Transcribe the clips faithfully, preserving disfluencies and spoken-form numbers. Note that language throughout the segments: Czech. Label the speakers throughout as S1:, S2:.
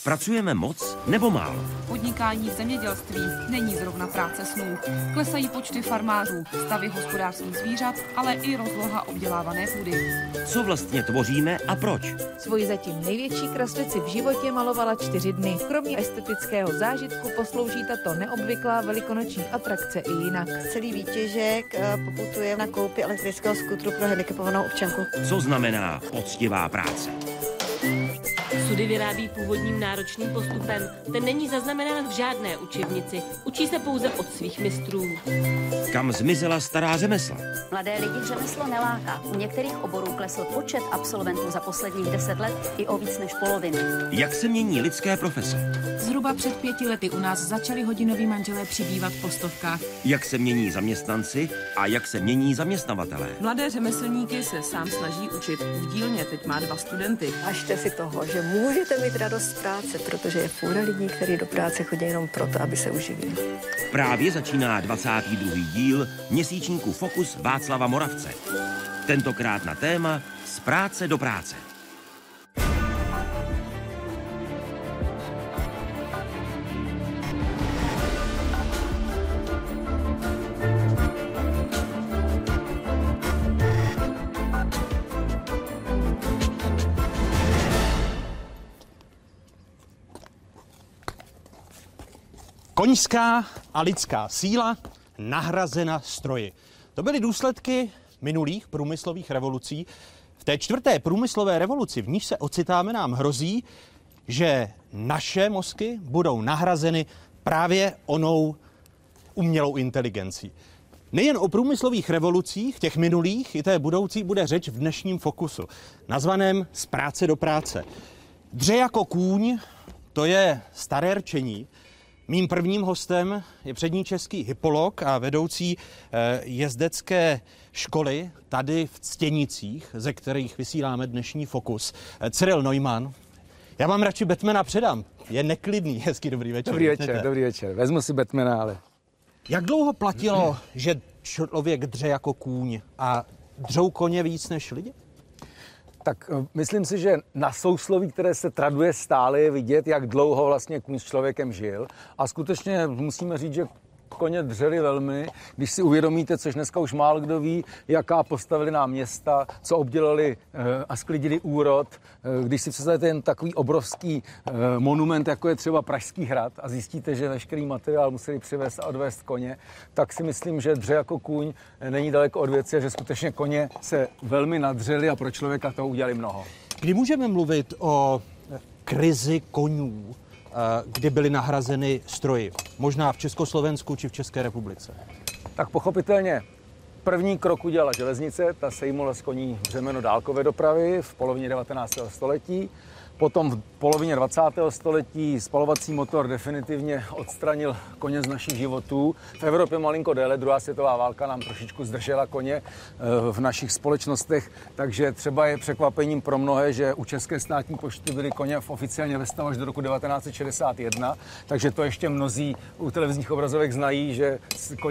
S1: Pracujeme moc nebo málo?
S2: Podnikání v zemědělství není zrovna práce snů. Klesají počty farmářů, stavy hospodářských zvířat, ale i rozloha obdělávané půdy.
S1: Co vlastně tvoříme a proč?
S3: Svoji zatím největší kraslici v životě malovala čtyři dny. Kromě estetického zážitku poslouží tato neobvyklá velikonoční atrakce i jinak.
S4: Celý výtěžek poputuje na koupi elektrického skutru pro handicapovanou občanku.
S1: Co znamená poctivá práce?
S5: Sudy vyrábí původním náročným postupem. Ten není zaznamenán v žádné učebnici. Učí se pouze od svých mistrů.
S1: Kam zmizela stará řemesla?
S6: Mladé lidi řemeslo neláká. U některých oborů klesl počet absolventů za posledních deset let i o víc než polovinu.
S1: Jak se mění lidské profese?
S2: Zhruba před pěti lety u nás začali hodinoví manželé přibývat v postovkách.
S1: Jak se mění zaměstnanci a jak se mění zaměstnavatelé?
S2: Mladé řemeslníky se sám snaží učit. V dílně teď má dva studenty.
S4: Važte si toho, že můžete mít radost z práce, protože je fůra lidí, kteří do práce chodí jenom proto, aby se uživili.
S1: Právě začíná dvacátý druhý díl měsíčníku Fokus Václava Moravce. Tentokrát na téma Z práce do práce.
S7: Koňská a lidská síla nahrazena stroji. To byly důsledky minulých průmyslových revolucí. V té čtvrté průmyslové revoluci, v níž se ocitáme, nám hrozí, že naše mozky budou nahrazeny právě onou umělou inteligencí. Nejen o průmyslových revolucích, těch minulých i té budoucí, bude řeč v dnešním Fokusu, nazvaném Z práce do práce. Dře jako kůň, to je staré rčení. Mým prvním hostem je přední český hypolog a vedoucí jezdecké školy tady v Ctěnicích, ze kterých vysíláme dnešní Fokus, Cyril Neumann. Já vám radši Batmana předám. Je neklidný. Hezký dobrý večer.
S8: Dobrý večer, Jdete. dobrý večer. Vezmu si Batmana, ale...
S7: Jak dlouho platilo, že člověk dře jako kůň a dřou koně víc než lidi?
S8: Tak myslím si, že na sousloví, které se traduje stále, je vidět, jak dlouho vlastně kůň s člověkem žil. A skutečně musíme říct, že koně dřeli velmi, když si uvědomíte, což dneska už málo kdo ví, jaká postavili nám města, co obdělali a sklidili úrod. Když si představíte jen takový obrovský monument, jako je třeba Pražský hrad a zjistíte, že veškerý materiál museli přivést a odvést koně, tak si myslím, že dře jako kůň není daleko od věci a že skutečně koně se velmi nadřeli a pro člověka toho udělali mnoho.
S7: Kdy můžeme mluvit o krizi konňů, kdy byly nahrazeny stroji? Možná v Československu či v České republice?
S8: Tak pochopitelně první krok udělala železnice, ta sejmula z koní břemeno dálkové dopravy v polovině devatenáctého století. Potom v polovině dvacátého století spalovací motor definitivně odstranil koně z našich životů. V Evropě malinko déle, druhá světová válka nám trošičku zdržela koně v našich společnostech, takže třeba je překvapením pro mnohé, že u České státní pošty byly koně oficiálně ve stavu až do roku devatenáct set šedesát jedna, takže to ještě mnozí u televizních obrazovek znají, že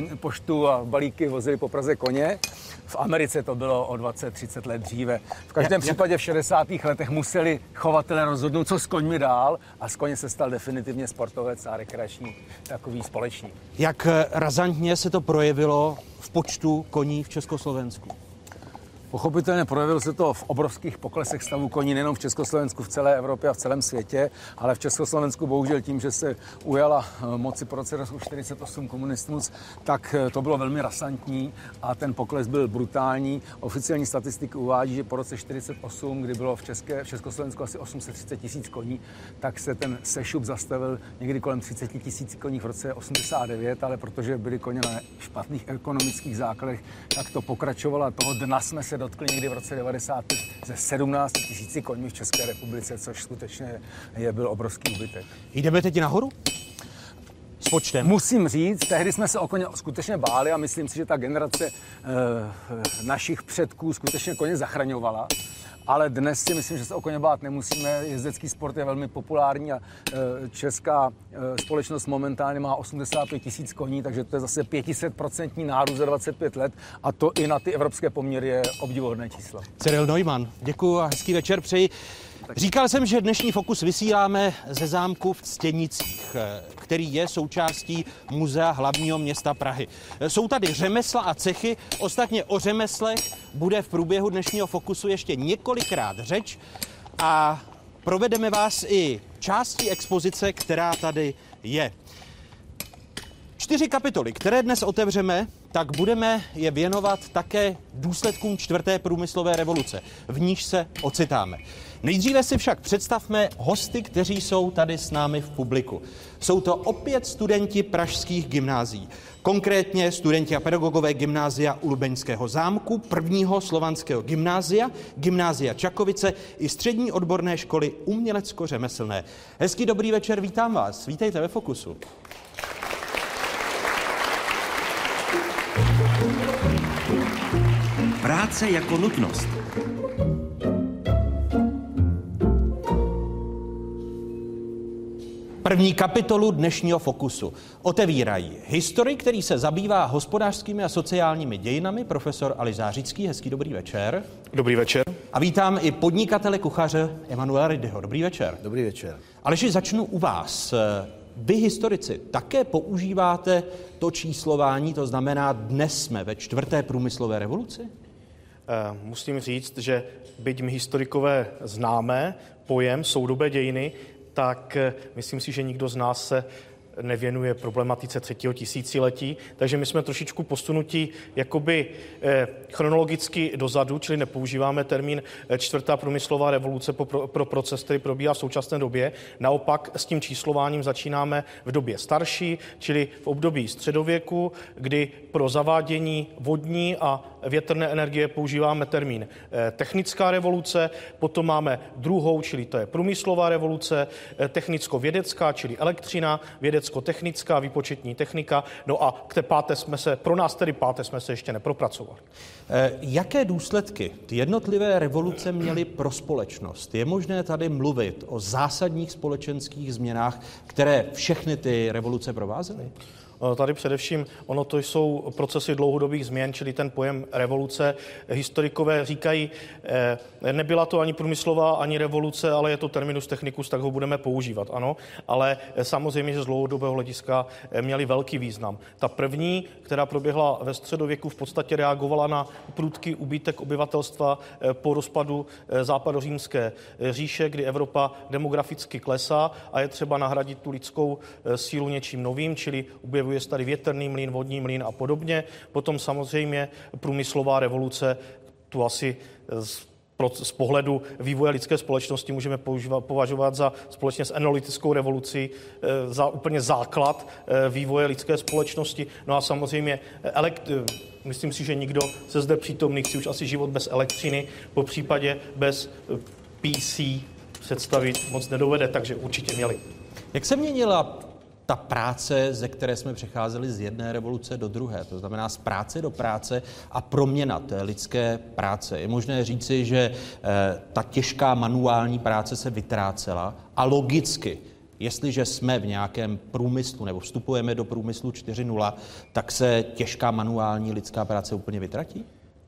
S8: poštu a balíky vozili po Praze koně. V Americe to bylo o dvacet třicet let dříve. V každém případě v šedesátých letech museli chovatelé rozhodnout, co s koňmi dál, a z koně se stal definitivně sportovec a rekreační takový společník.
S7: Jak razantně se to projevilo v počtu koní v Československu?
S8: Pochopitelně projevilo se to v obrovských poklesech stavu koní nejen v Československu, v celé Evropě a v celém světě, ale v Československu bohužel tím, že se ujala moci po roce čtyřicet osm komunismus, tak to bylo velmi rasantní a ten pokles byl brutální. Oficiální statistiky uvádí, že po roce čtyřicet osm, kdy bylo v, České, v Československu asi osm set třicet tisíc koní, tak se ten sešup zastavil někdy kolem třicet tisíc koní v roce osmdesát devět, ale protože byly koně na špatných ekonomických základech, tak to pokračovalo a toho dna jsme se dotkli někdy v roce devadesát pět ze sedmnáct tisíc koňmi v České republice, což skutečně je byl obrovský úbytek.
S7: Jdeme teď nahoru? S počtem.
S8: Musím říct, tehdy jsme se o koně skutečně báli a myslím si, že ta generace e, našich předků skutečně koně zachraňovala. Ale dnes si myslím, že se o koně bát nemusíme. Jezdecký sport je velmi populární a e, česká e, společnost momentálně má osmdesát pět tisíc koní, takže to je zase pět set procent nárůst za dvacet pět let a to i na ty evropské poměry je obdivuhodné číslo.
S7: Cyril Neumann, děkuji a hezký večer přeji. Říkal jsem, že dnešní Fokus vysíláme ze zámku v Ctěnicích, který je součástí Muzea hlavního města Prahy. Jsou tady řemesla a cechy, ostatně o řemeslech bude v průběhu dnešního Fokusu ještě několikrát řeč a provedeme vás i částí expozice, která tady je. Čtyři kapitoly, které dnes otevřeme, tak budeme je věnovat také důsledkům čtvrté průmyslové revoluce, v níž se ocitáme. Nejdříve si však představme hosty, kteří jsou tady s námi v publiku. Jsou to opět studenti pražských gymnázií, konkrétně studenti a pedagogové gymnázia u Lubeňského zámku, prvního slovanského gymnázia, gymnázia Čakovice i střední odborné školy umělecko-řemeslné. Hezký dobrý večer, vítám vás, vítejte ve Fokusu.
S1: Práce jako nutnost.
S7: První kapitolu dnešního Fokusu otevírají historik, který se zabývá hospodářskými a sociálními dějinami, profesor Aleš Zářický. Hezký dobrý večer.
S9: Dobrý večer.
S7: A vítám i podnikatele kuchaře Emanuela Rydyho. Dobrý večer.
S9: Dobrý večer.
S7: Aleši, začnu u vás. Vy, historici, také používáte to číslování, to znamená, dnes jsme ve čtvrté průmyslové revoluci?
S9: Musím říct, že byť my historikové známe pojem soudobé dějiny, tak myslím si, že nikdo z nás se nevěnuje problematice třetího tisíciletí, takže my jsme trošičku posunutí jakoby eh, chronologicky dozadu, čili nepoužíváme termín čtvrtá průmyslová revoluce pro, pro proces, který probíhá v současné době. Naopak s tím číslováním začínáme v době starší, čili v období středověku, kdy pro zavádění vodní a větrné energie používáme termín eh, technická revoluce, potom máme druhou, čili to je průmyslová revoluce, eh, technicko-vědecká, čili elektřina, vědecká technická, výpočetní technika, no a k té páté jsme se, pro nás tedy páté jsme se ještě nepropracovali.
S7: E, jaké důsledky ty jednotlivé revoluce měly pro společnost? Je možné tady mluvit o zásadních společenských změnách, které všechny ty revoluce provázely?
S9: Tady především ono to jsou procesy dlouhodobých změn, čili ten pojem revoluce. Historikové říkají, nebyla to ani průmyslová, ani revoluce, ale je to terminus technicus, tak ho budeme používat, ano. Ale samozřejmě, že z dlouhodobého hlediska měly velký význam. Ta první, která proběhla ve středověku, v podstatě reagovala na prudký úbytek obyvatelstva po rozpadu západořímské říše, kdy Evropa demograficky klesá a je třeba nahradit tu lidskou sílu něčím novým, čili objevuje se tady větrný mlýn, vodní mlýn a podobně. Potom samozřejmě průmyslová revoluce, tu asi z, z pohledu vývoje lidské společnosti můžeme používat, považovat za společně s enolitickou revolucí za úplně základ vývoje lidské společnosti. No a samozřejmě elekt, myslím si, že nikdo ze zde přítomných si už asi život bez elektřiny, po případě bez P C představit moc nedovede, takže určitě měli.
S7: Jak se měnila ta práce, ze které jsme přecházeli z jedné revoluce do druhé, to znamená z práce do práce a proměna té lidské práce? Je možné říci, že eh, ta těžká manuální práce se vytrácela a logicky, jestliže jsme v nějakém průmyslu nebo vstupujeme do průmyslu čtyři tečka nula, tak se těžká manuální lidská práce úplně vytratí?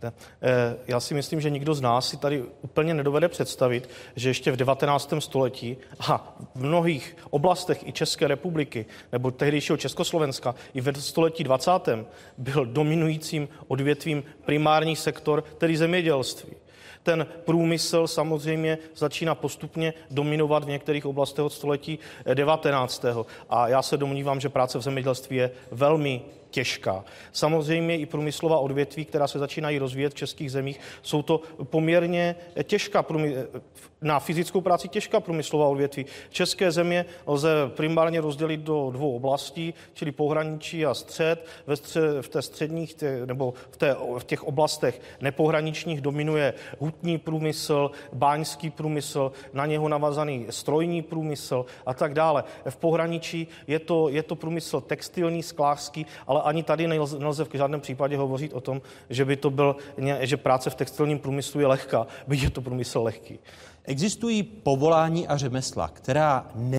S9: Já si myslím, že nikdo z nás si tady úplně nedovede představit, že ještě v devatenáctém století a v mnohých oblastech i České republiky nebo tehdejšího Československa i ve století dvacátém byl dominujícím odvětvím primární sektor, tedy zemědělství. Ten průmysl samozřejmě začíná postupně dominovat v některých oblastech od století devatenáctého. A já se domnívám, že práce v zemědělství je velmi těžká. Samozřejmě i průmyslová odvětví, která se začínají rozvíjet v českých zemích, jsou to poměrně těžká, na fyzickou práci těžká průmyslová odvětví. České země lze primárně rozdělit do dvou oblastí, čili pohraničí a střed. Ve střed, v té středních tě, nebo v, té, v těch oblastech nepohraničních dominuje hutní průmysl, báňský průmysl, na něho navazaný strojní průmysl a tak dále. V pohraničí je to, je to průmysl textilní, sklářský, ale ani tady nelze, nelze v žádném případě hovořit o tom, že by to byl, že práce v textilním průmyslu je lehká, byť je to průmysl lehký.
S7: Existují povolání a řemesla, která ne...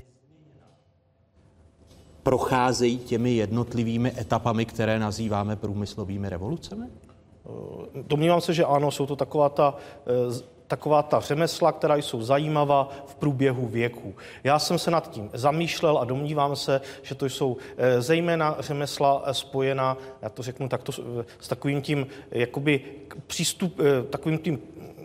S7: procházejí těmi jednotlivými etapami, které nazýváme průmyslovými revolucemi?
S9: Domnívám se, že ano, jsou to taková ta taková ta řemesla, která jsou zajímavá v průběhu věku. Já jsem se nad tím zamýšlel a domnívám se, že to jsou zejména řemesla spojená, já to řeknu takto, s takovým tím jakoby přístup, takovým tím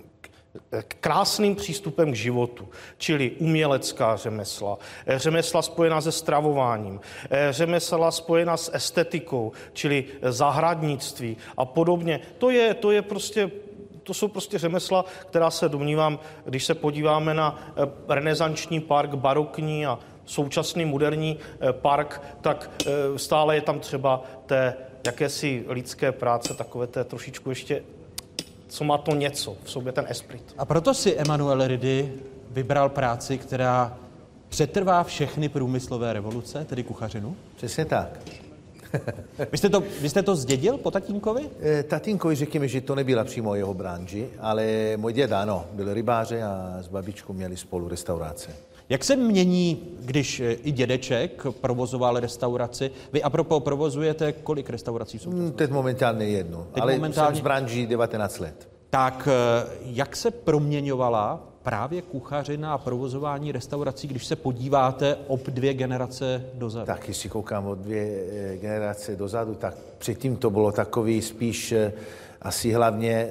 S9: krásným přístupem k životu, čili umělecká řemesla, řemesla spojená se stravováním, řemesla spojená s estetikou, čili zahradnictví a podobně. To je, to je prostě To jsou prostě řemesla, která se domnívám, když se podíváme na renesanční park, barokní a současný moderní park, tak stále je tam třeba té jakési lidské práce, takové té trošičku ještě, co má to něco v sobě, ten esprit.
S7: A proto si Emanuel Ridy vybral práci, která přetrvá všechny průmyslové revoluce, tedy kuchařinu?
S10: Přesně tak.
S7: Vy jste to, vy jste to zdědil po tatínkovi?
S10: E, tatínkovi řekněme, že to nebyla přímo jeho branži, ale můj děda, ano, byl rybáře a s babičkou měli spolu restaurace.
S7: Jak se mění, když i dědeček provozoval restauraci? Vy apropo provozujete kolik restaurací v současnosti?
S10: Teď momentálně jednu, Teď ale momentálně... jsem z branži devatenáct let.
S7: Tak jak se proměňovala právě kuchařina a provozování restaurací, když se podíváte ob dvě generace dozadu?
S10: Tak, když si koukám o dvě generace dozadu, tak předtím to bylo takový spíš asi hlavně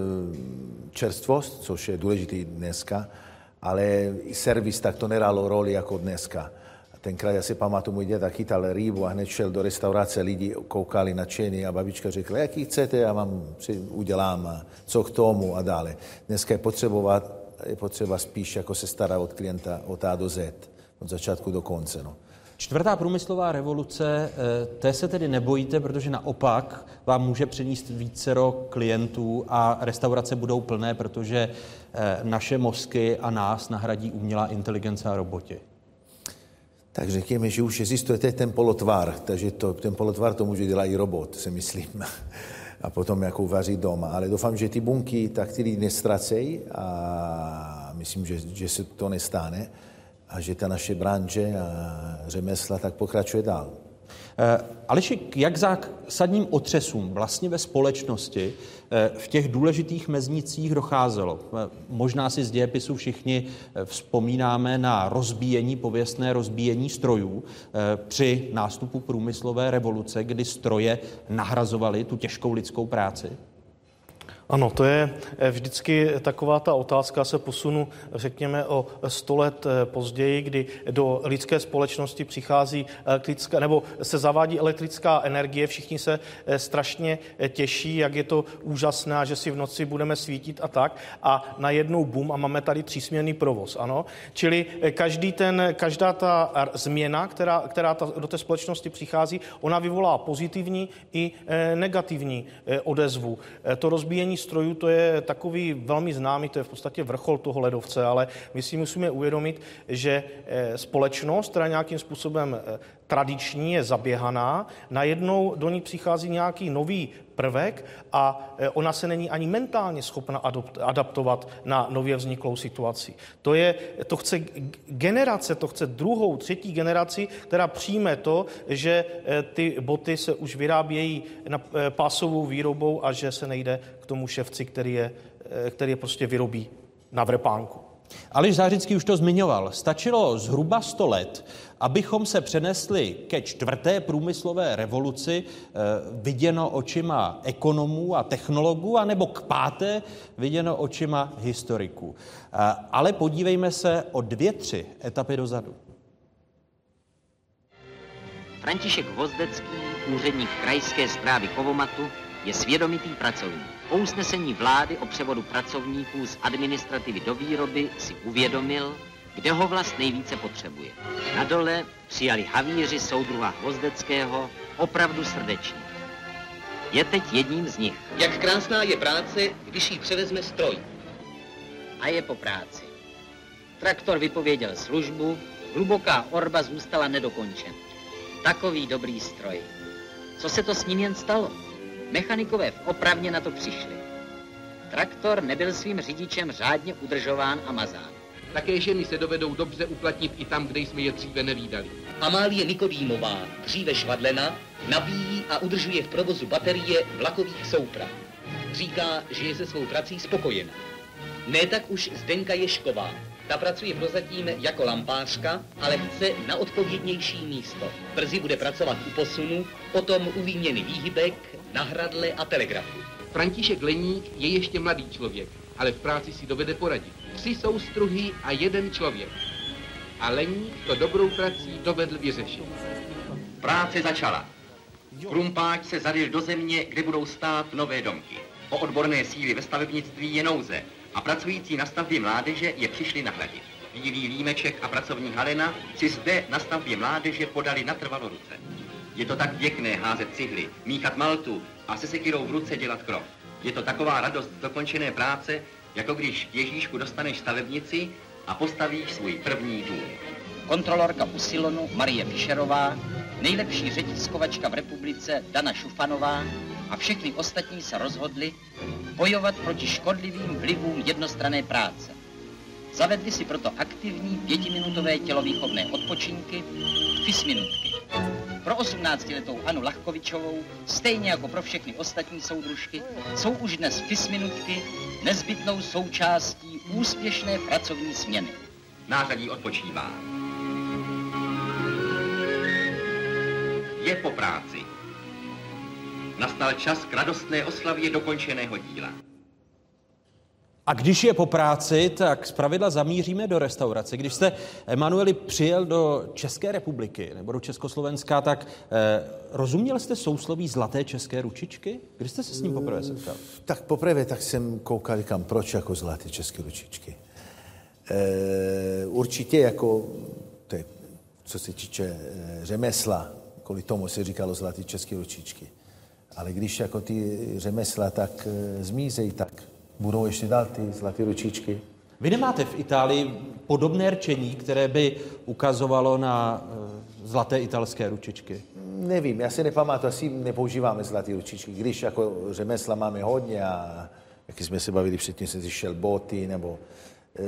S10: čerstvost, což je důležitý dneska, ale i servis tak to nehralo roli jako dneska. A tenkrát, já si pamatuju, můj děda chytal rybu a hned šel do restaurace, lidi koukali na čeny a babička řekla, jaký chcete, já vám udělám a co k tomu a dále. Dneska je potřebovat je potřeba spíš jako se stará od klienta od A do Z, od začátku do konce. No.
S7: Čtvrtá průmyslová revoluce, té se tedy nebojíte, protože naopak vám může přinést vícero klientů a restaurace budou plné, protože naše mozky a nás nahradí umělá inteligence a roboti.
S10: Tak řekněme, že už existuje ten polotvar, takže to, ten polotvar to může dělat i robot, si myslím. A potom jako vaří doma. Ale doufám, že ty bunky tak ty lidi nestracejí a myslím, že, že se to nestane a že ta naše branže a řemesla tak pokračuje dál.
S7: Aleši, jak zásadním otřesům vlastně ve společnosti v těch důležitých meznicích docházelo? Možná si z dějepisu všichni vzpomínáme na rozbíjení, pověstné rozbíjení strojů při nástupu průmyslové revoluce, kdy stroje nahrazovaly tu těžkou lidskou práci.
S9: Ano, to je vždycky taková ta otázka, se posunu, řekněme, o sto let později, kdy do lidské společnosti přichází elektrická, nebo se zavádí elektrická energie, všichni se strašně těší, jak je to úžasné, že si v noci budeme svítit a tak, a najednou bum a máme tady třísměnný provoz, ano. Čili každý ten, každá ta změna, která, která ta, do té společnosti přichází, ona vyvolá pozitivní i negativní odezvu. To rozbíjení strojů, to je takový velmi známý, to je v podstatě vrchol toho ledovce, ale my si musíme uvědomit, že společnost, která nějakým způsobem tradiční, je zaběhaná, najednou do ní přichází nějaký nový prvek a ona se není ani mentálně schopna adaptovat na nově vzniklou situaci. To, je, to chce generace, to chce druhou, třetí generaci, která přijme to, že ty boty se už vyrábějí na pásovou výrobou a že se nejde k tomu ševci, který je, který je prostě vyrobí na vrpánku.
S7: Aleš Zářický už to zmiňoval. Stačilo zhruba sto let, abychom se přenesli ke čtvrté průmyslové revoluci, viděno očima ekonomů a technologů, anebo k páté, viděno očima historiků. Ale podívejme se o dvě, tři etapy dozadu.
S11: František Hvozdecký, úředník krajské správy Chovomatu, je svědomitý pracovník. Po usnesení vlády o převodu pracovníků z administrativy do výroby si uvědomil, kde ho vlast nejvíce potřebuje. Na dole přijali havíři soudruha Hvozdeckého opravdu srdečně. Je teď jedním z nich.
S12: Jak krásná je práce, když ji převezme stroj.
S11: A je po práci. Traktor vypověděl službu, hluboká orba zůstala nedokončena. Takový dobrý stroj. Co se to s ním jen stalo? Mechanikové v opravně na to přišli. Traktor nebyl svým řidičem řádně udržován a mazán.
S12: Také ženy se dovedou dobře uplatnit i tam, kde jsme je dříve nevídali.
S13: Amálie Nikodýmová, dříve švadlena, nabíjí a udržuje v provozu baterie vlakových souprav. Říká, že je se svou prací spokojená. Ne tak už Zdenka Ješková. Ta pracuje prozatím jako lampářka, ale chce na odpovědnější místo. Brzy bude pracovat u posunu, potom u výměny výhybek, na hradle a telegrafu.
S12: František Leník je ještě mladý člověk, ale v práci si dovede poradit. Tři soustruhy a jeden člověk. A Leník to dobrou prací dovedl vyřešit.
S11: Práce začala. Krumpáč se zaryl do země, kde budou stát nové domky. O odborné síly ve stavebnictví je nouze a pracující na stavbě mládeže je přišli nahradit. Bílý Límeček a pracovní Halena si zde na stavbě mládeže podali natrvalo ruce. Je to tak pěkné házet cihly, míchat maltu a se sekyrou v ruce dělat krov. Je to taková radost z dokončené práce, jako když Ježíšku dostaneš stavebnici a postavíš svůj první dům.
S13: Kontrolorka Usilonu Marie Fischerová, nejlepší řetiskovačka v republice Dana Šufanová a všechny ostatní se rozhodli bojovat proti škodlivým vlivům jednostranné práce. Zavedli si proto aktivní pětiminutové tělovýchovné odpočinky, fisminutky. Pro osmnáctiletou Anu Lachkovičovou, stejně jako pro všechny ostatní soudružky, jsou už dnes fisminutky nezbytnou součástí úspěšné pracovní směny.
S11: Nářadí odpočívá. Je po práci. Nastal čas k radostné oslavě dokončeného díla.
S7: A když je po práci, tak zpravidla zamíříme do restaurace. Když jste, Emanueli, přijel do České republiky nebo do Československa, tak eh, rozuměl jste sousloví zlaté české ručičky? Kdy jste se s ním poprvé setkal?
S10: Tak poprvé tak jsem koukal, říkám, proč jako zlaté české ručičky. E, určitě jako, to je, co se týče e, řemesla, kvůli tomu se říkalo zlaté české ručičky. Ale když jako ty řemesla tak e, zmizejí, tak budou ještě dál ty zlaté ručičky.
S7: Vy nemáte v Itálii podobné rčení, které by ukazovalo na e, zlaté italské ručičky?
S10: Nevím, já si nepamatuji, asi nepoužíváme zlaté ručičky. Když jako řemesla máme hodně a jak jsme se bavili předtím, jsem si šel boty, nebo e,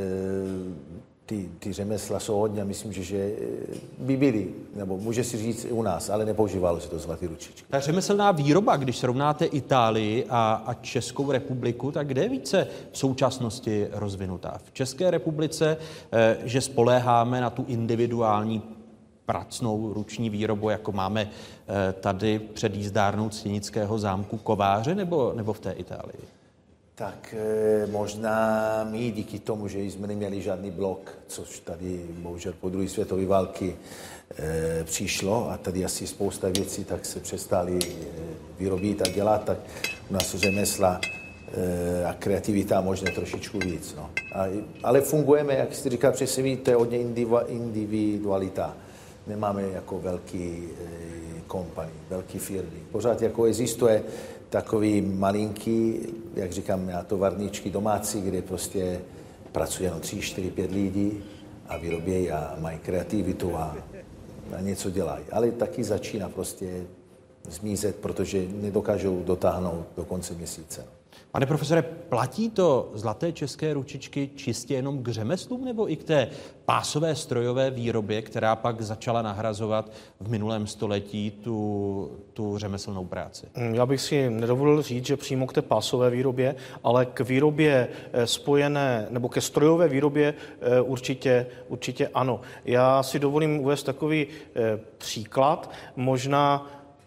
S10: ty, ty řemesla jsou hodně a myslím, že, že by byly, nebo může si říct i u nás, ale nepoužívalo se to zlaté ručičky.
S7: Ta řemeslná výroba, když srovnáte Itálii a, a Českou republiku, tak kde je více v současnosti rozvinutá? V České republice, e, že spoléháme na tu individuální pracnou ruční výrobu, jako máme e, tady před jízdárnou Ctinického zámku kováře, nebo, nebo v té Itálii?
S10: Tak e, možná my díky tomu, že jsme neměli žádný blok, což tady bohužel po druhé světové války e, přišlo a tady asi spousta věcí tak se přestali e, vyrobit a dělat, tak u nás řemesla e, a kreativita možná trošičku víc. No. A, ale fungujeme, jak jste říkal přesně, to je hodně individualita. Nemáme jako velký e, kompany, velký firmy. Pořád jako existuje takový malinký, jak říkám já, továrničky domácí, kde prostě pracuje jenom tři, čtyři, pět lidí a vyrobějí a mají kreativitu a, a něco dělají. Ale taky začíná prostě zmizet, protože nedokážou dotáhnout do konce měsíce.
S7: Pane profesore, platí to zlaté české ručičky čistě jenom k řemeslům nebo i k té pásové strojové výrobě, která pak začala nahrazovat v minulém století tu, tu řemeslnou práci?
S9: Já bych si nedovolil říct, že přímo k té pásové výrobě, ale k výrobě spojené, nebo ke strojové výrobě určitě, určitě ano. Já si dovolím uvést takový příklad, možná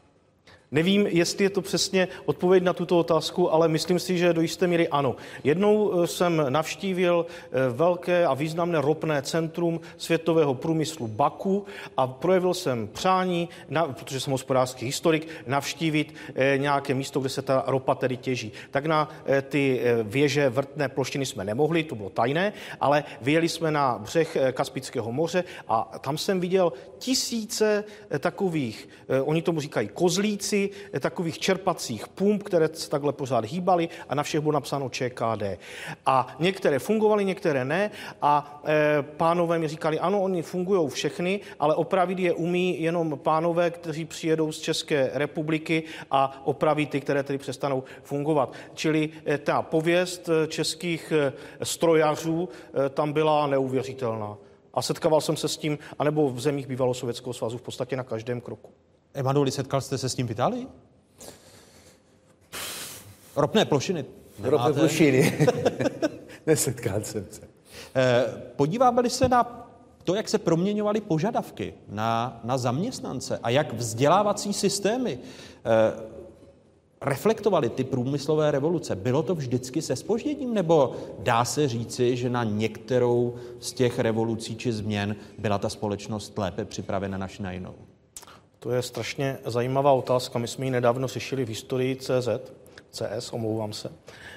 S9: nevím, jestli je to přesně odpověď na tuto otázku, ale myslím si, že do jisté míry ano. Jednou jsem navštívil velké a významné ropné centrum světového průmyslu Baku a projevil jsem přání, protože jsem hospodářský historik, navštívit nějaké místo, kde se ta ropa tedy těží. Tak na ty věže vrtné ploštiny jsme nemohli, to bylo tajné, ale vyjeli jsme na břeh Kaspického moře a tam jsem viděl tisíce takových, oni tomu říkají kozlíci, takových čerpacích pump, které se takhle pořád hýbaly a na všech bylo napsáno Č K D. A některé fungovaly, některé ne a e, pánové mi říkali, ano, oni fungují všechny, ale opravit je umí jenom pánové, kteří přijedou z České republiky a opraví ty, které tedy přestanou fungovat. Čili e, ta pověst českých e, strojařů e, tam byla neuvěřitelná. A setkával jsem se s tím, anebo v zemích bývalého Sovětského svazu v podstatě na každém kroku.
S7: Emanueli, setkal jste se s tím v Itálii? Ropné plošiny.
S10: Ropné plošiny. Nesetkal jsem se.
S7: Podíváme-li se na to, jak se proměňovaly požadavky na, na zaměstnance a jak vzdělávací systémy eh, reflektovaly ty průmyslové revoluce, bylo to vždycky se zpožděním, nebo dá se říci, že na některou z těch revolucí či změn byla ta společnost lépe připravena než na jinou?
S9: To je strašně zajímavá otázka. My jsme ji nedávno řešili v historii C Z, C S, omlouvám se.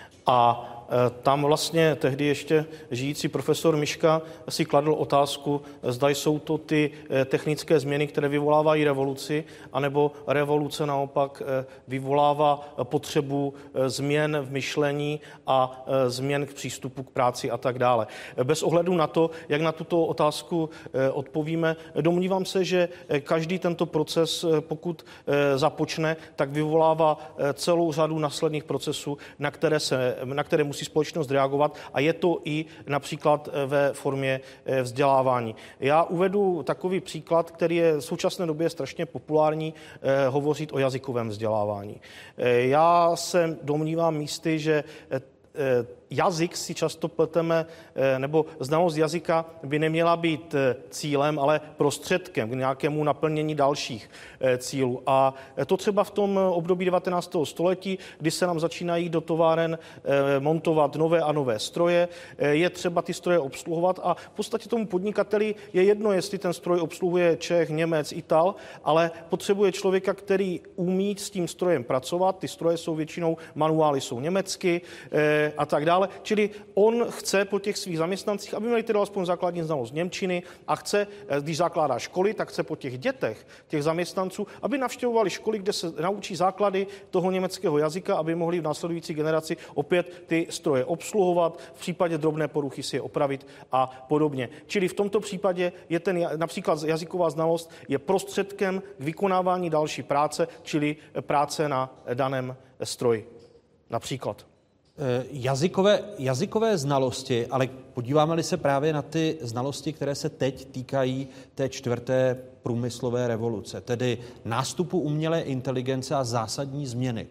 S9: A tam vlastně tehdy ještě žijící profesor Miška si kladl otázku, zda jsou to ty technické změny, které vyvolávají revoluci, anebo revoluce naopak vyvolává potřebu změn v myšlení a změn k přístupu k práci a tak dále. Bez ohledu na to, jak na tuto otázku odpovíme, domnívám se, že každý tento proces, pokud započne, tak vyvolává celou řadu následných procesů, na které, se, na které musí společnost reagovat, a je to i například ve formě vzdělávání. Já uvedu takový příklad, který je v současné době strašně populární, eh, hovořit o jazykovém vzdělávání. Eh, já se domnívám místy, že eh, jazyk si často pleteme, nebo znalost jazyka by neměla být cílem, ale prostředkem k nějakému naplnění dalších cílů. A to třeba v tom období devatenáctého století, kdy se nám začínají do továren montovat nové a nové stroje, je třeba ty stroje obsluhovat a v podstatě tomu podnikateli je jedno, jestli ten stroj obsluhuje Čech, Němec, Ital, ale potřebuje člověka, který umí s tím strojem pracovat. Ty stroje jsou většinou, manuály jsou německy a tak dále. Čili on chce po těch svých zaměstnancích, aby měli teda aspoň základní znalost němčiny, a chce, když zakládá školy, tak chce po těch dětech, těch zaměstnanců, aby navštěvovali školy, kde se naučí základy toho německého jazyka, aby mohli v následující generaci opět ty stroje obsluhovat, v případě drobné poruchy si je opravit a podobně. Čili v tomto případě je ten například jazyková znalost je prostředkem k vykonávání další práce, čili práce na daném stroji. Například.
S7: Jazykové, jazykové znalosti, ale podíváme-li se právě na ty znalosti, které se teď týkají té čtvrté průmyslové revoluce, tedy nástupu umělé inteligence a zásadní změny.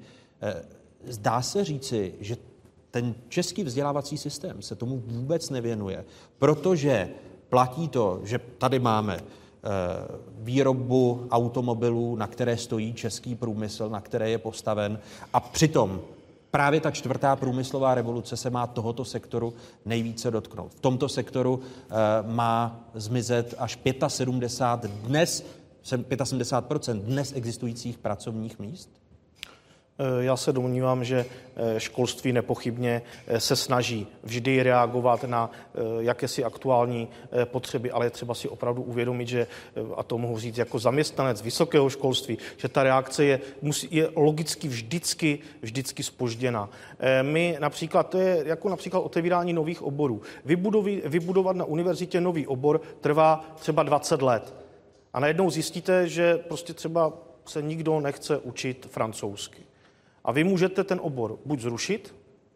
S7: Zdá se říci, že ten český vzdělávací systém se tomu vůbec nevěnuje, protože platí to, že tady máme výrobu automobilů, na které stojí český průmysl, na které je postaven, a přitom právě ta čtvrtá průmyslová revoluce se má tohoto sektoru nejvíce dotknout. V tomto sektoru e, má zmizet až sedmdesát pět dnes, sedmdesát pět procent dnes existujících pracovních míst?
S9: Já se domnívám, že školství nepochybně se snaží vždy reagovat na jakési aktuální potřeby, ale je třeba si opravdu uvědomit, že, a to mohu říct jako zaměstnanec vysokého školství, že ta reakce je, musí, je logicky vždycky, vždycky zpožděna. My například, to je jako například otevírání nových oborů. Vybudovi, vybudovat na univerzitě nový obor trvá třeba dvacet let. A najednou zjistíte, že prostě třeba se nikdo nechce učit francouzsky. A vy můžete ten obor buď zrušit,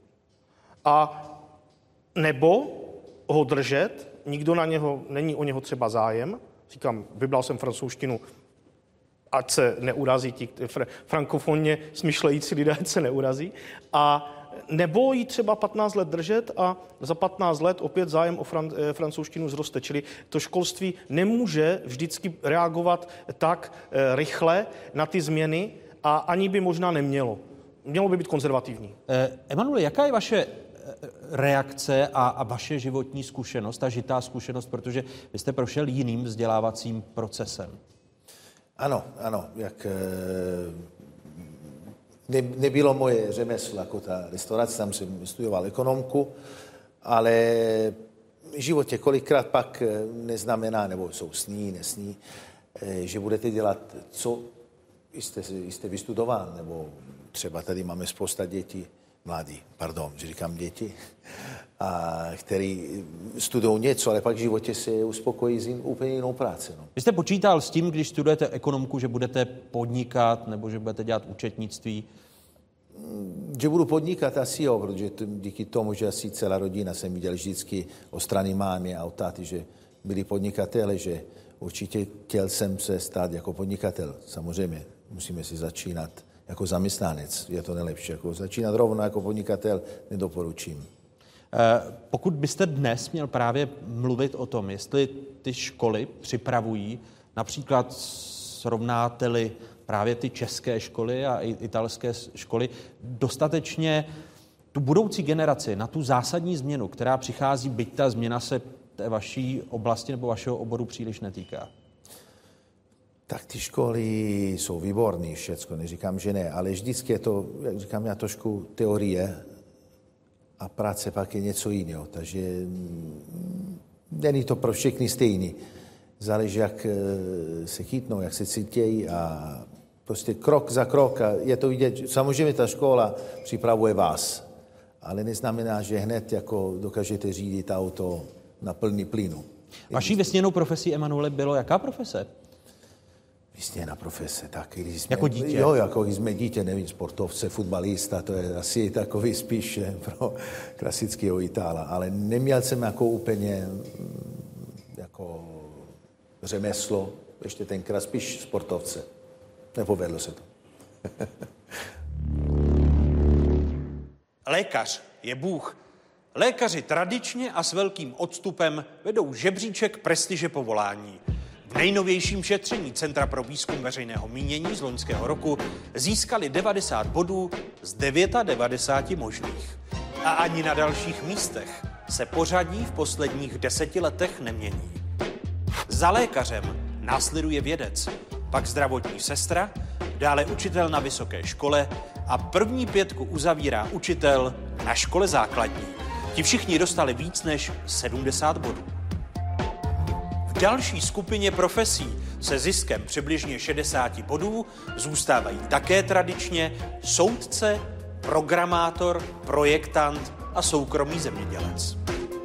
S9: a nebo ho držet, nikdo na něho, není o něho třeba zájem. Říkám, vybral jsem francouzštinu, ať se neurazí ti frankofonně smyšlející lidé, ať se neurazí. A nebo ji třeba patnáct let držet a za patnáct let opět zájem o fran, francouzštinu zroste. Čili to školství nemůže vždycky reagovat tak e, rychle na ty změny a ani by možná nemělo. Mělo by být konzervativní.
S7: Eh, Emanuele, jaká je vaše reakce a, a vaše životní zkušenost, ta žitá zkušenost, protože vy jste prošel jiným vzdělávacím procesem?
S10: Ano, ano, jak ne, nebylo moje řemeslo jako ta restaurace, tam jsem studoval ekonomku, ale v životě kolikrát pak neznamená, nebo jsou sní, nesní, že budete dělat, co jste, jste vystudoval, nebo třeba tady máme spousta dětí, mladí, pardon, že říkám děti, a který studují něco, ale pak v životě se uspokojí s úplně jinou práci. No.
S7: Vy jste počítal s tím, když studujete ekonomku, že budete podnikat nebo že budete dělat účetnictví?
S10: Že budu podnikat asi jo, protože díky tomu, že asi celá rodina jsem viděl vždycky o strany mámy a o táty, že byli podnikatele, že určitě chtěl jsem se stát jako podnikatel. Samozřejmě musíme si začínat jako zaměstnanec, je to nejlepší. Jako začínat rovno jako podnikatel nedoporučím.
S7: Pokud byste dnes měl právě mluvit o tom, jestli ty školy připravují, například srovnáte-li právě ty české školy a italské školy, dostatečně tu budoucí generaci na tu zásadní změnu, která přichází, byť ta změna se té vaší oblasti nebo vašeho oboru příliš netýká?
S10: Tak ty školy jsou výborné, všecko, neříkám, že ne, ale vždycky je to, jak říkám já, trošku teorie a práce pak je něco jiného, takže není to pro všechny stejný. Záleží, jak se chytnou, jak se cítějí a prostě krok za krok a je to vidět, samozřejmě ta škola připravuje vás, ale neznamená, že hned jako dokážete řídit auto na plný plynu.
S7: Vaší vysněnou profesí, Emanuele, bylo jaká profese?
S10: Vysněná profese, tak když jsme,
S7: jako dítě?
S10: Jo, jako když jsme dítě, nevím, sportovce, fotbalista, to je asi takový spíš pro klasického Itála, ale neměl jsem jako úplně jako řemeslo, ještě tenkrát spíš sportovce. Nepovedlo se to.
S14: Lékař je Bůh. Lékaři tradičně a s velkým odstupem vedou žebříček prestiže povolání. V nejnovějším šetření Centra pro výzkum veřejného mínění z loňského roku získali devadesát bodů z devadesát devět možných. A ani na dalších místech se pořadí v posledních deseti letech nemění. Za lékařem následuje vědec, pak zdravotní sestra, dále učitel na vysoké škole a první pětku uzavírá učitel na škole základní. Ti všichni dostali víc než sedmdesát bodů. V další skupině profesí se ziskem přibližně šedesát bodů zůstávají také tradičně soudce, programátor, projektant a soukromý zemědělec.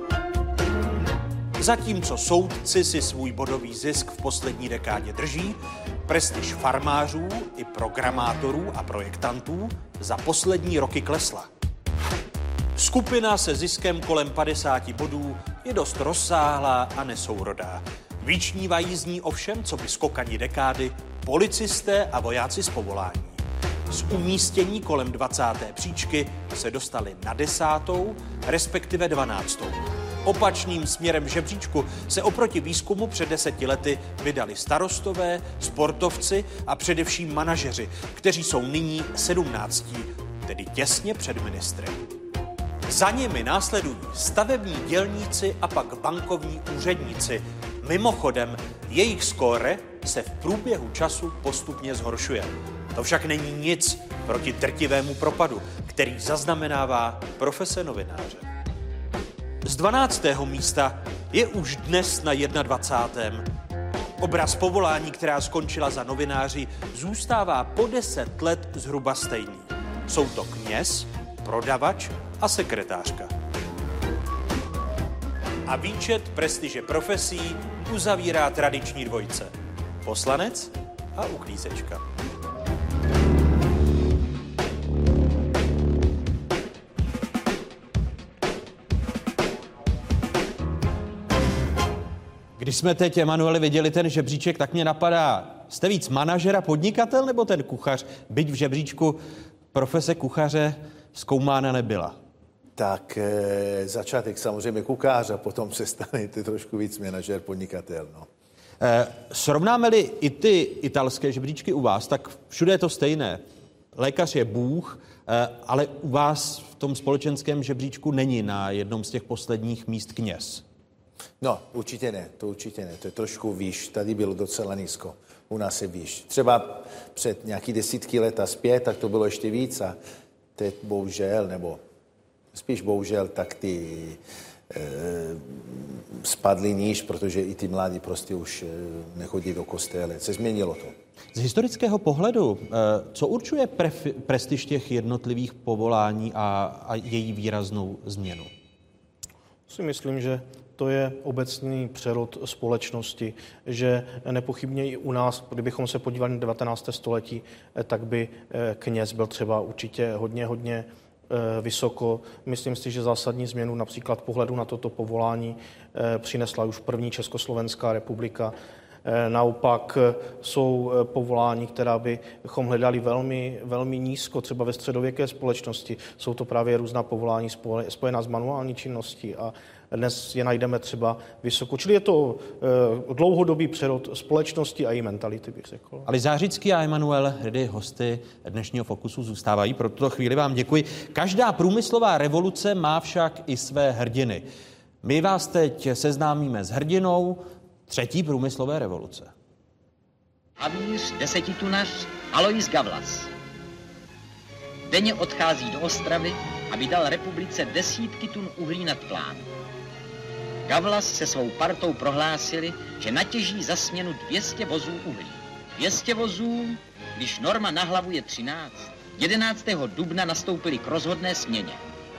S14: Zatímco soudci si svůj bodový zisk v poslední dekádě drží, prestiž farmářů i programátorů a projektantů za poslední roky klesla. Skupina se ziskem kolem padesáti bodů je dost rozsáhlá a nesourodá. Vyčnívají z ní ovšem, co by skokani dekády, policisté a vojáci z povolání. Z umístění kolem dvacáté příčky se dostali na desátou, respektive dvanáctou. Opačným směrem žebříčku se oproti výzkumu před deseti lety vydali starostové, sportovci a především manažeři, kteří jsou nyní sedmnáctí, tedy těsně před ministry. Za nimi následují stavební dělníci a pak bankovní úředníci. Mimochodem, jejich skóre se v průběhu času postupně zhoršuje. To však není nic proti drtivému propadu, který zaznamenává profese novináře. Z dvanáctého místa je už dnes na dvacátém prvním Obraz povolání, která skončila za novináři, zůstává po deset let zhruba stejný. Jsou to kněz, prodavač a sekretářka. A výčet prestiže profesí uzavírá tradiční dvojice. Poslanec a uklízečka.
S7: Když jsme teď, Emanueli, viděli ten žebříček, tak mě napadá, jste víc manažer a podnikatel nebo ten kuchař? Byť v žebříčku profese kuchaře zkoumána nebyla.
S10: Tak e, začátek samozřejmě kuchař a potom se stanete trošku víc manažer, podnikatel. No.
S7: E, srovnáme-li i ty italské žebříčky u vás, tak všude je to stejné. Lékař je Bůh, e, ale u vás v tom společenském žebříčku není na jednom z těch posledních míst kněz.
S10: No, určitě ne, to určitě ne, to je trošku výš, tady bylo docela nízko, u nás je výš. Třeba před nějaký desítky let a zpět, tak to bylo ještě víc a teď bohužel, nebo spíš bohužel, tak ty e, spadly níž, protože i ty mladí prostě už e, nechodí do kostele, se změnilo to.
S7: Z historického pohledu, e, co určuje pref- prestiž těch jednotlivých povolání a, a její výraznou změnu?
S9: Si myslím, že to je obecný přerod společnosti, že nepochybně i u nás, kdybychom se podívali na devatenácté století, tak by kněz byl třeba určitě hodně, hodně vysoko. Myslím si, že zásadní změnu například pohledu na toto povolání přinesla už první Československá republika, Naopak jsou povolání, která bychom hledali velmi, velmi nízko, třeba ve středověké společnosti. Jsou to právě různá povolání spojená s manuální činností a dnes je najdeme třeba vysoko. Čili je to dlouhodobý přerod společnosti a její mentality, bych řekl.
S7: Ali Zářický a Emanuel Ridy hosty dnešního Fokusu zůstávají. Pro tuto chvíli vám děkuji. Každá průmyslová revoluce má však i své hrdiny. My vás teď seznámíme s hrdinou třetí průmyslové revoluce.
S13: Havíř, desetitunař Alois Gavlas. Denně odchází do Ostravy, aby dal republice desítky tun uhlí nad plán. Gavlas se svou partou prohlásili, že natěží za směnu dvě stě vozů uhlí. dvě stě vozů, když norma na hlavu je třináct. jedenáctého dubna nastoupili k rozhodné směně.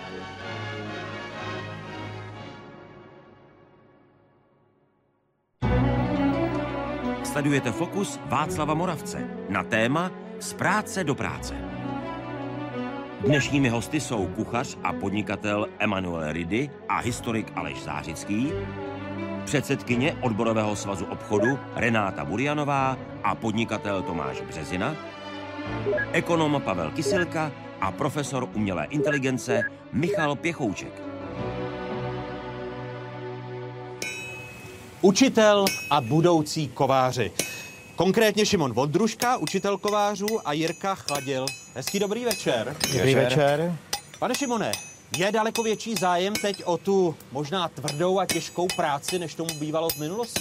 S1: Sledujete Fokus Václava Moravce na téma Z práce do práce. Dnešními hosty jsou kuchař a podnikatel Emanuel Ridy a historik Aleš Zářický, předsedkyně Odborového svazu obchodu Renáta Burianová a podnikatel Tomáš Březina, ekonom Pavel Kysilka a profesor umělé inteligence Michal Pěchouček.
S7: Učitel a budoucí kováři. Konkrétně Šimon Vondruška, učitel kovářů, a Jirka Chladil. Hezký dobrý večer.
S15: Dobrý večer.
S7: Pane Šimone, je daleko větší zájem teď o tu možná tvrdou a těžkou práci, než tomu bývalo v minulosti?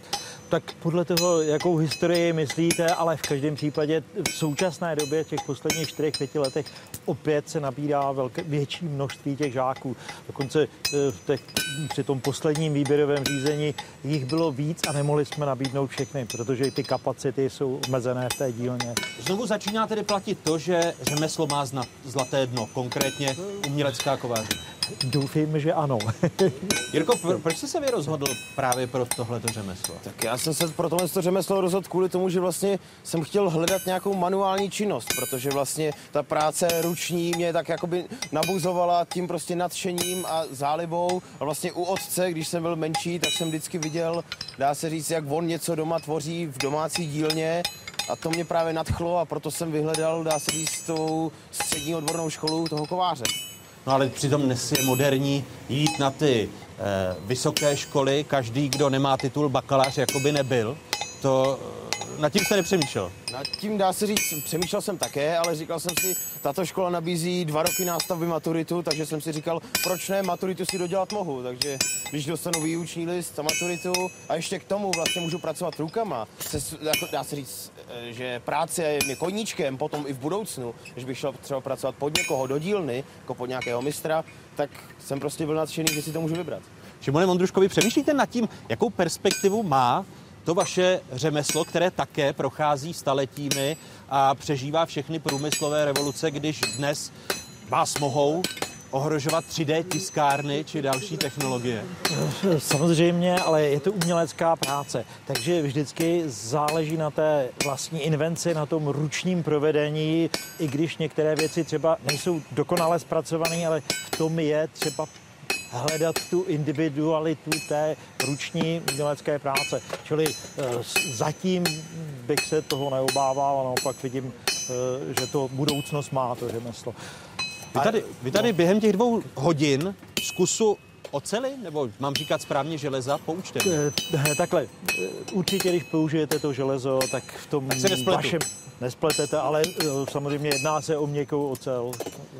S15: Tak podle toho, jakou historii myslíte, ale v každém případě v současné době, v těch posledních čtyřech, pěti letech, opět se nabírá velké, větší množství těch žáků. Dokonce v těch, při tom posledním výběrovém řízení jich bylo víc a nemohli jsme nabídnout všechny, protože ty kapacity jsou omezené v té dílně.
S7: Znovu začíná tedy platit to, že řemeslo má zlaté dno, konkrétně umělecká kovářina.
S15: Doufejme, že ano.
S7: Jirko, pro, proč jsi se vy rozhodl právě pro tohleto řemeslo?
S16: Tak já jsem se pro tohle řemeslo rozhodl kvůli tomu, že vlastně jsem chtěl hledat nějakou manuální činnost, protože vlastně ta práce ruční mě tak jakoby nabuzovala tím prostě nadšením a zálibou. A vlastně u otce, když jsem byl menší, tak jsem vždycky viděl, dá se říct, jak on něco doma tvoří v domácí dílně. A to mě právě nadchlo a proto jsem vyhledal, dá se říct, tou střední odbornou školu toho kováře.
S7: No ale přitom dnes je moderní jít na ty eh, vysoké školy. Každý, kdo nemá titul bakalář, jako by nebyl. To nad tím jste nepřemýšlel?
S16: Nad tím dá se říct, přemýšlel jsem také, ale říkal jsem si, tato škola nabízí dva roky nástavby maturitu, takže jsem si říkal, proč ne, maturitu si dodělat mohu. Takže když dostanu výuční list a maturitu a ještě k tomu vlastně můžu pracovat rukama, se, jako, dá se říct, že práce je mi koníčkem potom i v budoucnu, když bych šel třeba pracovat pod někoho do dílny, jako pod nějakého mistra, tak jsem prostě byl nadšený, že si to můžu vybrat.
S7: Šimone Vondruškovi, přemýšlíte nad tím, jakou perspektivu má to vaše řemeslo, které také prochází staletími a přežívá všechny průmyslové revoluce, když dnes vás mohou ohrožovat tři dé tiskárny či další technologie?
S15: Samozřejmě, ale je to umělecká práce, takže vždycky záleží na té vlastní invenci, na tom ručním provedení, i když některé věci třeba nejsou dokonale zpracované, ale v tom je třeba hledat tu individualitu té ruční umělecké práce. Čili e, zatím bych se toho neobával a naopak vidím, e, že to budoucnost má, to řemeslo.
S7: Vy tady, vy tady během těch dvou hodin z kusu oceli, nebo mám říkat správně železa, poučte mě.
S15: E, takhle, určitě, když použijete to železo, tak v tom
S7: tak se
S15: vašem nespletete, ale e, samozřejmě jedná se o měkkou ocel.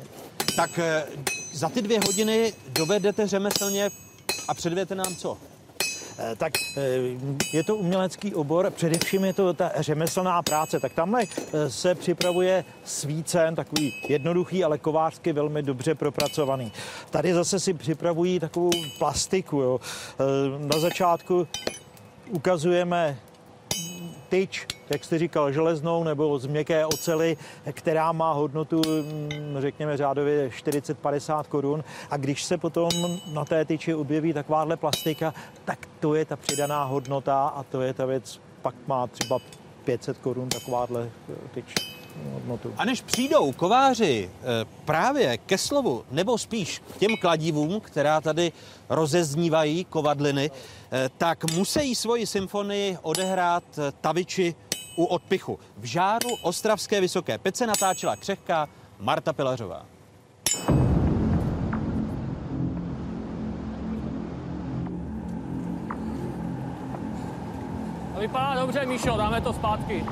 S7: Tak e, za ty dvě hodiny dovedete řemeslně a předvedete nám co?
S15: Tak je to umělecký obor, především je to ta řemeslná práce. Tak tamhle se připravuje svícen, takový jednoduchý, ale kovářsky velmi dobře propracovaný. Tady zase si připravují takovou plastiku. Jo. Na začátku ukazujeme tyč, jak jste říkal, železnou nebo z měkké oceli, která má hodnotu, řekněme, řádově čtyřicet padesát korun. A když se potom na té tyči objeví takováhle plastika, tak to je ta přidaná hodnota a to je ta věc, pak má třeba pět set korun takováhle tyč. hodnotu.
S7: A než přijdou kováři právě ke slovu, nebo spíš k těm kladivům, která tady rozeznívají kovadliny, tak musí svoji symfonii odehrát taviči u odpichu. V žáru ostravské Vysoké pece natáčela křehká Marta Pilařová.
S17: Vypadá dobře, Míšo, dáme to zpátky.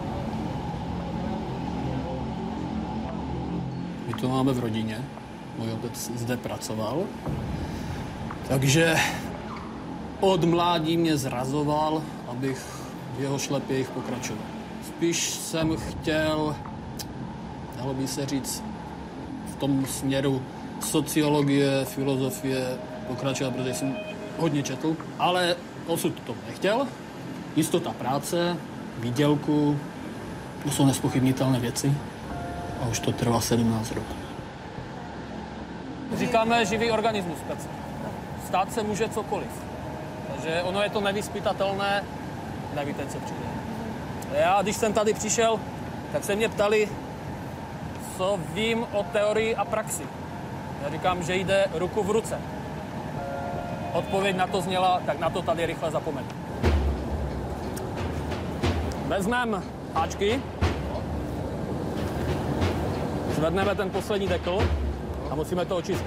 S17: My to máme v rodině. Můj otec zde pracoval. Takže od mládí mě zrazoval, abych v jeho šlepějích pokračoval. Spíš jsem chtěl, dalo by se říct, v tom směru sociologie, filozofie pokračovat, protože jsem hodně četl, ale osud to nechtěl. Jistota práce, výdělku, to jsou nespochybnitelné věci a už to trvá sedmnáct roků. Říkáme živý organismus, Pece. Stát se může cokoliv. Takže ono je to nevyzpytatelné, nevíte, co přijde. Já, když jsem tady přišel, tak se mě ptali, co vím o teorii a praxi. Já říkám, že jde ruku v ruce. Odpověď na to zněla, tak na to tady rychle zapomeň. Vezmeme háčky, zvedneme ten poslední dekl a musíme to očistit.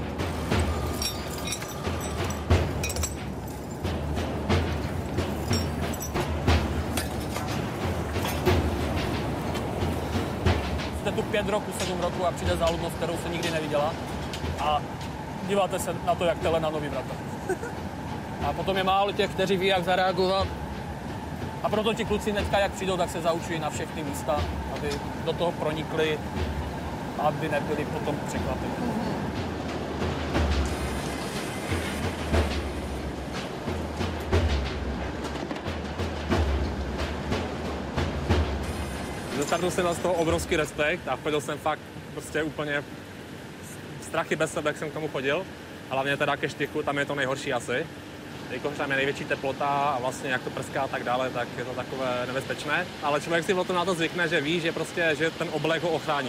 S17: Jste tu pět roku, sedm roku a přijde záludnost, kterou se nikdy neviděla a díváte se na to, jak tele na nový vrata. A potom je málo těch, kteří ví, jak zareagovat. A proto ti kluci hnedka, jak přijdou, tak se zaučují na všechny místa, aby do toho pronikli, aby nebyli potom překvapeni. Dostal jsem z toho obrovský respekt a chodil jsem fakt prostě úplně strachy bez sebe, jak jsem k tomu chodil. A hlavně teda ke štychu, tam je to nejhorší asi. Jakož tam je největší teplota a vlastně jak to prská a tak dále, tak je to takové nebezpečné. Ale člověk si potom na to zvykne, že ví, že prostě, že ten oblek ho ochrání.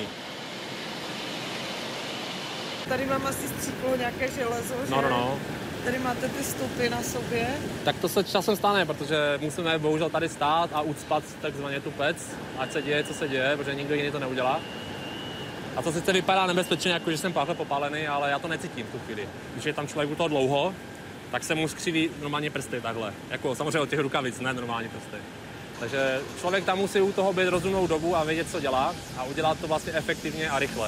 S18: Tady mám asi stříklo nějaké železo, že?
S17: No, no, no.
S18: Tady máte ty stopy na sobě.
S17: Tak to se časem stane, protože musíme bohužel tady stát a ucpat takzvaně tu pec, ať se děje, co se děje, protože nikdo jiný to neudělá. A to sice vypadá nebezpečně, jako že jsem páchl popálený, ale já to necítím v tu chvíli. Když je tam člověk u toho dlouho, tak se mu skřiví normálně prsty takhle. Jako samozřejmě od těch rukavic, ne normální prsty. Takže člověk tam musí u toho být rozumnou dobu a vědět, co dělá a udělat to vlastně efektivně a rychle.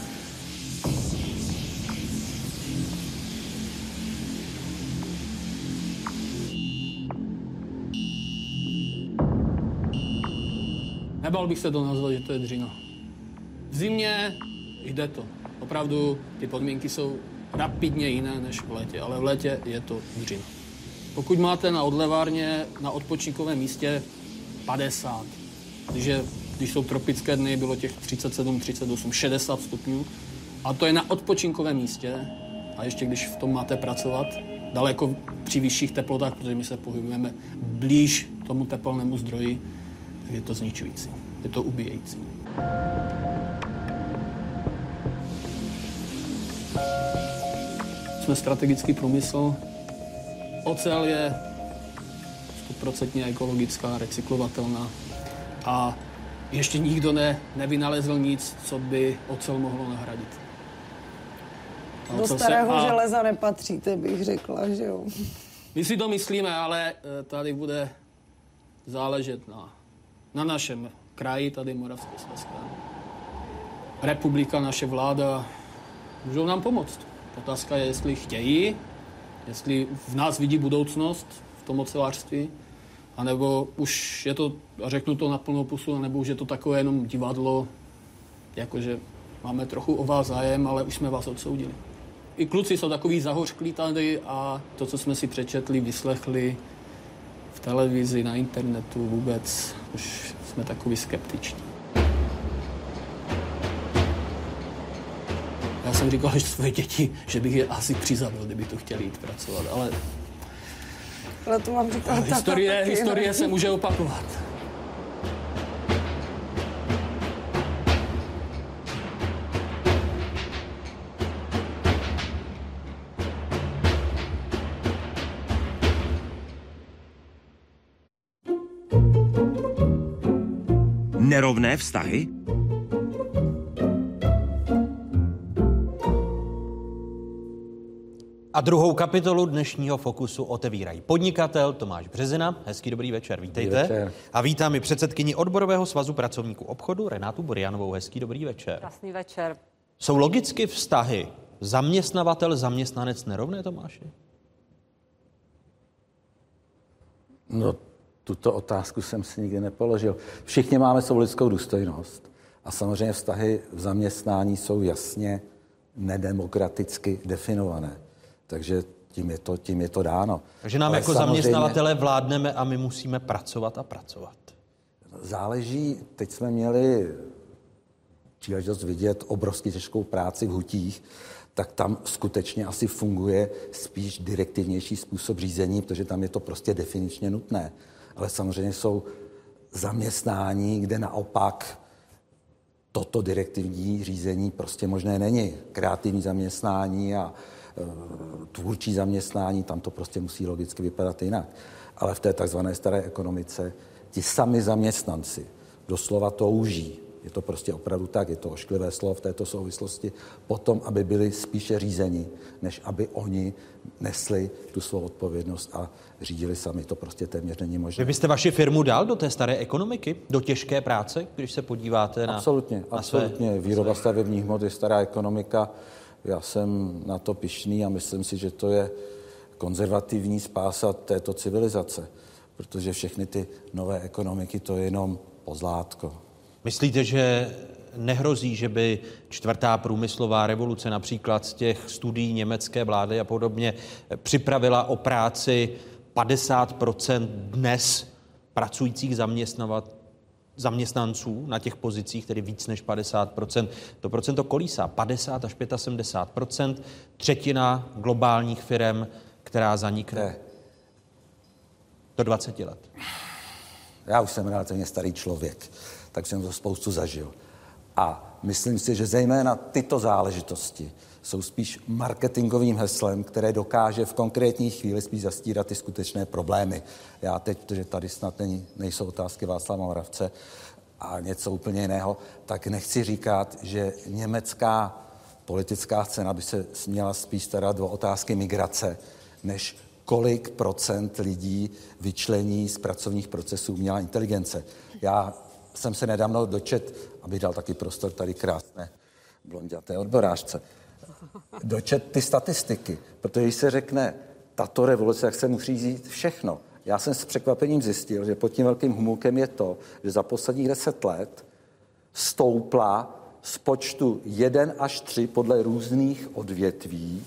S17: Nebal bych se to nazvat, že to je dřina. V zimě jde to. Opravdu ty podmínky jsou rapidně jiné než v létě, ale v létě je to dřina. Pokud máte na odlevárně na odpočinkovém místě padesát, když, je, když jsou tropické dny, bylo těch třicet sedm, třicet osm, šedesát stupňů, a to je na odpočinkovém místě, a ještě když v tom máte pracovat, daleko při vyšších teplotách, protože my se pohybujeme blíž tomu tepelnému zdroji, tak je to zničující, je to ubíjející. Jsme strategický průmysl. Ocel je stoprocentně ekologická, recyklovatelná a ještě nikdo ne, nevynalezl nic, co by ocel mohlo nahradit. A
S18: Do starého se, a... železa nepatříte, bych řekla, že jo.
S17: My si to myslíme, ale tady bude záležet na, na našem kraji, tady Moravskoslezském. Republika, naše vláda můžou nám pomoct. Otázka je, jestli chtějí, jestli v nás vidí budoucnost v tom ocelářství, anebo už je to, řeknu to na plnou pusu, nebo už je to takové jenom divadlo, jakože máme trochu o vás zájem, ale už jsme vás odsoudili. I kluci jsou takový zahořklí tady a to, co jsme si přečetli, vyslechli v televizi, na internetu vůbec, už jsme takový skeptiční. Já jsem říkal, že svoje děti, že bych je asi přizabil, kdyby to chtěli jít pracovat, ale...
S18: Ale to vám říkal
S17: historie, taky, historie se může opakovat.
S1: Nerovné vztahy?
S7: A druhou kapitolu dnešního Fokusu otevírají podnikatel Tomáš Březina. Hezký dobrý večer, vítejte.
S19: Dobrý večer.
S7: A vítám i předsedkyni Odborového svazu pracovníků obchodu Renátu Burianovou. Hezký dobrý večer.
S20: Krásný večer.
S7: Jsou logicky vztahy zaměstnavatel, zaměstnanec nerovné, Tomáši?
S19: No, tuto otázku jsem si nikdy nepoložil. Všichni máme svou lidskou důstojnost a samozřejmě vztahy v zaměstnání jsou jasně nedemokraticky definované. Takže tím je to, tím je to dáno.
S7: Takže nám
S19: Ale
S7: jako
S19: samozřejmě
S7: zaměstnavatelé vládneme a my musíme pracovat a pracovat.
S19: Záleží, teď jsme měli příležitost vidět obrovsky těžkou práci v hutích, tak tam skutečně asi funguje spíš direktivnější způsob řízení, protože tam je to prostě definičně nutné. Ale samozřejmě jsou zaměstnání, kde naopak toto direktivní řízení prostě možné není. Kreativní zaměstnání a e, tvůrčí zaměstnání, tam to prostě musí logicky vypadat jinak. Ale v té takzvané staré ekonomice ti sami zaměstnanci doslova touží, je to prostě opravdu tak, je to ošklivé slovo v této souvislosti, potom, aby byli spíše řízeni, než aby oni nesli tu svou odpovědnost a řídili sami. To prostě téměř není možné.
S7: Vy byste vaši firmu dal do té staré ekonomiky, do těžké práce, když se podíváte na...
S19: Absolutně,
S7: na
S19: absolutně.
S7: Své...
S19: Výroba stavebních hmot je stará ekonomika. Já jsem na to pyšný a myslím si, že to je konzervativní spása této civilizace, protože všechny ty nové ekonomiky to je jenom pozlátko.
S7: Myslíte, že nehrozí, že by čtvrtá průmyslová revoluce například z těch studií německé vlády a podobně připravila o práci padesát procent dnes pracujících zaměstnavat, zaměstnanců na těch pozicích, tedy víc než padesát procent. To procento kolísá, padesát až sedmdesát pět procent, třetina globálních firem, která zanikne do dvacet let.
S19: Já už jsem relativně starý člověk, tak jsem to spoustu zažil. A myslím si, že zejména tyto záležitosti jsou spíš marketingovým heslem, které dokáže v konkrétní chvíli spíš zastírat ty skutečné problémy. Já teď, protože tady snad není, nejsou otázky Václava Moravce a něco úplně jiného, tak nechci říkat, že německá politická scéna by se měla spíš starat o otázky migrace, než kolik procent lidí vyčlení z pracovních procesů umělá inteligence. Já jsem se nedávno dočet, aby dal taky prostor tady krásné blonďaté odborářce, dočet ty statistiky, protože když se řekne tato revoluce, jak se musí říct všechno. Já jsem s překvapením zjistil, že pod tím velkým humulkem je to, že za posledních deset let stoupla z počtu jeden až tři podle různých odvětví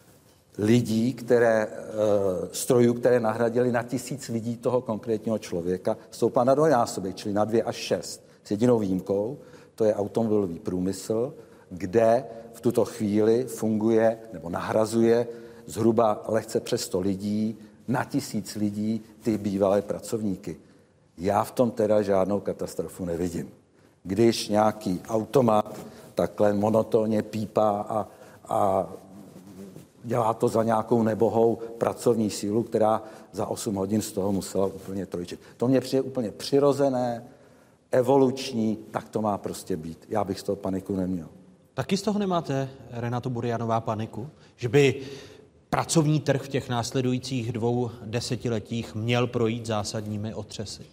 S19: lidí, které, strojů, které nahradili na tisíc lidí toho konkrétního člověka, stoupla na dvojnásobek, čili na dvě až šest. S jedinou výjimkou, to je automobilový průmysl, kde v tuto chvíli funguje nebo nahrazuje zhruba lehce přes sto lidí, na tisíc lidí ty bývalé pracovníky. Já v tom teda žádnou katastrofu nevidím. Když nějaký automat takhle monotónně pípá a, a dělá to za nějakou nebohou pracovní sílu, která za osm hodin z toho musela úplně trojčit. To mně přijde úplně přirozené, evoluční, tak to má prostě být. Já bych z toho paniku neměl.
S7: Taky z toho nemáte, Renato Burianová, paniku? Že by pracovní trh v těch následujících dvou desetiletích měl projít zásadními otřesy?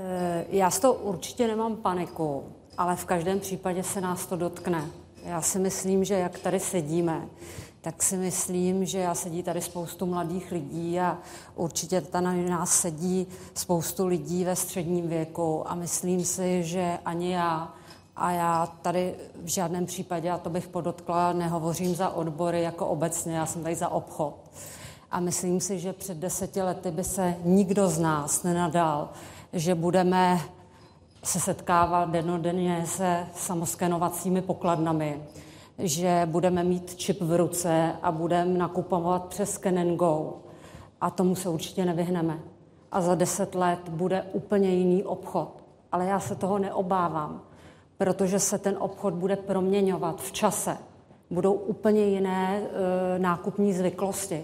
S20: Já z toho určitě nemám paniku, ale v každém případě se nás to dotkne. Já si myslím, že jak tady sedíme, tak si myslím, že já sedí tady spoustu mladých lidí a určitě tady na nás sedí spoustu lidí ve středním věku a myslím si, že ani já a já tady v žádném případě, a to bych podotkla, nehovořím za odbory jako obecně, já jsem tady za obchod. A myslím si, že před deseti lety by se nikdo z nás nenadal, že budeme se setkávat dennodenně se samoskenovacími pokladnami, že budeme mít čip v ruce a budeme nakupovat přes Scan and Go. A tomu se určitě nevyhneme. A za deset let bude úplně jiný obchod. Ale já se toho neobávám, protože se ten obchod bude proměňovat v čase. Budou úplně jiné e, nákupní zvyklosti.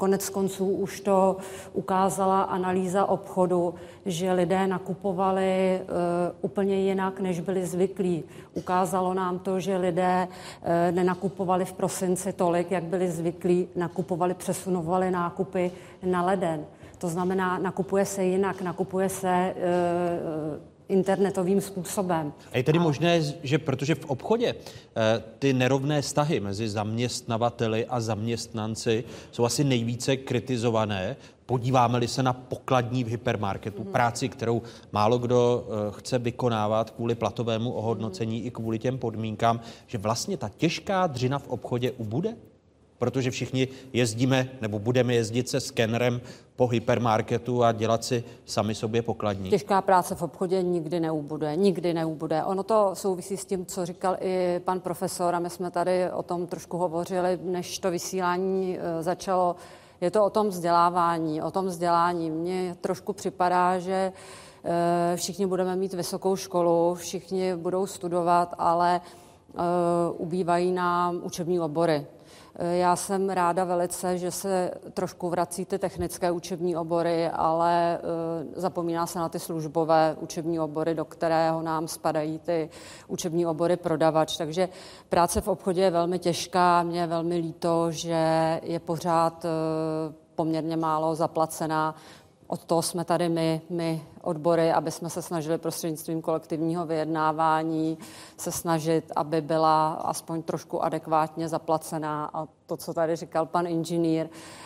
S20: Konec konců už to ukázala analýza obchodu, že lidé nakupovali uh, úplně jinak, než byli zvyklí. Ukázalo nám to, že lidé uh, nenakupovali v prosinci tolik, jak byli zvyklí, nakupovali, přesunovali nákupy na leden. To znamená, nakupuje se jinak, nakupuje se uh, internetovým způsobem.
S7: A je tedy možné, že protože v obchodě eh, ty nerovné vztahy mezi zaměstnavateli a zaměstnanci jsou asi nejvíce kritizované, podíváme-li se na pokladní v hypermarketu, hmm. práci, kterou málo kdo eh, chce vykonávat kvůli platovému ohodnocení hmm. i kvůli těm podmínkám, že vlastně ta těžká dřina v obchodě ubude? Protože všichni jezdíme, nebo budeme jezdit se skenerem po hypermarketu a dělat si sami sobě pokladní.
S20: Těžká práce v obchodě nikdy neubude, nikdy neubude. Ono to souvisí s tím, co říkal i pan profesor, a my jsme tady o tom trošku hovořili, než to vysílání začalo. Je to o tom vzdělávání, o tom vzdělání. Mně trošku připadá, že všichni budeme mít vysokou školu, všichni budou studovat, ale ubývají nám učební obory. Já jsem ráda velice, že se trošku vrací ty technické učební obory, ale uh, zapomíná se na ty službové učební obory, do kterého nám spadají ty učební obory prodavač. Takže práce v obchodě je velmi těžká. Mně je velmi líto, že je pořád uh, poměrně málo zaplacená. Od toho jsme tady my, my odbory, aby jsme se snažili prostřednictvím kolektivního vyjednávání se snažit, aby byla aspoň trošku adekvátně zaplacená. A to, co tady říkal pan inženýr,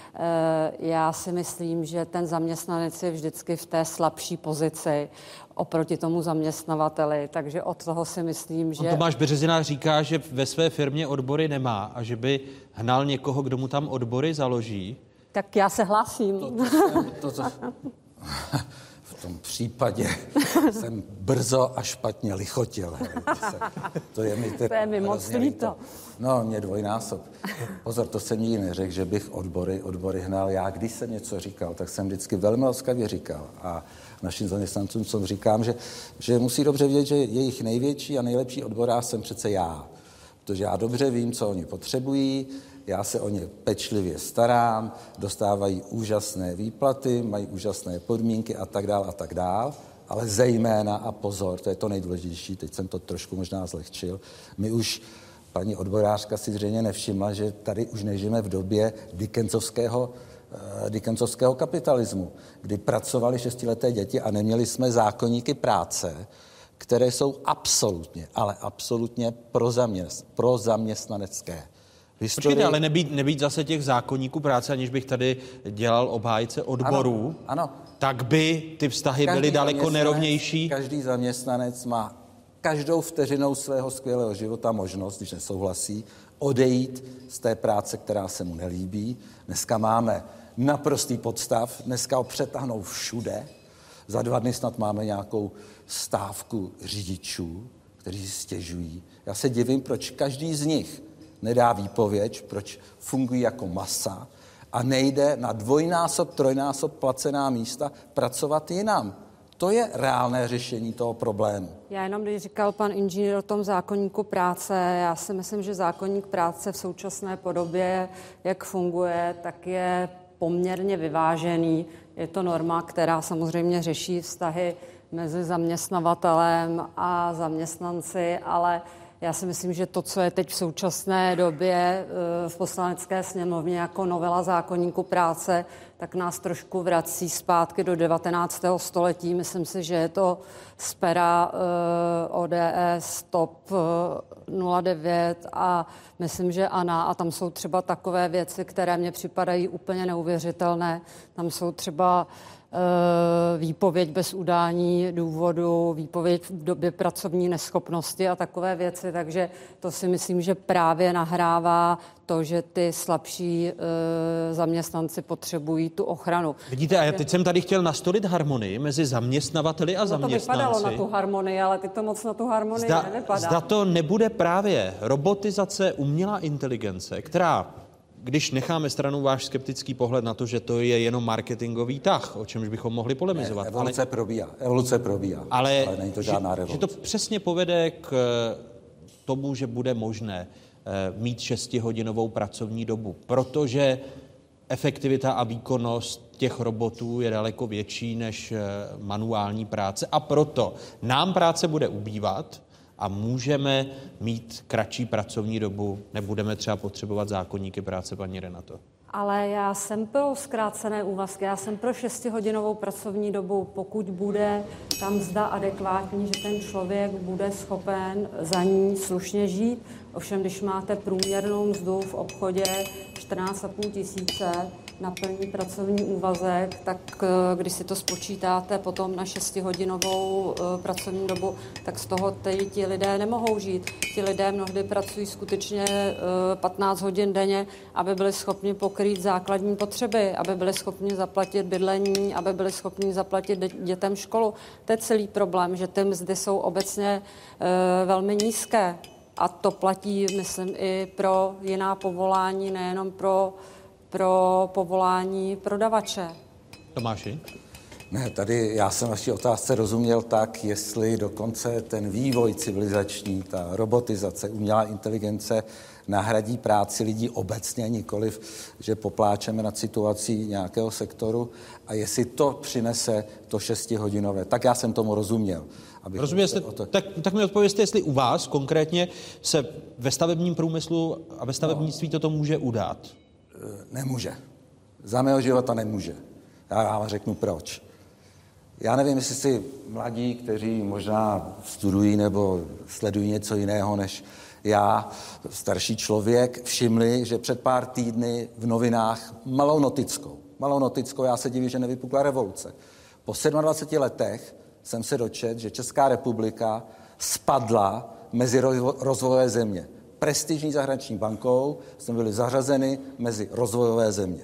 S20: já si myslím, že ten zaměstnanec je vždycky v té slabší pozici oproti tomu zaměstnavateli, takže od toho si myslím, že...
S7: On Tomáš Březina říká, že ve své firmě odbory nemá a že by hnal někoho, kdo mu tam odbory založí.
S20: Tak já se hlásím.
S19: To, to, to, to, v tom případě jsem brzo a špatně lichotil. To je mi,
S20: to je mi moc líto.
S19: No, mě dvojnásob. Pozor, to jsem nikdy neřekl, že bych odbory, odbory hnal. Já, když jsem něco říkal, tak jsem vždycky velmi laskavě říkal. A našim zaměstnancům jsem říkám, že, že musí dobře vědět, že jejich největší a nejlepší odborář jsem přece já. Protože já dobře vím, co oni potřebují, já se o ně pečlivě starám, dostávají úžasné výplaty, mají úžasné podmínky a tak dál a tak dál, ale zejména a pozor, to je to nejdůležitější, teď jsem to trošku možná zlehčil, my už, paní odborářka si zřejmě nevšimla, že tady už nežijeme v době Dickensovského, uh, Dickensovského kapitalismu, kdy pracovali šestileté děti a neměli jsme zákoníky práce, které jsou absolutně, ale absolutně prozaměst, prozaměstnanecké.
S7: Historii... Počkejte, ale nebýt, nebýt zase těch zákoníků práce, aniž bych tady dělal obhájce odborů,
S19: ano, ano.
S7: Tak by ty vztahy každý byly daleko nerovnější.
S19: Každý zaměstnanec má každou vteřinou svého skvělého života možnost, když nesouhlasí, odejít z té práce, která se mu nelíbí. Dneska máme naprostý podstav, dneska ho přetáhnou všude. Za dva dny snad máme nějakou stávku řidičů, kteří si stěžují. Já se divím, proč každý z nich nedá výpověď, proč fungují jako masa a nejde na dvojnásob, trojnásob placená místa pracovat jinam. To je reálné řešení toho problému.
S20: Já jenom, když říkal pan inženýr o tom zákoníku práce, já si myslím, že zákoník práce v současné podobě, jak funguje, tak je poměrně vyvážený. Je to norma, která samozřejmě řeší vztahy mezi zaměstnavatelem a zaměstnanci, ale já si myslím, že to, co je teď v současné době v Poslanecké sněmovně jako novela zákoníku práce, tak nás trošku vrací zpátky do devatenáctého století. Myslím si, že je to z pera O D S T O P nula devět a myslím, že ANA, a tam jsou třeba takové věci, které mně připadají úplně neuvěřitelné. Tam jsou třeba výpověď bez udání důvodu, výpověď v době pracovní neschopnosti a takové věci, takže to si myslím, že právě nahrává to, že ty slabší e, zaměstnanci potřebují tu ochranu.
S7: Vidíte, a já teď jsem tady chtěl nastolit harmonii mezi zaměstnavateli a
S20: no
S7: zaměstnanci.
S20: To vypadalo na tu harmonii, ale ty to moc na tu harmonii
S7: zda,
S20: nevypadá.
S7: Zda to nebude právě robotizace, umělá inteligence, která, když necháme stranou váš skeptický pohled na to, že to je jenom marketingový tah, o čemž bychom mohli polemizovat.
S19: Ne, evoluce ale, probíhá, evoluce probíhá,
S7: ale,
S19: ale není to žádná
S7: že,
S19: revoluce.
S7: Že to přesně povede k tomu, že bude možné mít šestihodinovou pracovní dobu, protože efektivita a výkonnost těch robotů je daleko větší než manuální práce a proto nám práce bude ubývat a můžeme mít kratší pracovní dobu, nebudeme třeba potřebovat zákoníky práce, paní Renato.
S20: Ale já jsem pro zkrácené úvazky, já jsem pro šestihodinovou pracovní dobu, pokud bude tam mzda adekvátní, že ten člověk bude schopen za ní slušně žít. Ovšem, když máte průměrnou mzdu v obchodě čtrnáct a půl tisíce na plný pracovní úvazek, tak když si to spočítáte potom na šestihodinovou pracovní dobu, tak z toho teď ti lidé nemohou žít. Ti lidé mnohdy pracují skutečně patnáct hodin denně, aby byli schopni pokrýt základní potřeby, aby byli schopni zaplatit bydlení, aby byli schopni zaplatit dětem školu. To je celý problém, že ty mzdy jsou obecně velmi nízké. A to platí, myslím, i pro jiná povolání, nejenom pro pro povolání prodavače.
S7: Tomáši?
S19: Ne, tady já jsem vaší otázce rozuměl tak, jestli dokonce ten vývoj civilizační, ta robotizace, umělá inteligence nahradí práci lidí obecně, nikoliv, že popláčeme nad situací nějakého sektoru a jestli to přinese to šestihodinové. Tak já jsem tomu rozuměl.
S7: Rozumějte, to... tak, tak mi odpovězte, jestli u vás konkrétně se ve stavebním průmyslu a ve stavebnictví toto může udát.
S19: Nemůže. Za mého života nemůže. Já vám řeknu proč. Já nevím, jestli si mladí, kteří možná studují nebo sledují něco jiného než já, starší člověk, všimli, že před pár týdny v novinách malou notickou, malou notickou, já se divím, že nevypukla revoluce. Po dvaceti sedmi letech jsem se dočetl, že Česká republika spadla mezi rozvojové země. Prestižní zahraniční bankou jsme byli zařazeni mezi rozvojové země.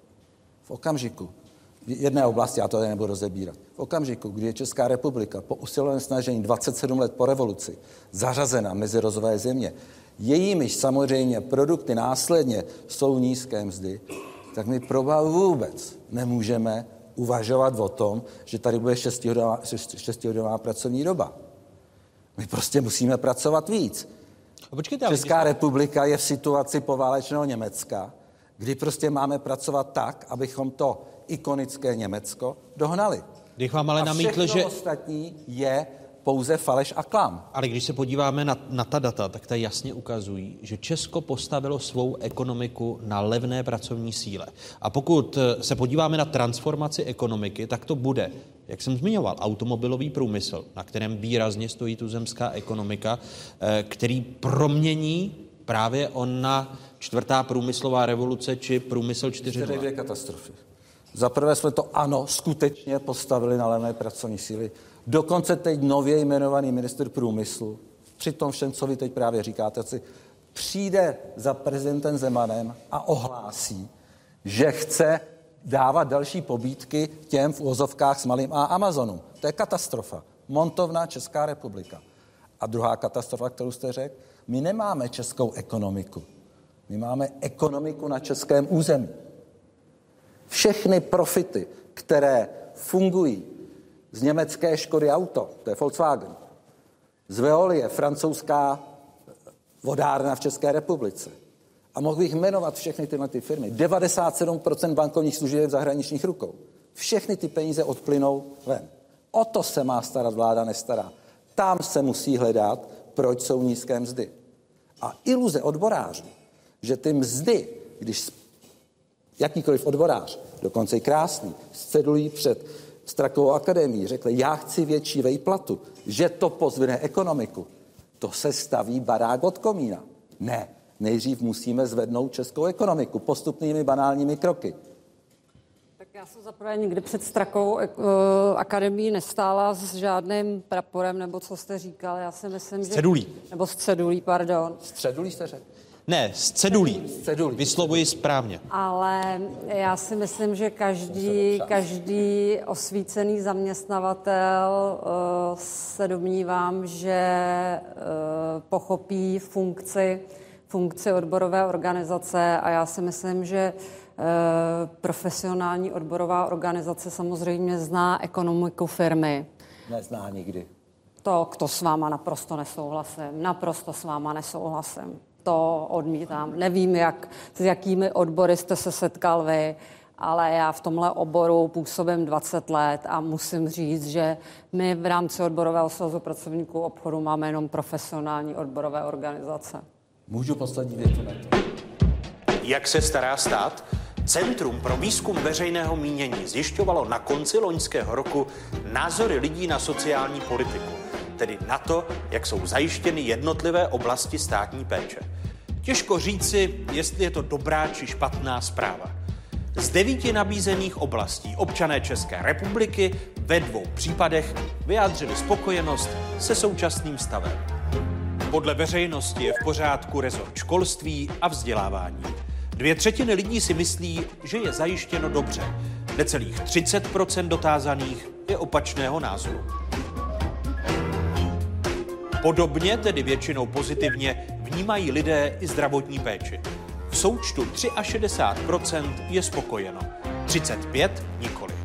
S19: V okamžiku, v jedné oblasti, já to tady nebudu rozebírat, v okamžiku, kdy je Česká republika po usilovném snažení dvacet sedm let po revoluci zařazena mezi rozvojové země, jejímiž samozřejmě produkty následně jsou nízké mzdy, tak my proba vůbec nemůžeme uvažovat o tom, že tady bude šestihodinová, šestihodinová pracovní doba. My prostě musíme pracovat víc.
S7: Počkejte,
S19: Česká republika je v situaci poválečného Německa, kdy prostě máme pracovat tak, abychom to ikonické Německo dohnali.
S7: Když vám ale
S19: a
S7: namítl,
S19: všechno
S7: že
S19: ostatní je pouze faleš a klam.
S7: Ale když se podíváme na, na ta data, tak ta jasně ukazují, že Česko postavilo svou ekonomiku na levné pracovní síle. A pokud se podíváme na transformaci ekonomiky, tak to bude, jak jsem zmiňoval, automobilový průmysl, na kterém výrazně stojí tuzemská ekonomika, který promění právě ona čtvrtá průmyslová revoluce či průmysl čtyři tečka nula.
S19: Dvě katastrofy. Za prvé jsme to ano, skutečně postavili na levné pracovní síly. Dokonce teď nově jmenovaný ministr průmyslu, při tom všem, co vy teď právě říkáte, si přijde za prezidentem Zemanem a ohlásí, že chce dávat další pobídky těm v uvozovkách s malým a Amazonu. To je katastrofa. Montovna, Česká republika. A druhá katastrofa, kterou jste řekl, my nemáme českou ekonomiku. My máme ekonomiku na českém území. Všechny profity, které fungují z německé Škody Auto, to je Volkswagen, z Veolie, francouzská vodárna v České republice. A mohl bych jmenovat všechny tyhle ty firmy. devadesát sedm procent bankovních služeb je v zahraničních rukou. Všechny ty peníze odplynou ven. O to se má starat vláda, nestará. Tam se musí hledat, proč jsou nízké mzdy. A iluze odborářů, že ty mzdy, když jakýkoliv odborář, dokonce i krásný, scedulí před Strakovou akademií, řekli, já chci větší vejplatu, že to pozvine ekonomiku. To se staví barák od komína. Ne, nejdřív musíme zvednout českou ekonomiku postupnými banálními kroky.
S20: Tak já jsem zaprvé nikdy před Strakovou akademií nestála s žádným praporem, nebo co jste říkal, já si myslím, že...
S7: Cedulí.
S20: Nebo s cedulí, pardon.
S19: S cedulí jste řekl?
S7: Ne, s cedulí. cedulí. Vyslovuji správně.
S20: Ale já si myslím, že každý, každý osvícený zaměstnavatel uh, se domnívám, že uh, pochopí funkci, funkci odborové organizace a já si myslím, že uh, profesionální odborová organizace samozřejmě zná ekonomiku firmy.
S19: Nezná nikdy.
S20: To, to s váma naprosto nesouhlasím. Naprosto s váma nesouhlasím. To odmítám. Nevím, jak, s jakými odbory jste se setkal vy, ale já v tomhle oboru působím dvacet let a musím říct, že my v rámci odborového svazu pracovníků obchodu máme jenom profesionální odborové organizace.
S19: Můžu poslední větu na to.
S14: Jak se stará stát? Centrum pro výzkum veřejného mínění zjišťovalo na konci loňského roku názory lidí na sociální politiku, tedy na to, jak jsou zajištěny jednotlivé oblasti státní péče. Těžko říci, jestli je to dobrá či špatná zpráva. Z devíti nabízených oblastí občané České republiky ve dvou případech vyjádřili spokojenost se současným stavem. Podle veřejnosti je v pořádku rezort školství a vzdělávání. Dvě třetiny lidí si myslí, že je zajištěno dobře. Necelých třicet procent dotázaných je opačného názoru. Podobně, tedy většinou pozitivně, vnímají lidé i zdravotní péči. V součtu šedesát tři procent je spokojeno, třicet pět procent nikoli.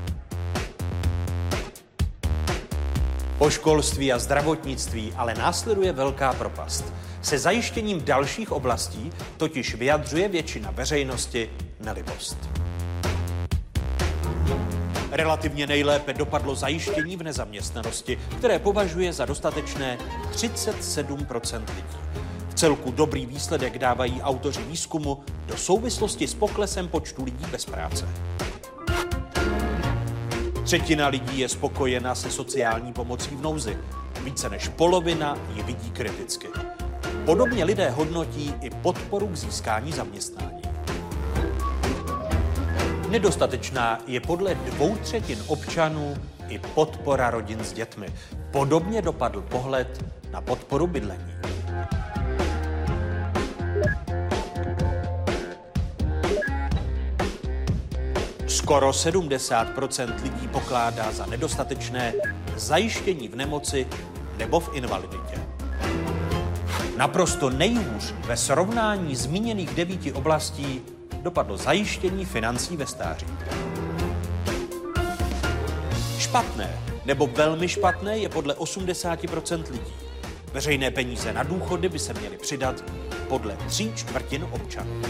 S14: Po školství a zdravotnictví ale následuje velká propast. Se zajištěním dalších oblastí totiž vyjadřuje většina veřejnosti nelibost. Relativně nejlépe dopadlo zajištění v nezaměstnanosti, které považuje za dostatečné třicet sedm procent lidí. V celku dobrý výsledek dávají autoři výzkumu do souvislosti s poklesem počtu lidí bez práce. Třetina lidí je spokojena se sociální pomocí v nouzi. Více než polovina ji vidí kriticky. Podobně lidé hodnotí i podporu k získání zaměstnání. Nedostatečná je podle dvou třetin občanů i podpora rodin s dětmi. Podobně dopadl pohled na podporu bydlení. Skoro sedmdesát procent lidí pokládá za nedostatečné zajištění v nemoci nebo v invaliditě. Naprosto nejhůř ve srovnání zmíněných devíti oblastí dopadlo zajištění financí ve stáří. Špatné nebo velmi špatné je podle osmdesát procent lidí. Veřejné peníze na důchody by se měly přidat podle tří čtvrtin občanů.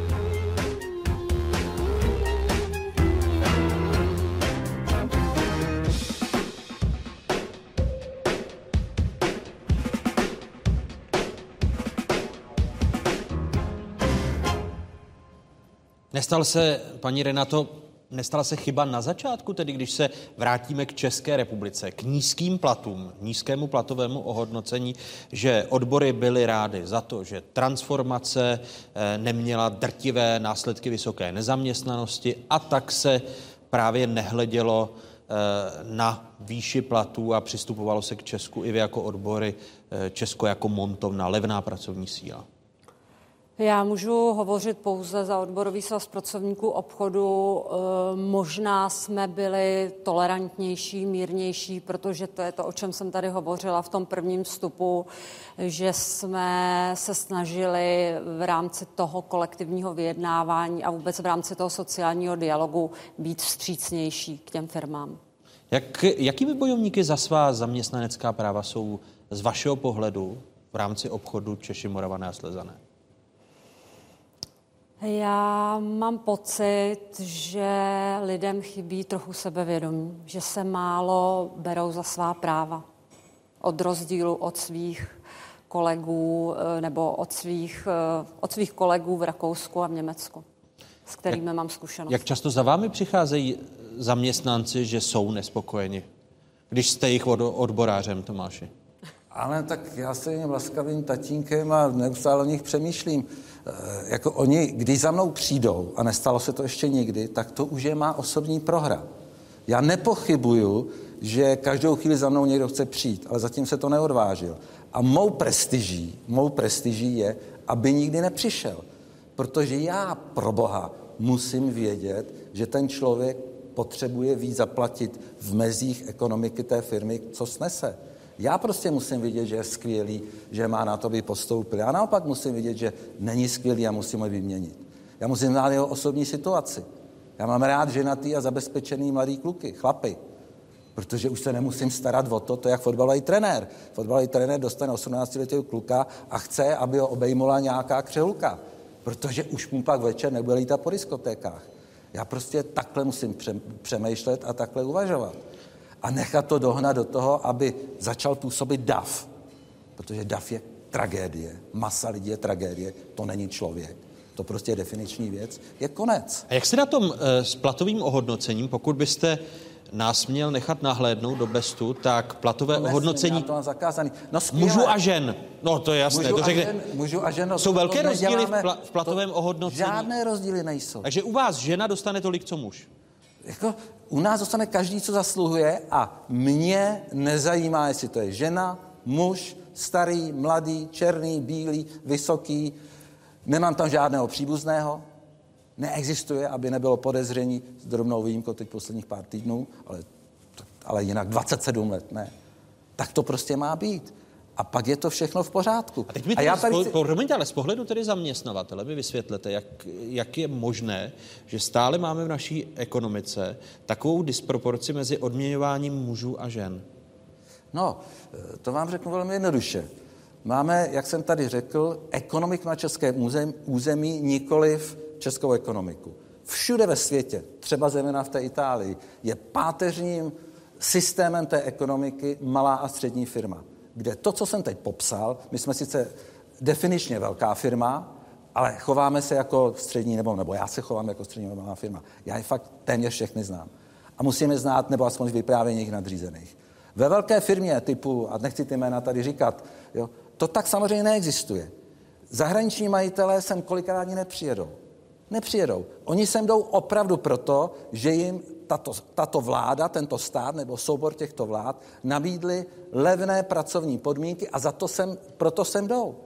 S7: Nestal se, paní Renato, nestala se chyba na začátku, tedy když se vrátíme k České republice, k nízkým platům, nízkému platovému ohodnocení, že odbory byly rády za to, že transformace neměla drtivé následky vysoké nezaměstnanosti a tak se právě nehledělo na výši platů a přistupovalo se k Česku i vy jako odbory, Česko jako montovna, levná pracovní síla.
S20: Já můžu hovořit pouze za odborový svaz pracovníků obchodu. Možná jsme byli tolerantnější, mírnější, protože to je to, o čem jsem tady hovořila v tom prvním vstupu, že jsme se snažili v rámci toho kolektivního vyjednávání a vůbec v rámci toho sociálního dialogu být vstřícnější k těm firmám.
S7: Jak, jakými bojovníky za svá zaměstnanecká práva jsou z vašeho pohledu v rámci obchodu Češi, Moravané a Slezané?
S20: Já mám pocit, že lidem chybí trochu sebevědomí, že se málo berou za svá práva. Od rozdílu od svých kolegů nebo od svých, od svých kolegů v Rakousku a v Německu, s kterými jak, mám zkušenost.
S7: Jak často za vámi přicházejí zaměstnanci, že jsou nespokojeni, když jste jich od, odborářem, Tomáši?
S19: Ale tak já se jim laskavým tatínkem a neustále o nich přemýšlím. E, jako oni, když za mnou přijdou, a nestalo se to ještě nikdy, tak to už je má osobní prohra. Já nepochybuju, že každou chvíli za mnou někdo chce přijít, ale zatím se to neodvážil. A mou prestiží, mou prestiží je, aby nikdy nepřišel. Protože já, pro Boha, musím vědět, že ten člověk potřebuje víc zaplatit v mezích ekonomiky té firmy, co snese. Já prostě musím vidět, že je skvělý, že má na to, by postoupil. Já naopak musím vidět, že není skvělý a musím ho vyměnit. Já musím znát jeho osobní situaci. Já mám rád ženatý a zabezpečený mladý kluky, chlapy. protože už se nemusím starat o to, to je jak fotbalový trenér. Fotbalový trenér dostane osmnáctiletého kluka a chce, aby ho obejmula nějaká křehulka, protože už mu pak večer nebude lítat po diskotékách. Já prostě takhle musím přemýšlet a takhle uvažovat. A nechat to dohnat do toho, aby začal působit dav. Protože dav je tragédie. Masa lidí je tragédie. To není člověk. To prostě je definiční věc. Je konec.
S7: A jak jste na tom e, s platovým ohodnocením? Pokud byste nás měl nechat nahlédnout do Bestu, tak platové
S19: to
S7: ohodnocení
S19: to zakázaný. No,
S7: mužů a žen. No to je jasné.
S19: Mužů
S7: to
S19: a
S7: řekne...
S19: žen, mužů a žen, no,
S7: jsou
S19: to
S7: velké
S19: to
S7: rozdíly v,
S19: neděláme,
S7: pla, v platovém
S19: to,
S7: ohodnocení?
S19: Žádné rozdíly nejsou.
S7: Takže u vás žena dostane tolik, co muž?
S19: Jako, u nás dostane každý, co zasluhuje a mě nezajímá, jestli to je žena, muž, starý, mladý, černý, bílý, vysoký. Nemám tam žádného příbuzného. Neexistuje, aby nebylo podezření, s drobnou výjimkou teď posledních pár týdnů, ale, ale jinak dvacet sedm let, ne. Tak to prostě má být. A pak je to všechno v pořádku.
S7: A teď mi
S19: a já tady...
S7: Promiňte, ale z pohledu tedy zaměstnavatele mi vysvětlete, jak, jak je možné, že stále máme v naší ekonomice takovou disproporci mezi odměňováním mužů a žen.
S19: No, to vám řeknu velmi jednoduše. Máme, jak jsem tady řekl, ekonomiku na českém území, území nikoliv českou ekonomiku. Všude ve světě, třeba zejména v té Itálii, je páteřním systémem té ekonomiky malá a střední firma, kde to, co jsem teď popsal, my jsme sice definičně velká firma, ale chováme se jako střední, nebo, nebo já se chovám jako střední nebo malá firma. Já je fakt téměř všechny znám. A musíme znát, nebo aspoň z vyprávění jejich nadřízených. Ve velké firmě typu, a nechci ty jména tady říkat, jo, to tak samozřejmě neexistuje. Zahraniční majitelé sem kolikrát ani nepřijedou. Nepřijedou. Oni sem jdou opravdu proto, že jim tato, tato vláda, tento stát nebo soubor těchto vlád nabídli levné pracovní podmínky a za to sem, proto sem jdou.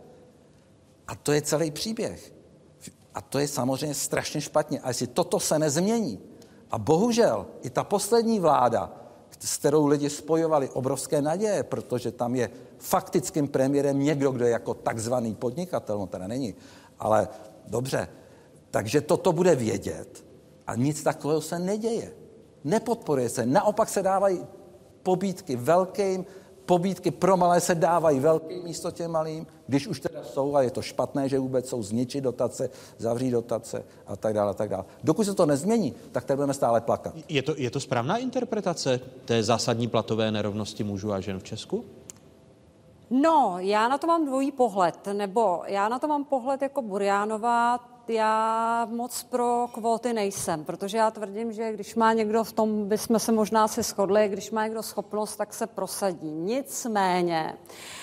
S19: A to je celý příběh. A to je samozřejmě strašně špatně. A jestli toto se nezmění, a bohužel i ta poslední vláda, s kterou lidi spojovali obrovské naděje, protože tam je faktickým premiérem někdo, kdo je jako takzvaný podnikatel, no teda není, ale dobře, takže toto bude vědět a nic takového se neděje. Nepodporuje se, naopak se dávají pobídky velkým, pobídky pro malé se dávají velkým místo těm malým, když už teda jsou a je to špatné, že vůbec jsou zničit dotace, zavřít dotace a tak dále, a tak dále. Dokud se to nezmění, tak tady budeme stále plakat.
S7: Je to, je to správná interpretace té zásadní platové nerovnosti mužů a žen v Česku?
S20: No, já na to mám dvojí pohled, nebo já na to mám pohled jako Burianová. Já moc pro kvóty nejsem, protože já tvrdím, že když má někdo, v tom bychom se možná si shodli, když má někdo schopnost, tak se prosadí. Nicméně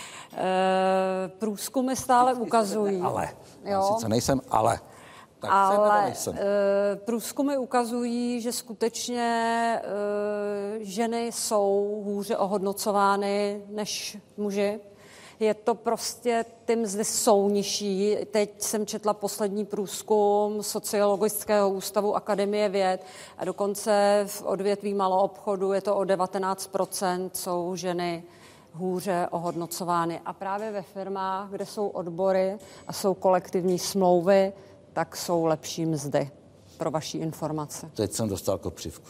S20: e, průzkumy stále ukazují.
S19: Ale,
S20: jo?
S19: sice nejsem, ale. Tak
S20: ale
S19: nejsem.
S20: E, průzkumy ukazují, že skutečně e, ženy jsou hůře ohodnocovány než muži. Je to prostě, ty mzdy jsou nižší. Teď jsem četla poslední průzkum Sociologického ústavu Akademie věd a dokonce v odvětví maloobchodu je to o devatenáct procent jsou ženy hůře ohodnocovány. A právě ve firmách, kde jsou odbory a jsou kolektivní smlouvy, tak jsou lepší mzdy. Pro vaši informace.
S19: Teď jsem dostal kopřivku.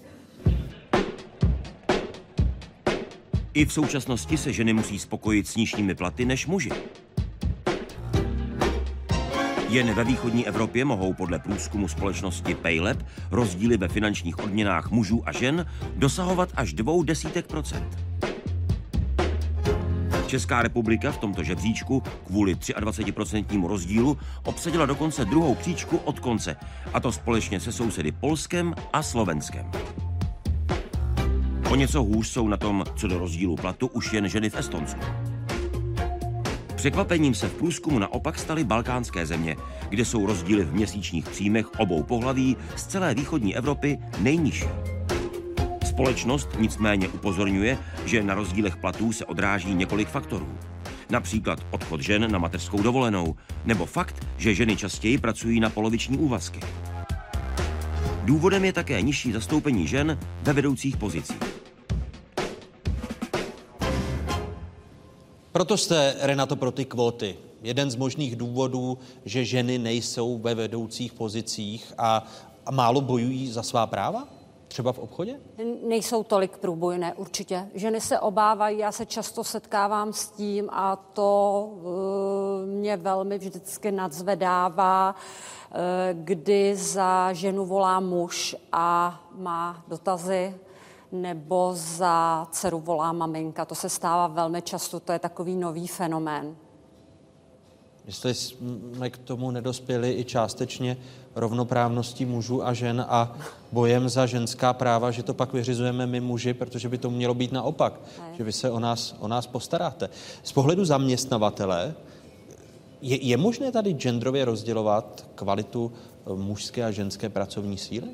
S1: I v současnosti se ženy musí spokojit s nižšími platy než muži. Jen ve východní Evropě mohou podle průzkumu společnosti PayLab rozdíly ve finančních odměnách mužů a žen dosahovat až dvou desítek procent. Česká republika v tomto žebříčku kvůli dvacetitrýprocentnímu rozdílu obsadila dokonce druhou příčku od konce, a to společně se sousedy Polskem a Slovenskem. O něco hůř jsou na tom, co do rozdílu platu, už jen ženy v Estonsku. Překvapením se v průzkumu naopak staly balkánské země, kde jsou rozdíly v měsíčních příjmech obou pohlaví z celé východní Evropy nejnižší. Společnost nicméně upozorňuje, že na rozdílech platů se odráží několik faktorů. Například odchod žen na mateřskou dovolenou, nebo fakt, že ženy častěji pracují na poloviční úvazky. Důvodem je také nižší zastoupení žen ve vedoucích pozicích.
S7: Proto jste, Renato, pro ty kvóty. Jeden z možných důvodů, že ženy nejsou ve vedoucích pozicích a, a málo bojují za svá práva? třeba v obchodě?
S20: Nejsou tolik průbojné, určitě. Ženy se obávají, já se často setkávám s tím a to uh, mě velmi vždycky nadzvedává, uh, kdy za ženu volá muž a má dotazy, nebo za dceru volá maminka. To se stává velmi často, to je takový nový fenomén.
S7: Jestli jsme k tomu nedospěli i částečně rovnoprávností mužů a žen a bojem za ženská práva, že to pak vyřizujeme my muži, protože by to mělo být naopak, ne. že vy se o nás, o nás postaráte. Z pohledu zaměstnavatele je, je možné tady genderově rozdělovat kvalitu mužské a ženské pracovní síly?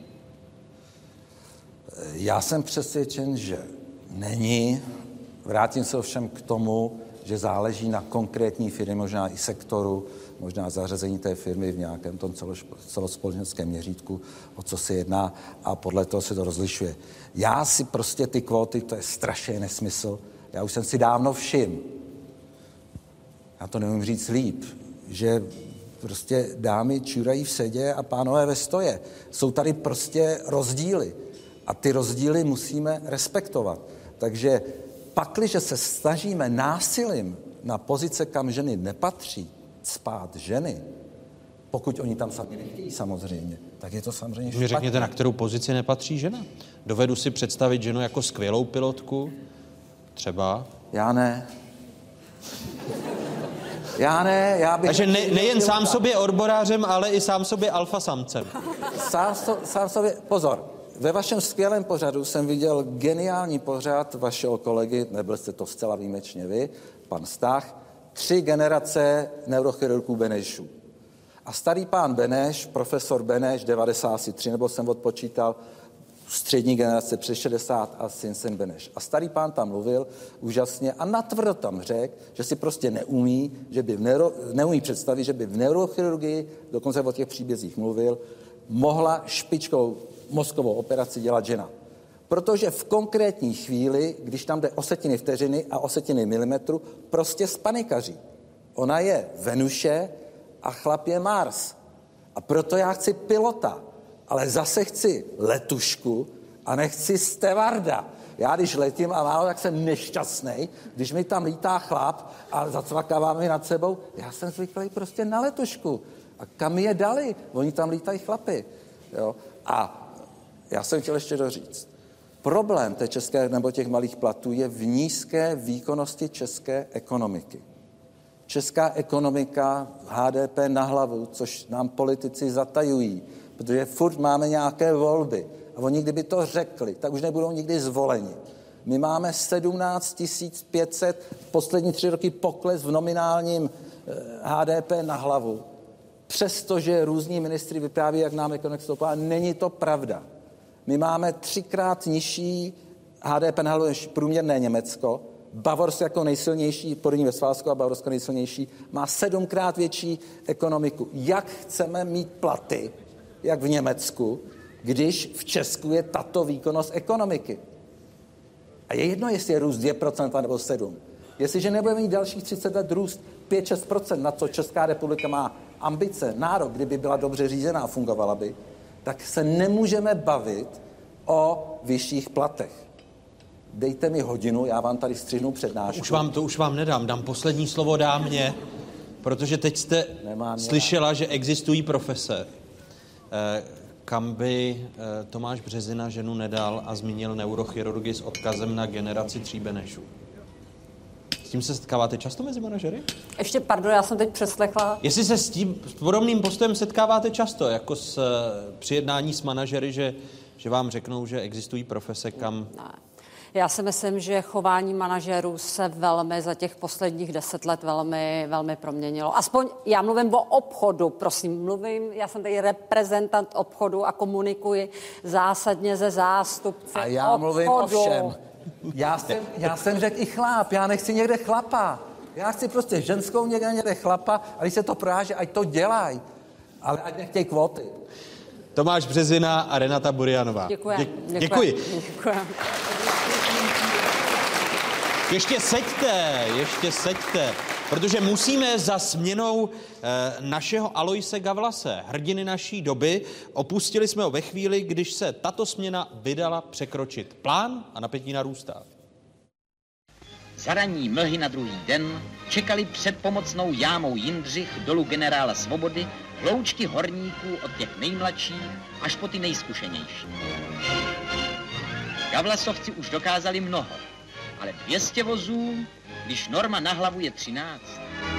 S19: Já jsem přesvědčen, že není. Vrátím se ovšem k tomu, že záleží na konkrétní firmě, možná i sektoru, možná zařazení té firmy v nějakém tom celospolečenském měřítku, o co se jedná a podle toho se to rozlišuje. Já si prostě ty kvóty, to je strašný nesmysl. Já už jsem si dávno všiml, já to nemůžu říct líp, že prostě dámy čurají v sedě a pánové ve stoje. Jsou tady prostě rozdíly a ty rozdíly musíme respektovat. Takže pakliže se snažíme násilím na pozice, kam ženy nepatří, cpát ženy, pokud oni tam sami nechtějí samozřejmě, tak je to samozřejmě špatně.
S7: Mi řekněte, na kterou pozici nepatří žena? Dovedu si představit ženu jako skvělou pilotku, třeba?
S19: Já ne. Já ne, já bych...
S7: Takže ne, nejen sám sobě odborářem, ale i sám sobě alfa samcem.
S19: Sám, sám sobě, pozor. Ve vašem skvělém pořadu jsem viděl geniální pořad vašeho kolegy, nebyl jste to zcela výjimečně vy, pan Stach, tři generace neurochirurgů Benešů. A starý pán Beneš, profesor Beneš, devadesát tři, nebo jsem odpočítal, střední generace přes šedesát a syn syn Beneš. A starý pán tam mluvil úžasně a natvrdo tam řekl, že si prostě neumí, že by v neuro, neumí představit, že by v neurochirurgii, dokonce o těch příbězích mluvil, mohla špičkou mozkovou operaci dělat žena. Protože v konkrétní chvíli, když tam jde o setiny vteřiny a o setiny milimetru, prostě spanikaří. Ona je Venuše a chlap je Mars. A proto já chci pilota, ale zase chci letušku a nechci stevarda. Já když letím a málo, tak jsem nešťastný, když mi tam lítá chlap a zacvakává mi nad sebou, já jsem zvyklý prostě na letušku. A kam je dali? Oni tam lítají chlapy. Jo? A já jsem chtěl ještě doříct. Problém té české nebo těch malých platů je v nízké výkonnosti české ekonomiky. Česká ekonomika, H D P na hlavu, což nám politici zatajují, protože furt máme nějaké volby. A oni, kdyby to řekli, tak už nebudou nikdy zvoleni. My máme sedmnáct tisíc pět set, poslední tři roky pokles v nominálním H D P na hlavu. Přestože různí ministři vypráví, jak nám ekonomika stoupá, není to pravda. My máme třikrát nižší H D P na hlavu než průměrné Německo. Bavorsko jako nejsilnější, Porní Vestfálsko a Bavorsko nejsilnější, má sedmkrát větší ekonomiku. Jak chceme mít platy, jak v Německu, když v Česku je tato výkonnost ekonomiky? A je jedno, jestli je růst dvě procenta nebo sedm procent. Jestliže nebudeme mít dalších třicet let růst pět až šest procent, na co Česká republika má ambice, nárok, kdyby byla dobře řízená a fungovala by, tak se nemůžeme bavit o vyšších platech. Dejte mi hodinu, já vám tady střihnu přednášku.
S7: Už vám to už vám nedám, dám poslední slovo dámě, protože teď jste Nemám slyšela, já. že existují profese, kam by Tomáš Březina ženu nedal a zmínil neurochirurgii s odkazem na generaci tří Benešů. S tím se setkáváte často mezi manažery?
S20: Ještě, pardon, já jsem teď přeslechla.
S7: Jestli se s tím s podobným postojem setkáváte často, jako s, při jednání s manažery, že, že vám řeknou, že existují profese, kam...
S20: Ne. Já si myslím, že chování manažerů se velmi za těch posledních deset let velmi, velmi proměnilo. Aspoň já mluvím o obchodu, prosím, mluvím, já jsem tady reprezentant obchodu a komunikuji zásadně ze zástupci
S19: A já
S20: obchodu.
S19: mluvím o všem. Já jsem, já jsem řekl i chlap, já nechci někde chlapa. Já chci prostě ženskou někde, někde chlapa, a když se to proháže, ať to dělají. Ale ať nechtějí kvóty.
S7: Tomáš Březina a Renata Burianová.
S20: Děkuji.
S7: Dě- děkuji.
S20: Děkuji.
S7: Ještě seďte, ještě seďte. Protože musíme za směnou e, našeho Aloise Gawlase, hrdiny naší doby, opustili jsme ho ve chvíli, když se tato směna vydala překročit plán a napětí narůstá.
S13: Za ranní mlhy na druhý den čekali před pomocnou jámou Jindřich dolu generála Svobody hloučky horníků od těch nejmladších až po ty nejzkušenější. Gawlasovci už dokázali mnoho, ale dvě stě vozů, když norma na hlavu je třináct.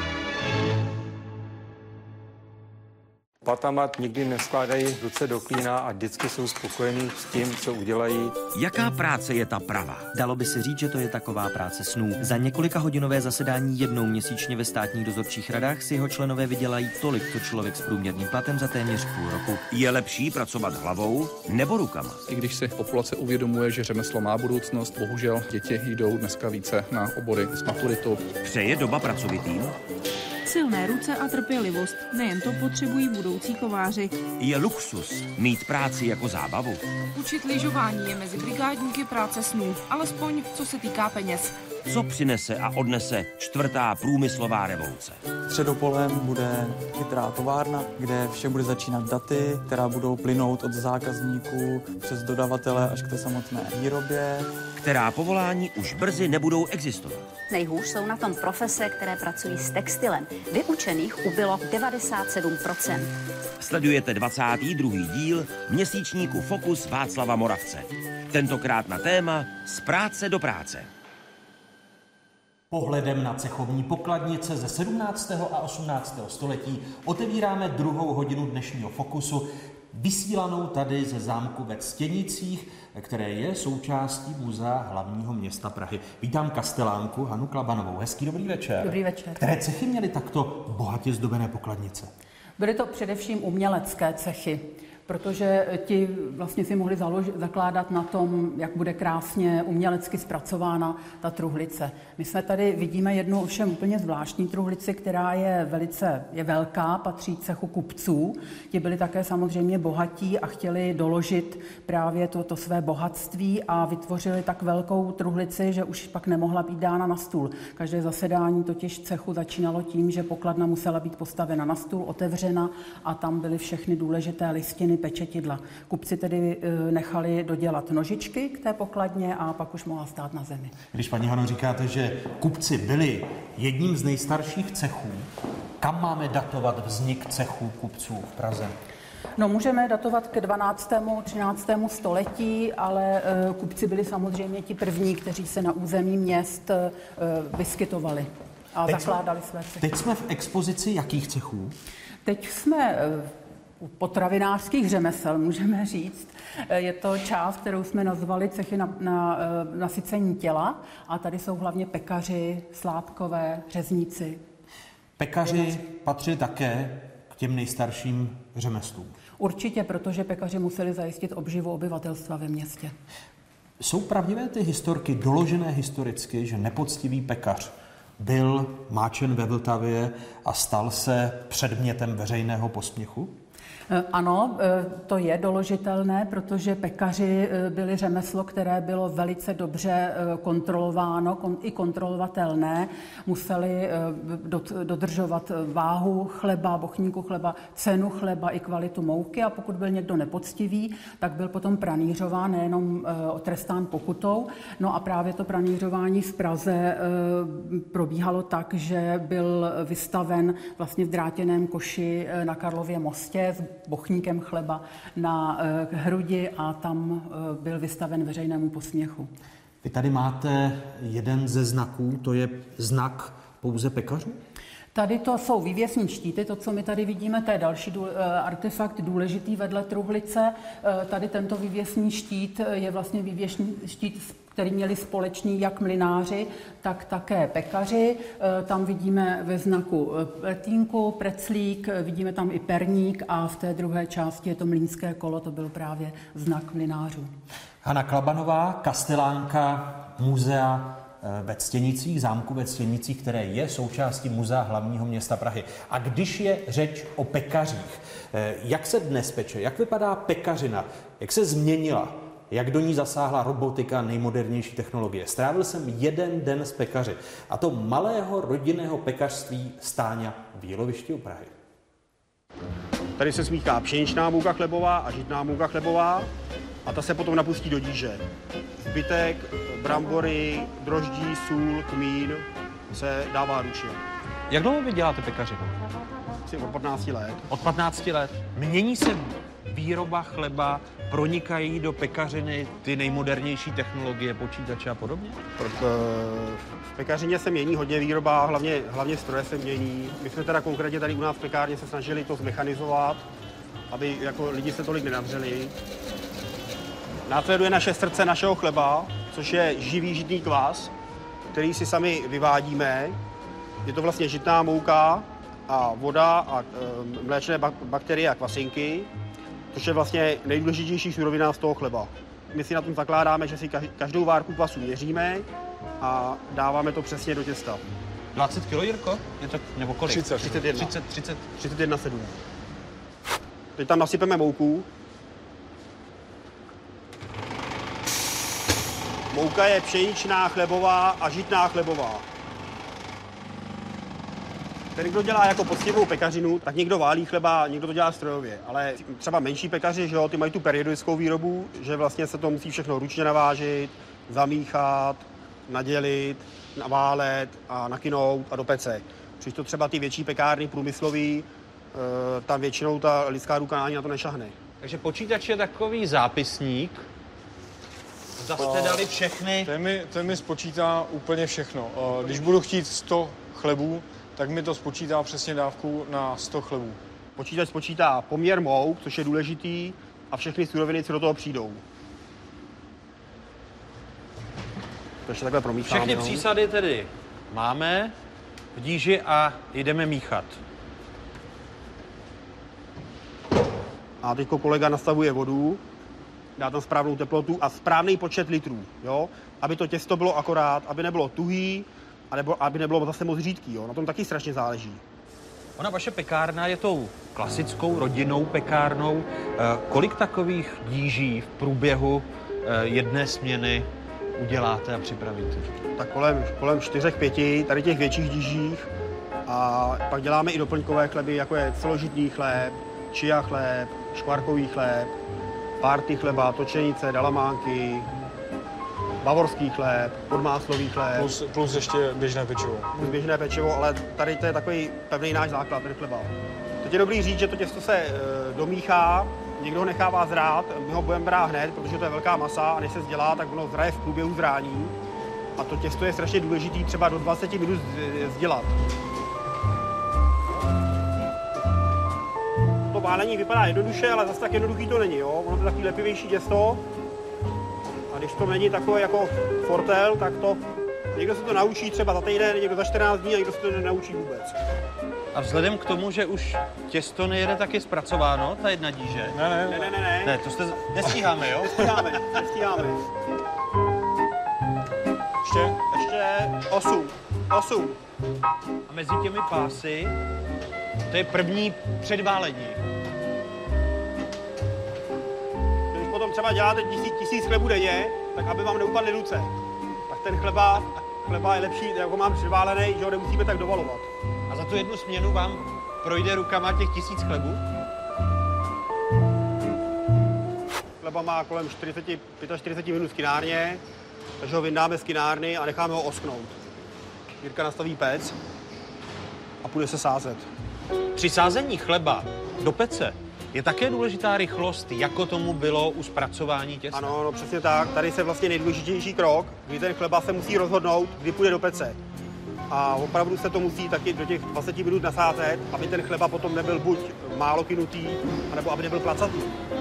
S21: Patamat nikdy neskládají ruce do klína a vždycky jsou spokojení s tím, co udělají.
S1: Jaká práce je ta pravá?
S22: Dalo by se říct, že to je taková práce snů. Za několika hodinové zasedání jednou měsíčně ve státních dozorčích radách si jeho členové vydělají tolik, co člověk s průměrným platem za téměř půl roku.
S1: Je lepší pracovat hlavou nebo rukama?
S23: I když si populace uvědomuje, že řemeslo má budoucnost, bohužel děti jdou dneska více na obory s maturitou.
S1: Přeje doba pracovitým?
S2: Silné ruce a trpělivost, nejen to potřebují budoucí kováři.
S1: Je luxus mít práci jako zábavu.
S2: Učit lyžování je mezi brigádníky práce snů, alespoň co se týká peněz.
S1: Co přinese a odnese čtvrtá průmyslová revoluce?
S24: Středopolem bude chytrá továrna, kde vše bude začínat daty, která budou plynout od zákazníků přes dodavatele až k té samotné výrobě.
S1: Která povolání už brzy nebudou existovat.
S6: Nejhůř jsou na tom profese, které pracují s textilem. Vyučených ubylo devadesát sedm procent.
S1: Sledujete dvacátý druhý díl měsíčníku Fokus Václava Moravce. Tentokrát na téma Z práce do práce.
S7: Pohledem na cechovní pokladnice ze sedmnáctého a osmnáctého století otevíráme druhou hodinu dnešního Fokusu, vysílanou tady ze zámku ve Ctěnicích, které je součástí muzea hlavního města Prahy. Vítám kastelánku Hanu Klabanovou. Hezký dobrý večer.
S25: Dobrý večer.
S7: Které cechy měly takto bohatě zdobené pokladnice?
S25: Byly to především umělecké cechy, protože ti vlastně si mohli založit, zakládat na tom, jak bude krásně umělecky zpracována ta truhlice. My jsme tady vidíme jednu ovšem úplně zvláštní truhlici, která je velice je velká, patří cechu kupců. Ti byli také samozřejmě bohatí a chtěli doložit právě to, to své bohatství a vytvořili tak velkou truhlici, že už pak nemohla být dána na stůl. Každé zasedání totiž cechu začínalo tím, že pokladna musela být postavena na stůl, otevřena a tam byly všechny důležité listiny, pečetidla. Kupci tedy nechali dodělat nožičky k té pokladně a pak už mohla stát na zemi.
S7: Když, paní Hano, říkáte, že kupci byli jedním z nejstarších cechů, kam máme datovat vznik cechů kupců v Praze?
S25: No, můžeme datovat ke dvanáctému třináctému století, ale e, kupci byli samozřejmě ti první, kteří se na území měst e, vyskytovali a teď zakládali své cechy.
S7: Teď jsme v expozici jakých cechů?
S25: Teď jsme e, u potravinářských řemesel, můžeme říct. Je to část, kterou jsme nazvali cechy na, na nasycení těla a tady jsou hlavně pekaři, sládkové, řezníci.
S7: Pekaři patří také k těm nejstarším řemeslům.
S25: Určitě, protože pekaři museli zajistit obživu obyvatelstva ve městě.
S7: Jsou pravdivé ty historky, doložené historicky, že nepoctivý pekař byl máčen ve Vltavě a stal se předmětem veřejného posměchu?
S25: Ano, to je doložitelné, protože pekaři byli řemeslo, které bylo velice dobře kontrolováno i kontrolovatelné. Museli dodržovat váhu chleba, bochníku chleba, cenu chleba i kvalitu mouky a pokud byl někdo nepoctivý, tak byl potom pranířován, nejenom trestán pokutou. No a právě to pranířování v Praze probíhalo tak, že byl vystaven vlastně v drátěném koši na Karlově mostě bochníkem chleba na uh, hrudi a tam uh, byl vystaven veřejnému posměchu.
S7: Vy tady máte jeden ze znaků, to je znak pouze pekařů?
S25: Tady to jsou vývěsní štíty, to, co my tady vidíme, to je další důle, artefakt důležitý vedle truhlice. Tady tento vývěsní štít je vlastně vývěsní štít, který měli společný jak mlynáři, tak také pekaři. Tam vidíme ve znaku pletínku, preclík, vidíme tam i perník a v té druhé části je to mlýnské kolo, to byl právě znak mlynářů.
S7: Hana Klabanová, kastelánka muzea ve Ctěnicích, zámku ve Ctěnicích, které je součástí muzea hlavního města Prahy. A když je řeč o pekařích, jak se dnes peče, jak vypadá pekařina, jak se změnila jak do ní zasáhla robotika, nejmodernější technologie. Strávil jsem jeden den s pekaři, a to malého rodinného pekařství Stáňa v Jílovišti u Prahy.
S3: Tady se smíchá pšeničná mouka chlebová a žitná mouka chlebová a ta se potom napustí do díže. Zbytek, brambory, droždí, sůl, kmín se dává ručně.
S7: Jak dlouho vy děláte pekařinu?
S3: Asi od patnácti let.
S7: Od patnácti let. Mění se výroba chleba, pronikají do pekařiny ty nejmodernější technologie, počítače a podobně?
S3: Proto v pekařině se mění hodně výroba, hlavně, hlavně stroje se mění. My jsme teda konkrétně tady u nás v pekárně se snažili to zmechanizovat, aby jako lidi se tolik nenavřeli. Následuje naše srdce našeho chleba, což je živý žitný kvas, který si sami vyvádíme. Je to vlastně žitná mouka a voda a e, mléčné bakterie a kvasinky, což je vlastně nejdůležitější surovina z toho chleba. My si na tom zakládáme, že si každou várku kvasu měříme a dáváme to přesně do těsta.
S7: dvacet kilo, Jirko? Je to, nebo kolik?
S3: třicet. třicet jedna.
S7: třicet, třicet.
S3: třicet jedna sedm. Teď tam nasypeme mouku. Mouka je pšeničná chlebová a žitná chlebová. Ten, kdo dělá jako poctivou pekařinu, tak někdo válí chleba, někdo to dělá strojově. Ale třeba menší pekaři, že jo, ty mají tu periodickou výrobu, že vlastně se to musí všechno ručně navážit, zamíchat, nadělit, naválet a nakynout a do pece. Přičto třeba ty větší pekárny průmyslový, tam většinou ta lidská ruka ani na to nešahne.
S7: Takže počítač je takový zápisník. Zase jste dali všechny.
S4: Ten mi, ten mi spočítá úplně všechno. Když budu chtít sto chlebů, tak mi to spočítá přesně dávku na sto chlebů.
S3: Počítač spočítá poměr mouk, což je důležitý, a všechny suroviny, co do toho přijdou. To ještě takhle promícháme.
S7: Všechny
S3: no.
S7: přísady tedy máme v díži a jdeme míchat.
S3: A teď kolega nastavuje vodu, dá tam správnou teplotu a správný počet litrů, jo? Aby to těsto bylo akorát, aby nebylo tuhý, a nebo aby nebylo zase moc řídký, jo? Na tom taky strašně záleží.
S7: Ona, vaše pekárna je tou klasickou rodinnou pekárnou. Kolik takových díží v průběhu jedné směny uděláte a připravíte?
S3: Tak kolem, kolem čtyřech, pěti, tady těch větších dížích. A pak děláme i doplňkové chleby, jako je celožitný chléb, chia chléb, škvarkový chléb, párty chleba, točenice, dalamánky, bavorský chléb, podmáslový chléb.
S4: Plus, plus ještě běžné pečivo.
S3: Plus běžné pečivo, ale tady to je takový pevný náš základ, ten chleba. Teď je dobrý říct, že to těsto se e, domíchá, někdo ho nechává zrát, my ho budeme brát hned, protože to je velká masa a než se zdělá, tak ono zraje v průběhu zrání. A to těsto je strašně důležitý třeba do dvacet minut zdělat. To válení vypadá jednoduše, ale zase tak jednoduchý to není, jo? Ono to je takový lepivější těsto. A když to není takové jako fortel, tak to někdo se to naučí třeba za týden, někdo za čtrnáct dní a někdo se to nenaučí vůbec.
S7: A vzhledem k tomu, že už těsto nejede taky zpracováno, ta jedna díže?
S3: Ne, ne, ne, ne, ne. Ne,
S7: ne to jste... Nestíháme, jo?
S3: Nestíháme, nestíháme. Ještě? Ještě osm. Osm.
S7: A mezi těmi pásy, to je první předválení.
S3: Když potom třeba děláte tisíc, tisíc chlebů denně, tak aby vám neupadly ruce. Tak ten chleba, chleba je lepší, jako mám předválený, že ho nemusíme tak dovalovat.
S7: A za tu jednu směnu vám projde rukama těch tisíc chlebů?
S3: Chleba má kolem čtyřicet, čtyřicet pět minut v kinárně, takže ho vyndáme z kinárny a necháme ho osknout. Jirka nastaví pec a půjde se sázet.
S7: Při sázení chleba do pece je také důležitá rychlost, jako tomu bylo u zpracování těsta.
S3: Ano, no přesně tak. Tady se vlastně nejdůležitější krok, kdy ten chleba se musí rozhodnout, kdy půjde do pece. A opravdu se to musí taky do těch dvacet minut nasázet, aby ten chleba potom nebyl buď málo kynutý, anebo aby nebyl placatý.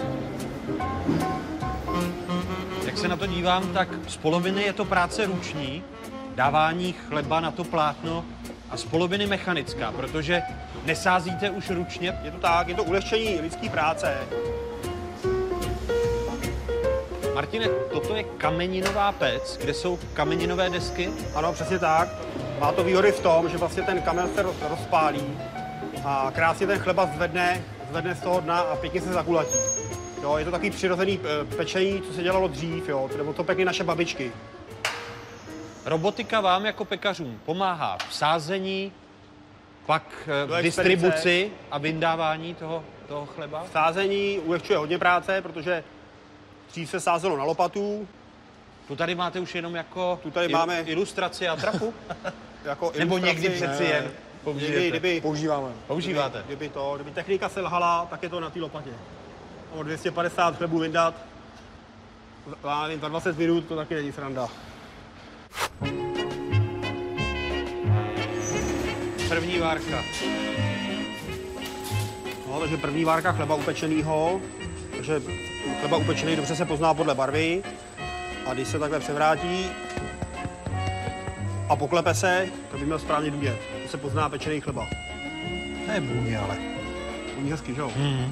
S7: Jak se na to dívám, tak z poloviny je to práce ruční, dávání chleba na to plátno, a z poloviny mechanická, protože nesázíte už ručně.
S3: Je to tak, je to ulehčení lidské práce.
S7: Martine, toto je kameninová pec, kde jsou kameninové desky?
S3: Ano, přesně tak. Má to výhody v tom, že vlastně ten kamen se rozpálí a krásně ten chleba zvedne, zvedne z toho dna a pěkně se zakulatí. Jo, je to takový přirozený pečení, co se dělalo dřív, jo, nebo to pekly naše babičky.
S14: Robotika vám jako pekařům pomáhá v sázení, pak
S3: Do
S14: v distribuci a vyndávání toho, toho chleba?
S3: Sázení ulehčuje hodně práce, protože dřív se sázelo na lopatu.
S14: Tu tady máte už jenom jako
S3: tu tady
S14: il-
S3: máme
S14: ilustraci a trapu?
S3: jako
S14: Nebo
S3: ilustraci.
S14: někdy přeci jen použijete?
S3: Někdy, kdyby,
S4: Používáme.
S14: Používáte?
S3: Kdyby, kdyby, to, kdyby technika selhala, tak je to na té lopatě. O dvě stě padesát chlebů vyndat, já nevím, za dvacet minut to taky není sranda.
S14: První várka.
S3: No, takže první várka chleba upečenýho, takže chleba upečený dobře se pozná podle barvy a když se takhle převrátí a poklepe se, to by měl správně důvět. To se pozná pečený chleba.
S7: To je vůně, ale.
S3: Vůně hezky, že jo?
S7: Mm.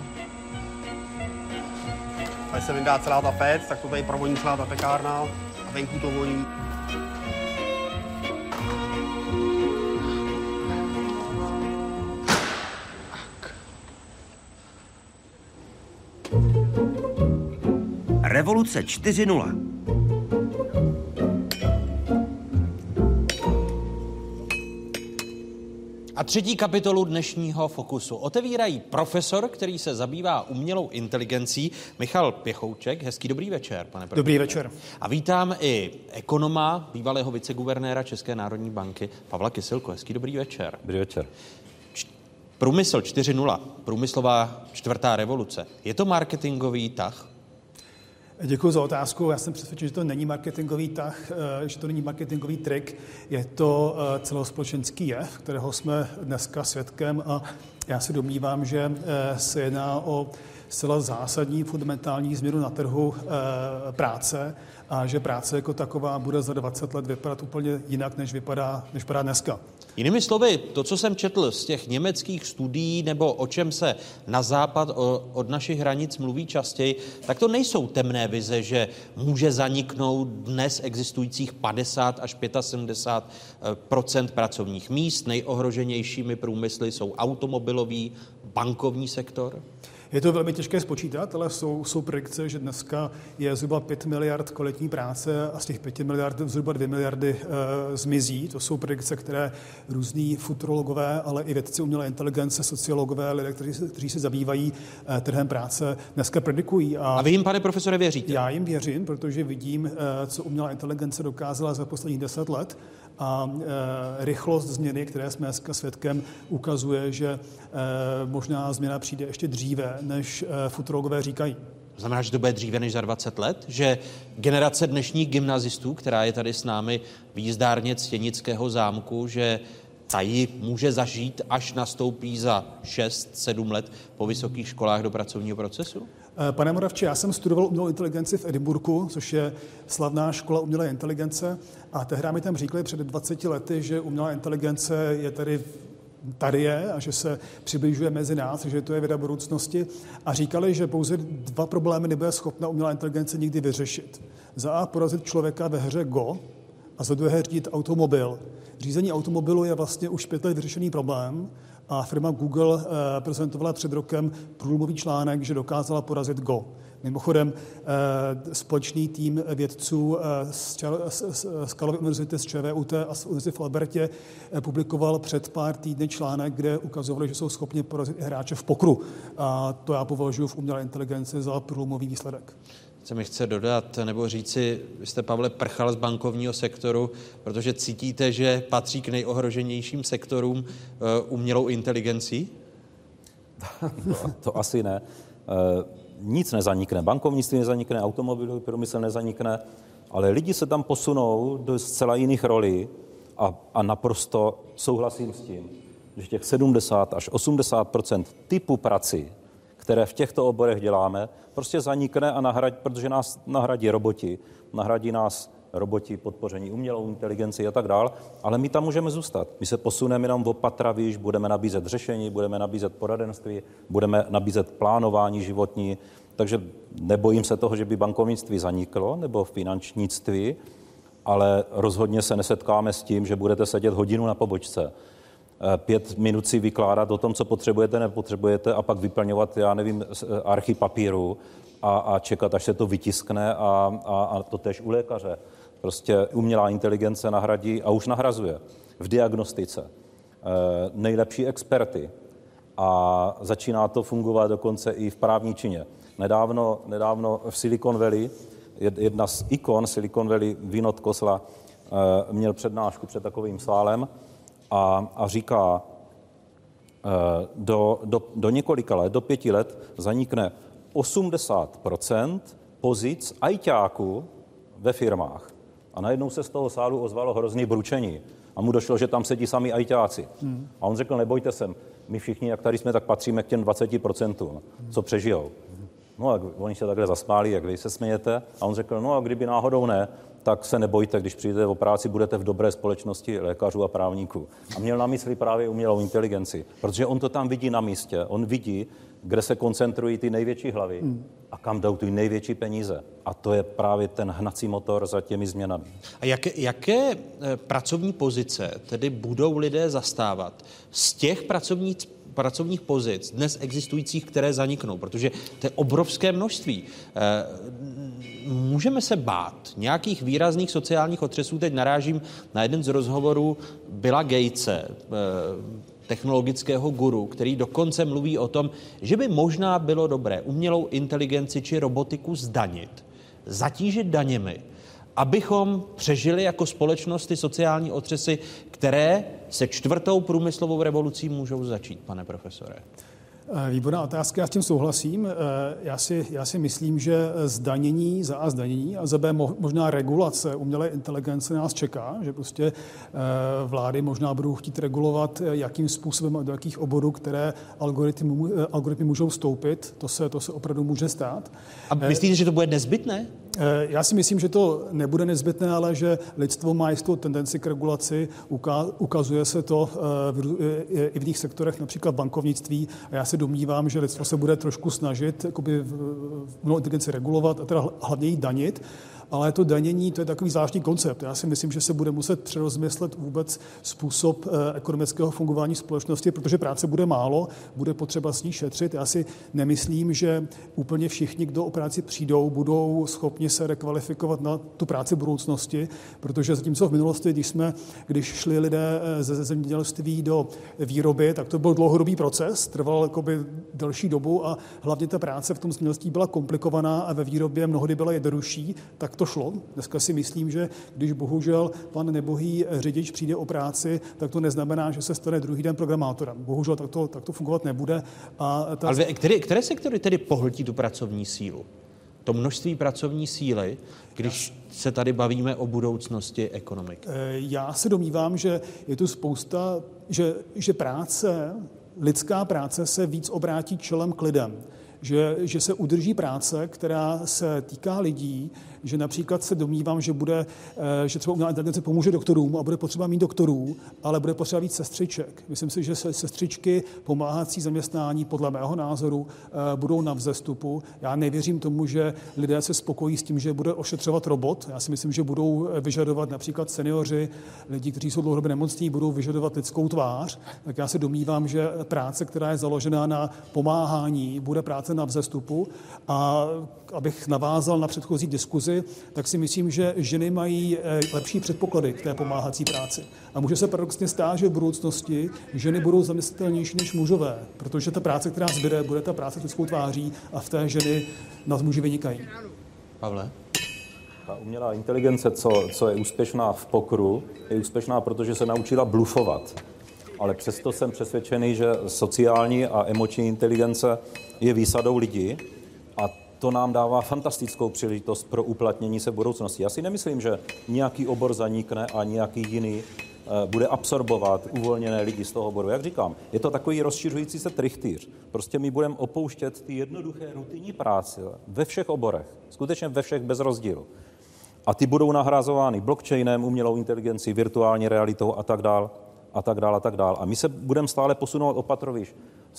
S3: A když se vyndá celá ta pec, tak to tady provoní celá ta pekárna a venku to voní.
S1: Revoluce čtyři nula.
S7: A třetí kapitolu dnešního Fokusu otevírají profesor, který se zabývá umělou inteligencí, Michal Pěchouček. Hezký dobrý večer, pane profesore.
S5: Dobrý večer.
S7: A vítám i ekonoma, bývalého viceguvernéra České národní banky, Pavla Kysilko. Hezký dobrý večer.
S8: Dobrý večer.
S7: Průmysl čtyři nula, průmyslová čtvrtá revoluce. Je to marketingový tah?
S5: Děkuji za otázku. Já jsem přesvědčen, že to není marketingový tah, že to není marketingový trik. Je to celospolečenský jev, kterého jsme dneska svědkem a já si domnívám, že se jedná o zcela zásadní fundamentální změnu na trhu práce a že práce jako taková bude za dvacet let vypadat úplně jinak, než vypadá, než vypadá dneska.
S7: Jinými slovy, to, co jsem četl z těch německých studií nebo o čem se na západ od našich hranic mluví častěji, tak to nejsou temné vize, že může zaniknout dnes existujících padesát až sedmdesát pět procent pracovních míst. Nejohroženějšími průmysly jsou automobilový, bankovní sektor.
S5: Je to velmi těžké spočítat, ale jsou, jsou predikce, že dneska je zhruba pět miliard kvalitní práce a z těch pěti miliard zhruba dvě miliardy e, zmizí. To jsou predikce, které různí futurologové, ale i vědci umělé inteligence, sociologové, lidé, kteří se, kteří se zabývají e, trhem práce, dneska predikují. A,
S7: a vy jim, pane profesore, věříte?
S5: Já jim věřím, protože vidím, e, co umělá inteligence dokázala za posledních deset let. A e, rychlost změny, které jsme dneska svědkem, ukazuje, že e, možná změna přijde ještě dříve, než e, futurologové říkají.
S7: Znamená, že to bude dříve než za dvacet let? Že generace dnešních gymnazistů, která je tady s námi v jízdárně Ctěnického zámku, že ta ji může zažít, až nastoupí za šest sedm let po vysokých školách do pracovního procesu?
S5: Pane Moravče, já jsem studoval umělou inteligenci v Edinburghu, což je slavná škola umělé inteligence a tehdy mi tam říkali před dvaceti lety, že umělá inteligence je tady tady je a že se přibližuje mezi nás, že to je věda budoucnosti a říkali, že pouze dva problémy nebude schopna umělá inteligence nikdy vyřešit. Za A porazit člověka ve hře Go a za druhé řídit automobil. Řízení automobilu je vlastně už pět let vyřešený problém a firma Google eh, prezentovala před rokem průlomový článek, že dokázala porazit Go. Mimochodem, eh, společný tým vědců eh, z, Čar- z, z Karlovy univerzity, z ČVUT a z univerzity v Albertě eh, publikoval před pár týdny článek, kde ukazovali, že jsou schopni porazit i hráče v pokru. A to já považuji v umělé inteligenci za průlomový výsledek.
S7: Co mi chce dodat, nebo říci, vy jste, Pavle, prchal z bankovního sektoru, protože cítíte, že patří k nejohroženějším sektorům uh, umělou inteligencí?
S8: to, to asi ne. Uh, nic nezanikne. Bankovnictví nezanikne, automobilový průmysl nezanikne, ale lidi se tam posunou do zcela jiných rolí a, a naprosto souhlasím s tím, že těch sedmdesát až osmdesát procent typu prací, které v těchto oborech děláme, prostě zanikne a nahradí, protože nás nahradí roboti, nahradí nás roboti podpoření umělou inteligenci a tak dál, ale my tam můžeme zůstat. My se posuneme jenom o patra výš, budeme nabízet řešení, budeme nabízet poradenství, budeme nabízet plánování životní, takže nebojím se toho, že by bankovnictví zaniklo nebo finančnictví, ale rozhodně se nesetkáme s tím, že budete sedět hodinu na pobočce, pět minut si vykládat o tom, co potřebujete, nepotřebujete a pak vyplňovat, já nevím, archy papíru a, a čekat, až se to vytiskne a, a, a to též u lékaře. Prostě umělá inteligence nahradí a už nahrazuje v diagnostice nejlepší experty a začíná to fungovat dokonce i v právní čině. Nedávno, nedávno v Silicon Valley, jedna z ikon Silicon Valley, Vinod Khosla, měl přednášku před takovým sálem a, a říká, do, do, do několika let, do pěti let zanikne osmdesát procent pozic ajťáků ve firmách. A najednou se z toho sálu ozvalo hrozný bručení. A mu došlo, že tam sedí sami ajťáci. Hmm. A on řekl, nebojte se, my všichni, jak tady jsme, tak patříme k těm dvaceti procentům, co přežijou. No a oni se takhle zasmáli, jak vy se smějete. A on řekl, no a kdyby náhodou ne, tak se nebojte, když přijdete o práci, budete v dobré společnosti lékařů a právníků. A měl na mysli právě umělou inteligenci, protože on to tam vidí na místě. On vidí, kde se koncentrují ty největší hlavy hmm. a kam jdou ty největší peníze. A to je právě ten hnací motor za těmi změnami.
S7: A jaké, jaké pracovní pozice tedy budou lidé zastávat z těch pracovních, pracovních pozic dnes existujících, které zaniknou? Protože to je obrovské množství. Můžeme se bát nějakých výrazných sociálních otřesů. Teď narážím na jeden z rozhovorů Billa Gatese, technologického guru, který dokonce mluví o tom, že by možná bylo dobré umělou inteligenci či robotiku zdanit, zatížit daněmi, abychom přežili jako společnost ty sociální otřesy, které se čtvrtou průmyslovou revolucí můžou začít, pane profesore.
S5: Výborná otázka, já s tím souhlasím. Já si, já si myslím, že zdanění, za A zdanění a za B možná regulace umělé inteligence nás čeká, že prostě vlády možná budou chtít regulovat, jakým způsobem a do jakých oborů, které algoritmy, algoritmy můžou vstoupit. To se, to se opravdu může stát.
S7: A myslíte, že to bude nezbytné?
S5: Já si myslím, že to nebude nezbytné, ale že lidstvo má jistou tendenci k regulaci. Ukazuje se to i v jiných sektorech, například bankovnictví. A já se domnívám, že lidstvo se bude trošku snažit umělou inteligenci regulovat a teda hlavně ji danit. Ale to danění, to je takový zvláštní koncept. Já si myslím, že se bude muset přerozmyslet vůbec způsob ekonomického fungování společnosti, protože práce bude málo, bude potřeba s ní šetřit. Já si nemyslím, že úplně všichni, kdo o práci přijdou, budou schopni se rekvalifikovat na tu práci budoucnosti, protože zatímco v minulosti, když jsme, když šli lidé ze zemědělství do výroby, tak to byl dlouhodobý proces, trval jakoby delší dobu a hlavně ta práce v tom zemědělství byla komplikovaná a ve výrobě mnohdy byla jednodušší, tak to šlo. Dneska si myslím, že když bohužel pan nebohý řidič přijde o práci, tak to neznamená, že se stane druhý den programátorem. Bohužel tak to, tak to fungovat nebude. A ta...
S7: Ale které, které sektory tedy pohltí tu pracovní sílu? To množství pracovní síly, když se tady bavíme o budoucnosti ekonomiky.
S5: Já se domnívám, že je tu spousta, že, že práce, lidská práce se víc obrátí čelem k lidem. Že, že se udrží práce, která se týká lidí, že například se domnívám, že bude, že třeba umělá inteligence pomůže doktorům a bude potřeba mít doktorů, ale bude potřeba víc sestřiček. Myslím si, že sestřičky pomáhací zaměstnání podle mého názoru budou na vzestupu. Já nevěřím tomu, že lidé se spokojí s tím, že bude ošetřovat robot. Já si myslím, že budou vyžadovat například seniori, lidi, kteří jsou dlouhodobě nemocní, budou vyžadovat lidskou tvář. Tak já se domnívám, že práce, která je založená na pomáhání, bude práce na vzestupu. A abych navázal na předchozí diskuzi, tak si myslím, že ženy mají lepší předpoklady k té pomáhací práci. A může se paradoxně stát, že v budoucnosti ženy budou zaměstnatelnější než mužové, protože ta práce, která zbyde, bude ta práce s lidskou tváří a v té ženy nad muži vynikají.
S7: Pavle?
S8: Ta umělá inteligence, co, co je úspěšná v pokru, je úspěšná, protože se naučila blufovat. Ale přesto jsem přesvědčený, že sociální a emoční inteligence je výsadou lidí a to nám dává fantastickou příležitost pro uplatnění se budoucnosti. Já si nemyslím, že nějaký obor zanikne a nějaký jiný bude absorbovat uvolněné lidi z toho oboru. Jak říkám, je to takový rozšiřující se trichtýř. Prostě my budeme opouštět ty jednoduché rutinní práce ve všech oborech, skutečně ve všech bez rozdílu. A ty budou nahrazovány blockchainem, umělou inteligencí, virtuální realitou a tak dál. a tak dál a tak dál. A my se budeme stále posunovat opatrovíš.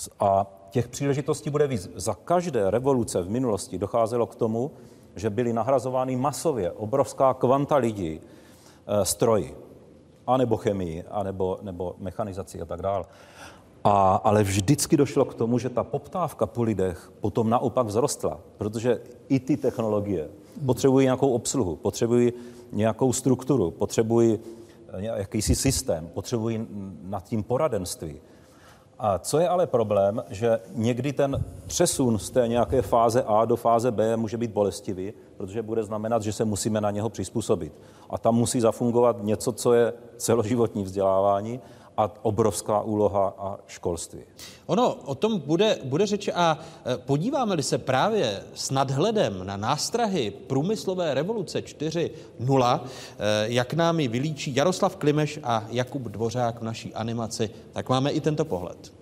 S8: A těch příležitostí bude víc. Za každé revoluce v minulosti docházelo k tomu, že byly nahrazovány masově obrovská kvanta lidí e, stroji, anebo chemii, anebo, nebo mechanizací a tak dál. A, ale vždycky došlo k tomu, že ta poptávka po lidech potom naopak vzrostla, protože i ty technologie potřebují nějakou obsluhu, potřebují nějakou strukturu, potřebují jakýsi systém, potřebují nad tím poradenství. A co je ale problém, že někdy ten přesun z té nějaké fáze A do fáze B může být bolestivý, protože bude znamenat, že se musíme na něho přizpůsobit. A tam musí zafungovat něco, co je celoživotní vzdělávání a obrovská úloha a školství.
S7: Ono o tom bude, bude řeč a podíváme-li se právě s nadhledem na nástrahy průmyslové revoluce čtyři nula, jak nám ji vylíčí Jaroslav Klimeš a Jakub Dvořák v naší animaci, tak máme i tento pohled.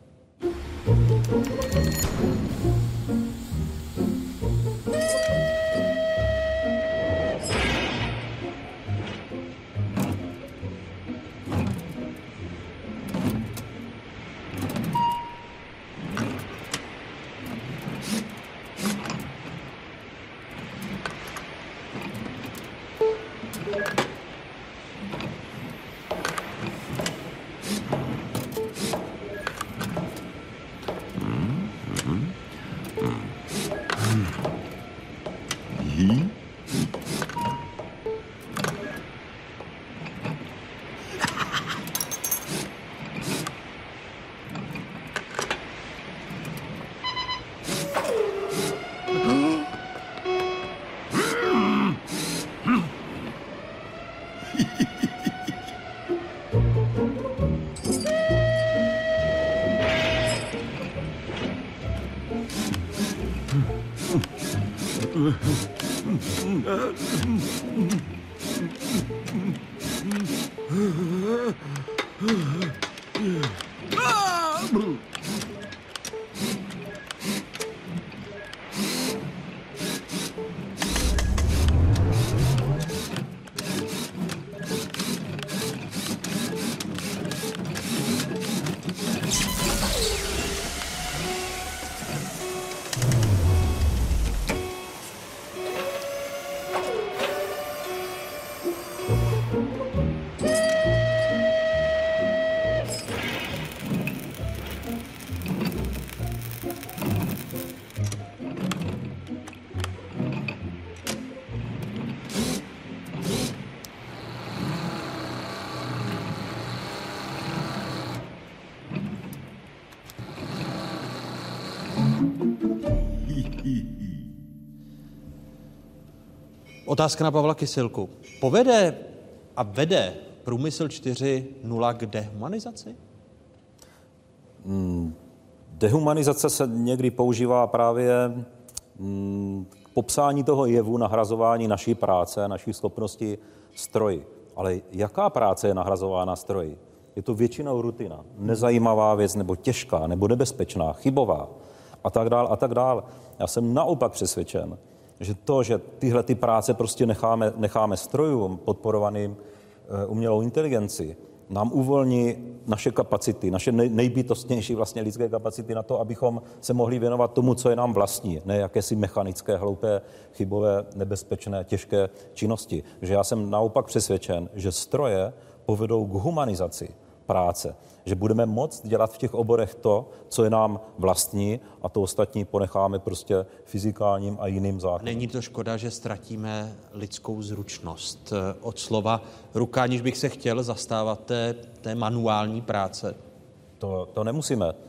S7: Otázka na Pavla Kysilku. Povede a vede průmysl čtyři nula k dehumanizaci?
S8: Hmm, dehumanizace se někdy používá právě hmm, k popsání toho jevu nahrazování naší práce, naší schopnosti stroji. Ale jaká práce je nahrazována stroji? Je to většinou rutina, nezajímavá věc, nebo těžká, nebo nebezpečná, chybová a tak dál a tak dál. Já jsem naopak přesvědčen, že to, že tyhle ty práce prostě necháme, necháme strojům podporovaným e, umělou inteligenci, nám uvolní naše kapacity, naše nej, nejbytostnější vlastně lidské kapacity na to, abychom se mohli věnovat tomu, co je nám vlastní, ne jakési mechanické, hloupé, chybové, nebezpečné, těžké činnosti. Že já jsem naopak přesvědčen, že stroje povedou k humanizaci práce, že budeme moct dělat v těch oborech to, co je nám vlastní, a to ostatní ponecháme prostě fyzikálním a jiným zákonům.
S7: Není to škoda, že ztratíme lidskou zručnost? Od slova ruka, aniž bych se chtěl zastávat té, té manuální práce.
S8: To, to nemusíme. E,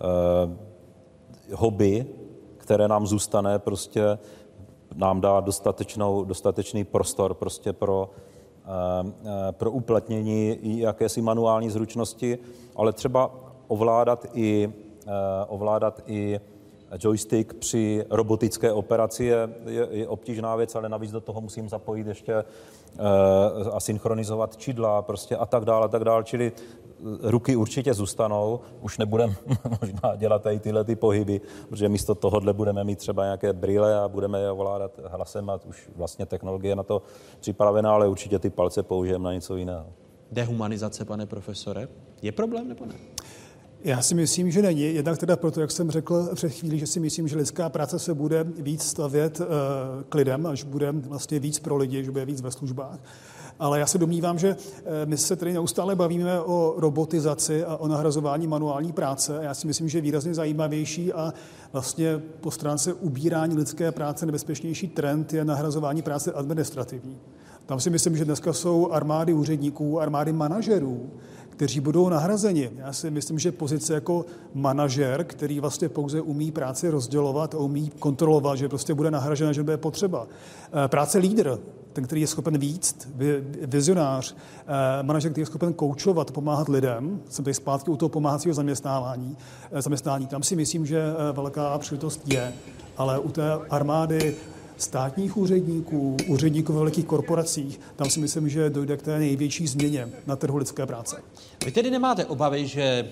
S8: hobby, které nám zůstane, prostě nám dá dostatečnou, dostatečný prostor prostě pro pro uplatnění jakési manuální zručnosti, ale třeba ovládat i, ovládat i joystick při robotické operaci je, je, je obtížná věc, ale navíc do toho musím zapojit ještě a synchronizovat čidla prostě a tak dále, a tak dále, čili ruky určitě zůstanou, už nebudeme možná dělat tady tyhle ty pohyby, protože místo tohohle budeme mít třeba nějaké brýle a budeme je ovládat hlasem a už vlastně technologie na to připravená, ale určitě ty palce použijeme na něco jiného.
S7: Dehumanizace, pane profesore, je problém nebo ne?
S5: Já si myslím, že není. Jednak teda proto, jak jsem řekl před chvílí, že si myslím, že lidská práce se bude víc stavět uh, k lidem, až bude vlastně víc pro lidi, že bude víc ve službách. Ale já se domnívám, že my se tady neustále bavíme o robotizaci a o nahrazování manuální práce. Já si myslím, že výrazně zajímavější a vlastně po stránce ubírání lidské práce nebezpečnější trend je nahrazování práce administrativní. Tam si myslím, že dneska jsou armády úředníků, armády manažerů, kteří budou nahrazeni. Já si myslím, že pozice jako manažer, který vlastně pouze umí práci rozdělovat a umí kontrolovat, že prostě bude nahražena, že bude potřeba. Práce lídr, ten, který je schopen víct, vizionář, manažer, který je schopen koučovat, pomáhat lidem, jsem tady zpátky u toho pomáhacího zaměstnávání, zaměstnání. Tam si myslím, že velká příležitost je, ale u té armády státních úředníků, úředníků ve velkých korporacích, tam si myslím, že dojde k té největší změně na trhu lidské práce.
S7: Vy tedy nemáte obavy, že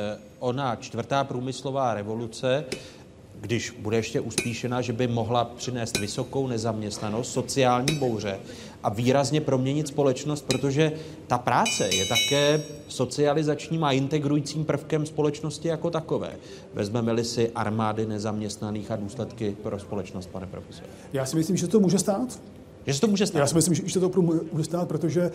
S7: ona čtvrtá průmyslová revoluce, když bude ještě uspíšena, že by mohla přinést vysokou nezaměstnanost, sociální bouře a výrazně proměnit společnost, protože ta práce je také socializačním a integrujícím prvkem společnosti jako takové. Vezmeme-li si armády nezaměstnaných a důsledky pro společnost, pane profesore?
S5: Já si myslím, že to může stát.
S7: Že se to může stát?
S5: Já si myslím, že to může stát, protože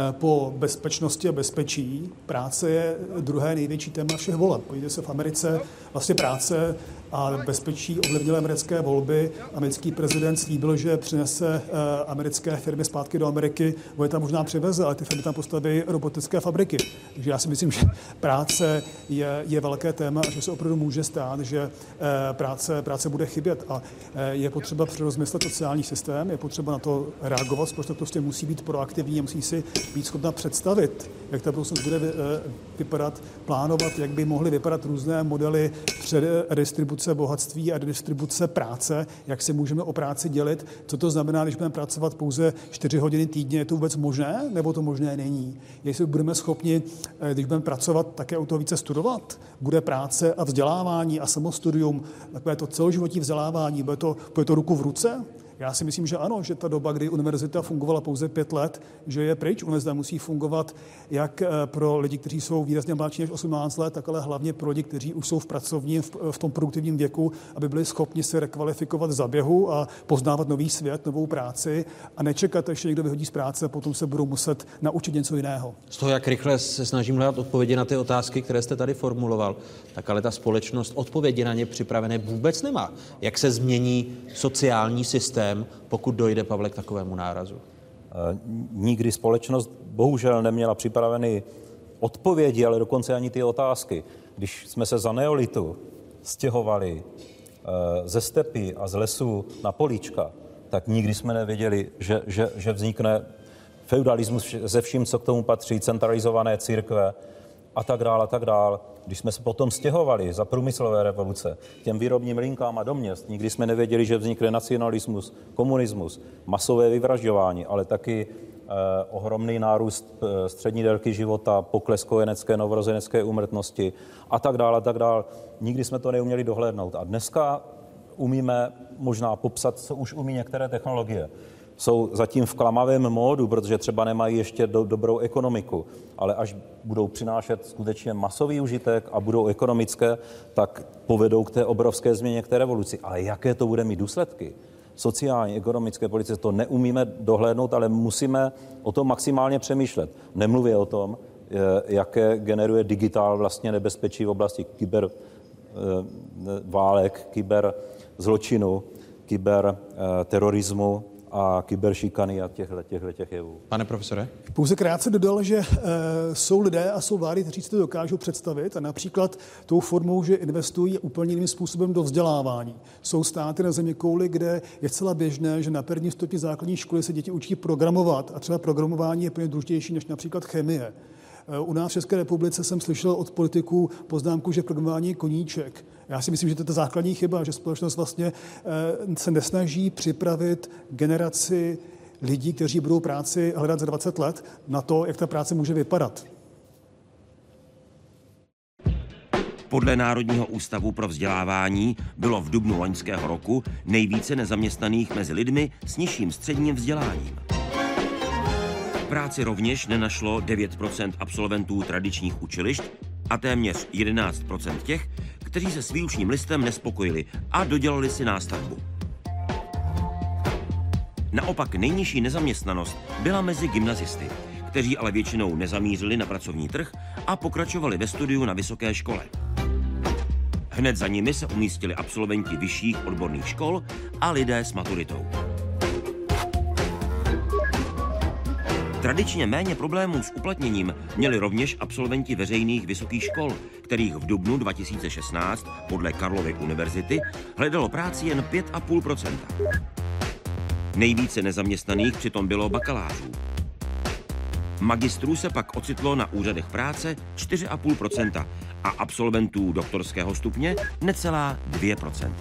S5: po bezpečnosti a bezpečí práce je druhé největší téma všech voleb. Podívejte se, v Americe vlastně práce a bezpečí ovlivnily americké volby. Americký prezident slíbil, že přinese americké firmy zpátky do Ameriky, bo je tam možná přiveze, ale ty firmy tam postaví robotické fabriky. Takže já si myslím, že práce je, je velké téma a že se opravdu může stát, že práce, práce bude chybět. A je potřeba přerozmyslet sociální systém, je potřeba na to reagovat, protože to prostě musí být proaktivní a musí si být schopna představit, jak ta budoucnost bude vypadat, plánovat, jak by mohly vypadat různé modely redistribuce bohatství a redistribuce práce, jak se můžeme o práci dělit, co to znamená, když budeme pracovat pouze čtyři hodiny týdně, je to vůbec možné, nebo to možné není? Jestli budeme schopni, když budeme pracovat, také u toho více studovat, bude práce a vzdělávání a samostudium, takové to celoživotní vzdělávání, bude to, bude to ruku v ruce? Já si myslím, že ano, že ta doba, kdy univerzita fungovala pouze pět let, že je pryč. Univerzita musí fungovat jak pro lidi, kteří jsou výrazně mladší než osmnáct let, tak ale hlavně pro lidi, kteří už jsou v pracovním, v tom produktivním věku, aby byli schopni se rekvalifikovat za běhu a poznávat nový svět, novou práci a nečekat, až někdo vyhodí z práce a potom se budou muset naučit něco jiného.
S7: Z toho, jak rychle se snažím hledat odpovědi na ty otázky, které jste tady formuloval, tak ale ta společnost odpovědi na ně připravené vůbec nemá. Jak se změní sociální systém, pokud dojde, Pavle, k takovému nárazu?
S8: Nikdy společnost bohužel neměla připraveny odpovědi, ale dokonce ani ty otázky. Když jsme se za neolitu stěhovali ze stepy a z lesu na políčka, tak nikdy jsme nevěděli, že, že, že vznikne feudalismus se vším, co k tomu patří, centralizované církve a tak dál a tak dál. Když jsme se potom stěhovali za průmyslové revoluce těm výrobním linkám a do měst, nikdy jsme nevěděli, že vznikne nacionalismus, komunismus, masové vyvražďování, ale taky eh, ohromný nárůst eh, střední délky života, pokles kojenecké, novorozenecké úmrtnosti a tak dál a tak dál. Nikdy jsme to neuměli dohlédnout. A dneska umíme možná popsat, co už umí některé technologie. Jsou zatím v klamavém módu, protože třeba nemají ještě do, dobrou ekonomiku, ale až budou přinášet skutečně masový užitek a budou ekonomické, tak povedou k té obrovské změně, k té revoluci. Ale jaké to bude mít důsledky? Sociální, ekonomické, politice, to neumíme dohlédnout, ale musíme o tom maximálně přemýšlet. Nemluvě o tom, jaké generuje digitál vlastně nebezpečí v oblasti kyber válek, kyber zločinu, kyber terorismu a kyberšikany a těchto těchto těch jevů.
S7: Pane profesore?
S5: Pouze krátce dodal, že e, jsou lidé a jsou vlády, kteří si to dokážou představit a například tou formou, že investují úplně jiným způsobem do vzdělávání. Jsou státy na zeměkouli, kde je celá běžné, že na prvním stupni základní školy se děti učí programovat a třeba programování je úplně důležitější než například chemie. U nás v České republice jsem slyšel od politiků poznámku, že programování je koníček. Já si myslím, že to je ta základní chyba, že společnost vlastně se nesnaží připravit generaci lidí, kteří budou práci hledat za dvacet let, na to, jak ta práce může vypadat.
S1: Podle Národního ústavu pro vzdělávání bylo v dubnu loňského roku nejvíce nezaměstnaných mezi lidmi s nižším středním vzděláním. Práci rovněž nenašlo devět procent absolventů tradičních učilišť a téměř jedenáct procent těch, kteří se s výučním listem nespokojili a dodělali si nástavbu. Naopak nejnižší nezaměstnanost byla mezi gymnazisty, kteří ale většinou nezamířili na pracovní trh a pokračovali ve studiu na vysoké škole. Hned za nimi se umístili absolventi vyšších odborných škol a lidé s maturitou. Tradičně méně problémů s uplatněním měli rovněž absolventi veřejných vysokých škol, kterých v dubnu dva tisíce šestnáct podle Karlovy univerzity hledalo práci jen pět celá pět procenta. Nejvíce nezaměstnaných přitom bylo bakalářů. Magistrů se pak ocitlo na úřadech práce čtyři celá pět procenta a absolventů doktorského stupně necelá dvě procenta.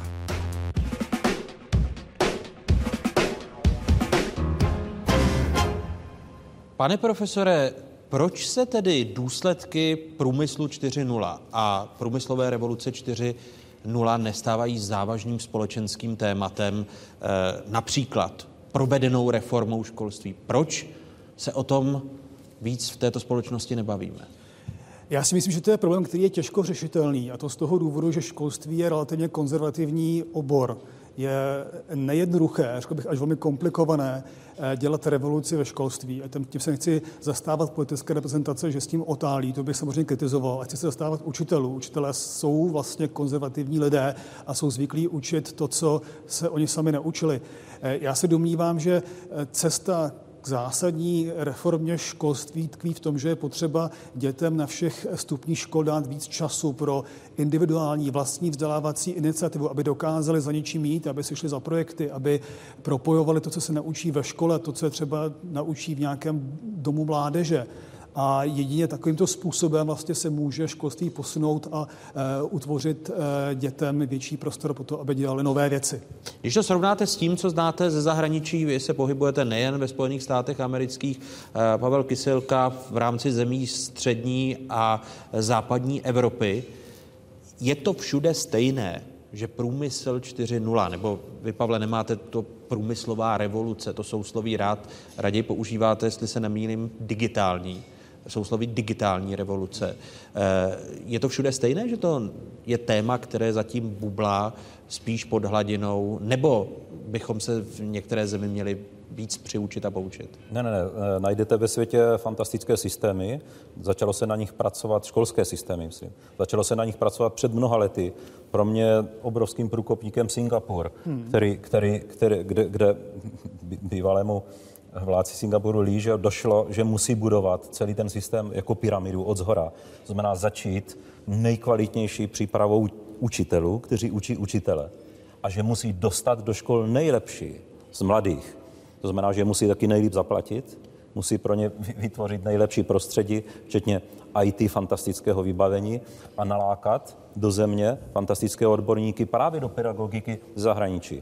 S7: Pane profesore, proč se tedy důsledky průmyslu čtyři nula a průmyslové revoluce čtyři nula nestávají závažným společenským tématem, například provedenou reformou školství? Proč se o tom víc v této společnosti nebavíme?
S5: Já si myslím, že to je problém, který je těžko řešitelný, a to z toho důvodu, že školství je relativně konzervativní obor. Je nejednoduché, řekl bych až velmi komplikované, dělat revoluci ve školství. A tím se nechci zastávat politické reprezentace, že s tím otálí, to bych samozřejmě kritizoval. A chci se zastávat učitelů. Učitelé jsou vlastně konzervativní lidé a jsou zvyklí učit to, co se oni sami naučili. Já se domnívám, že cesta k zásadní reformě školství tkví v tom, že je potřeba dětem na všech stupních škol dát víc času pro individuální vlastní vzdělávací iniciativu, aby dokázali za něčím jít, aby si šli za projekty, aby propojovali to, co se naučí ve škole, to, co je třeba naučí v nějakém domu mládeže. A jedině takovýmto způsobem vlastně se může školství posunout a e, utvořit e, dětem větší prostor pro to, aby dělali nové věci.
S7: Když to srovnáte s tím, co znáte ze zahraničí, vy se pohybujete nejen ve Spojených státech amerických, e, Pavel Kysilka v rámci zemí střední a západní Evropy, je to všude stejné, že průmysl čtyři nula, nebo vy, Pavle, nemáte to průmyslová revoluce, to sousloví rád, raději používáte, jestli se nemýlím, digitální, sousloví digitální revoluce. Je to všude stejné, že to je téma, které zatím bublá spíš pod hladinou, nebo bychom se v některé zemi měli víc přiučit a poučit?
S8: Ne, ne, ne. Najdete ve světě fantastické systémy. Začalo se na nich pracovat, školské systémy, myslím. Začalo se na nich pracovat před mnoha lety. Pro mě obrovským průkopníkem Singapur, hmm. který, který, který, kde, kde bývalému vládci Singapuru Lee, že došlo, že musí budovat celý ten systém jako pyramidu od zhora. To znamená začít nejkvalitnější přípravou učitelů, kteří učí učitele. A že musí dostat do škol nejlepší z mladých. To znamená, že musí taky nejlíp zaplatit, musí pro ně vytvořit nejlepší prostředí, včetně í té fantastického vybavení a nalákat do země fantastické odborníky právě do pedagogiky z zahraničí.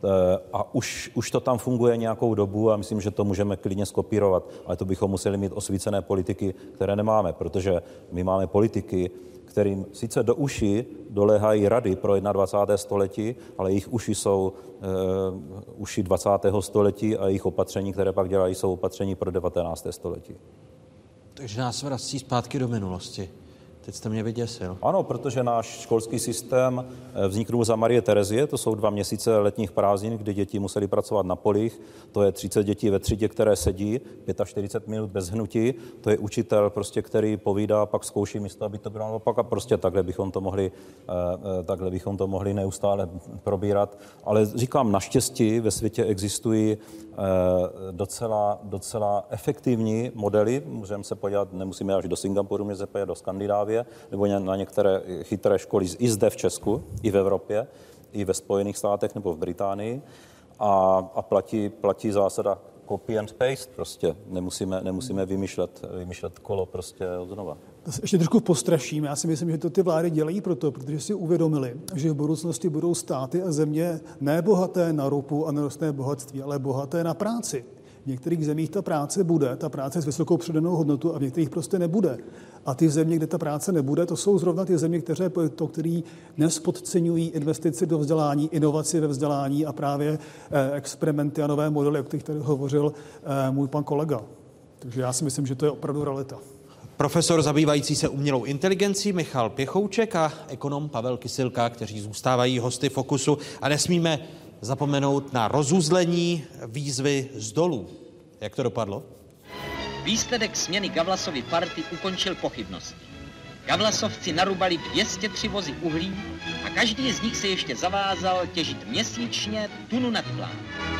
S8: A už, už to tam funguje nějakou dobu a myslím, že to můžeme klidně skopírovat, ale to bychom museli mít osvícené politiky, které nemáme, protože my máme politiky, kterým sice do uší doléhají rady pro dvacátého prvního století, ale jejich uši jsou uh, uši dvacátého století a jejich opatření, které pak dělají, jsou opatření pro devatenácté století.
S7: Takže nás vrací zpátky do minulosti. Teď jste mě vyděsil.
S8: Ano, protože náš školský systém vzniknul za Marie Terezie, to jsou dva měsíce letních prázdnin, kdy děti museli pracovat na polích, to je třicet dětí ve třídě, které sedí, čtyřicet pět minut bez hnutí, to je učitel, prostě, který povídá, pak zkouší místo, aby to bylo naopak a prostě takhle bychom to mohli, takhle bychom to mohli neustále probírat. Ale říkám, naštěstí ve světě existují docela, docela efektivní modely, můžeme se podívat, nemusíme až do Singapuru, můžeme se podívat do Skandinávie, nebo na některé chytré školy i zde v Česku, i v Evropě, i ve Spojených státech nebo v Británii a, a platí, platí zásada copy and paste prostě. Nemusíme, nemusíme vymýšlet, vymýšlet kolo prostě od znova.
S5: Ještě trošku postraším. Já si myslím, že to ty vlády dělají proto, protože si uvědomili, že v budoucnosti budou státy a země ne bohaté na ropu a nerostné bohatství, ale bohaté na práci. V některých zemích ta práce bude, ta práce s vysokou přidanou hodnotu a v některých prostě nebude. A ty země, kde ta práce nebude, to jsou zrovna ty země, které to, který dnes podceňují investici do vzdělání, inovaci ve vzdělání a právě eh, experimenty a nové modely, o kterých tady hovořil eh, můj pan kolega. Takže já si myslím, že to je opravdu realita.
S7: Profesor zabývající se umělou inteligencí Michal Pěchouček a ekonom Pavel Kysilka, kteří zůstávají hosty Fokusu a nesmíme zapomenout na rozuzlení výzvy z dolů. Jak to dopadlo?
S13: Výsledek směny Gavlasovy party ukončil pochybnosti. Gavlasovci narubali dvě stě tři vozy uhlí a každý z nich se ještě zavázal těžit měsíčně tunu nadklán.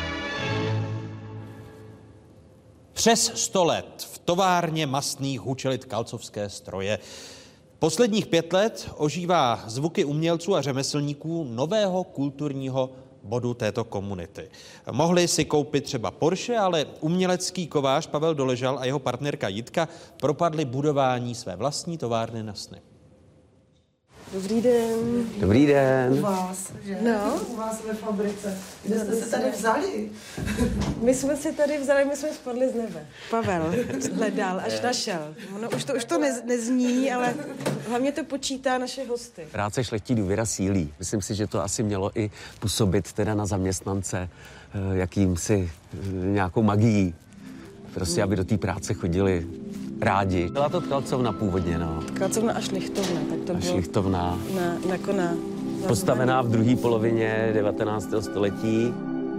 S7: Přes sto let v továrně mastných hučely tkalcovské stroje. Posledních pět let ožívá zvuky umělců a řemeslníků nového kulturního bodu této komunity. Mohli si koupit třeba Porsche, ale umělecký kovář Pavel Doležal a jeho partnerka Jitka propadli budování své vlastní továrny na sny.
S18: Dobrý den.
S9: Dobrý den.
S18: U vás, že? No. U vás ve fabrice. Kde jste se tady vzali? My jsme si tady vzali, my jsme spadli z nebe. Pavel hledal, až našel. No, už to, už to nez, nezní, ale hlavně to počítá naše hosty.
S9: Práce šlechtí, důvěra sílí. Myslím si, že to asi mělo i působit teda na zaměstnance jakýmsi nějakou magií. Prostě, aby do té práce chodili rádi. Byla to tkalcovna původně, no.
S18: Tkalcovna a šlichtovna, tak to
S9: a
S18: bylo.
S9: šlichtovna.
S18: Na, jako na, na
S9: Postavená v druhé polovině devatenáctého století.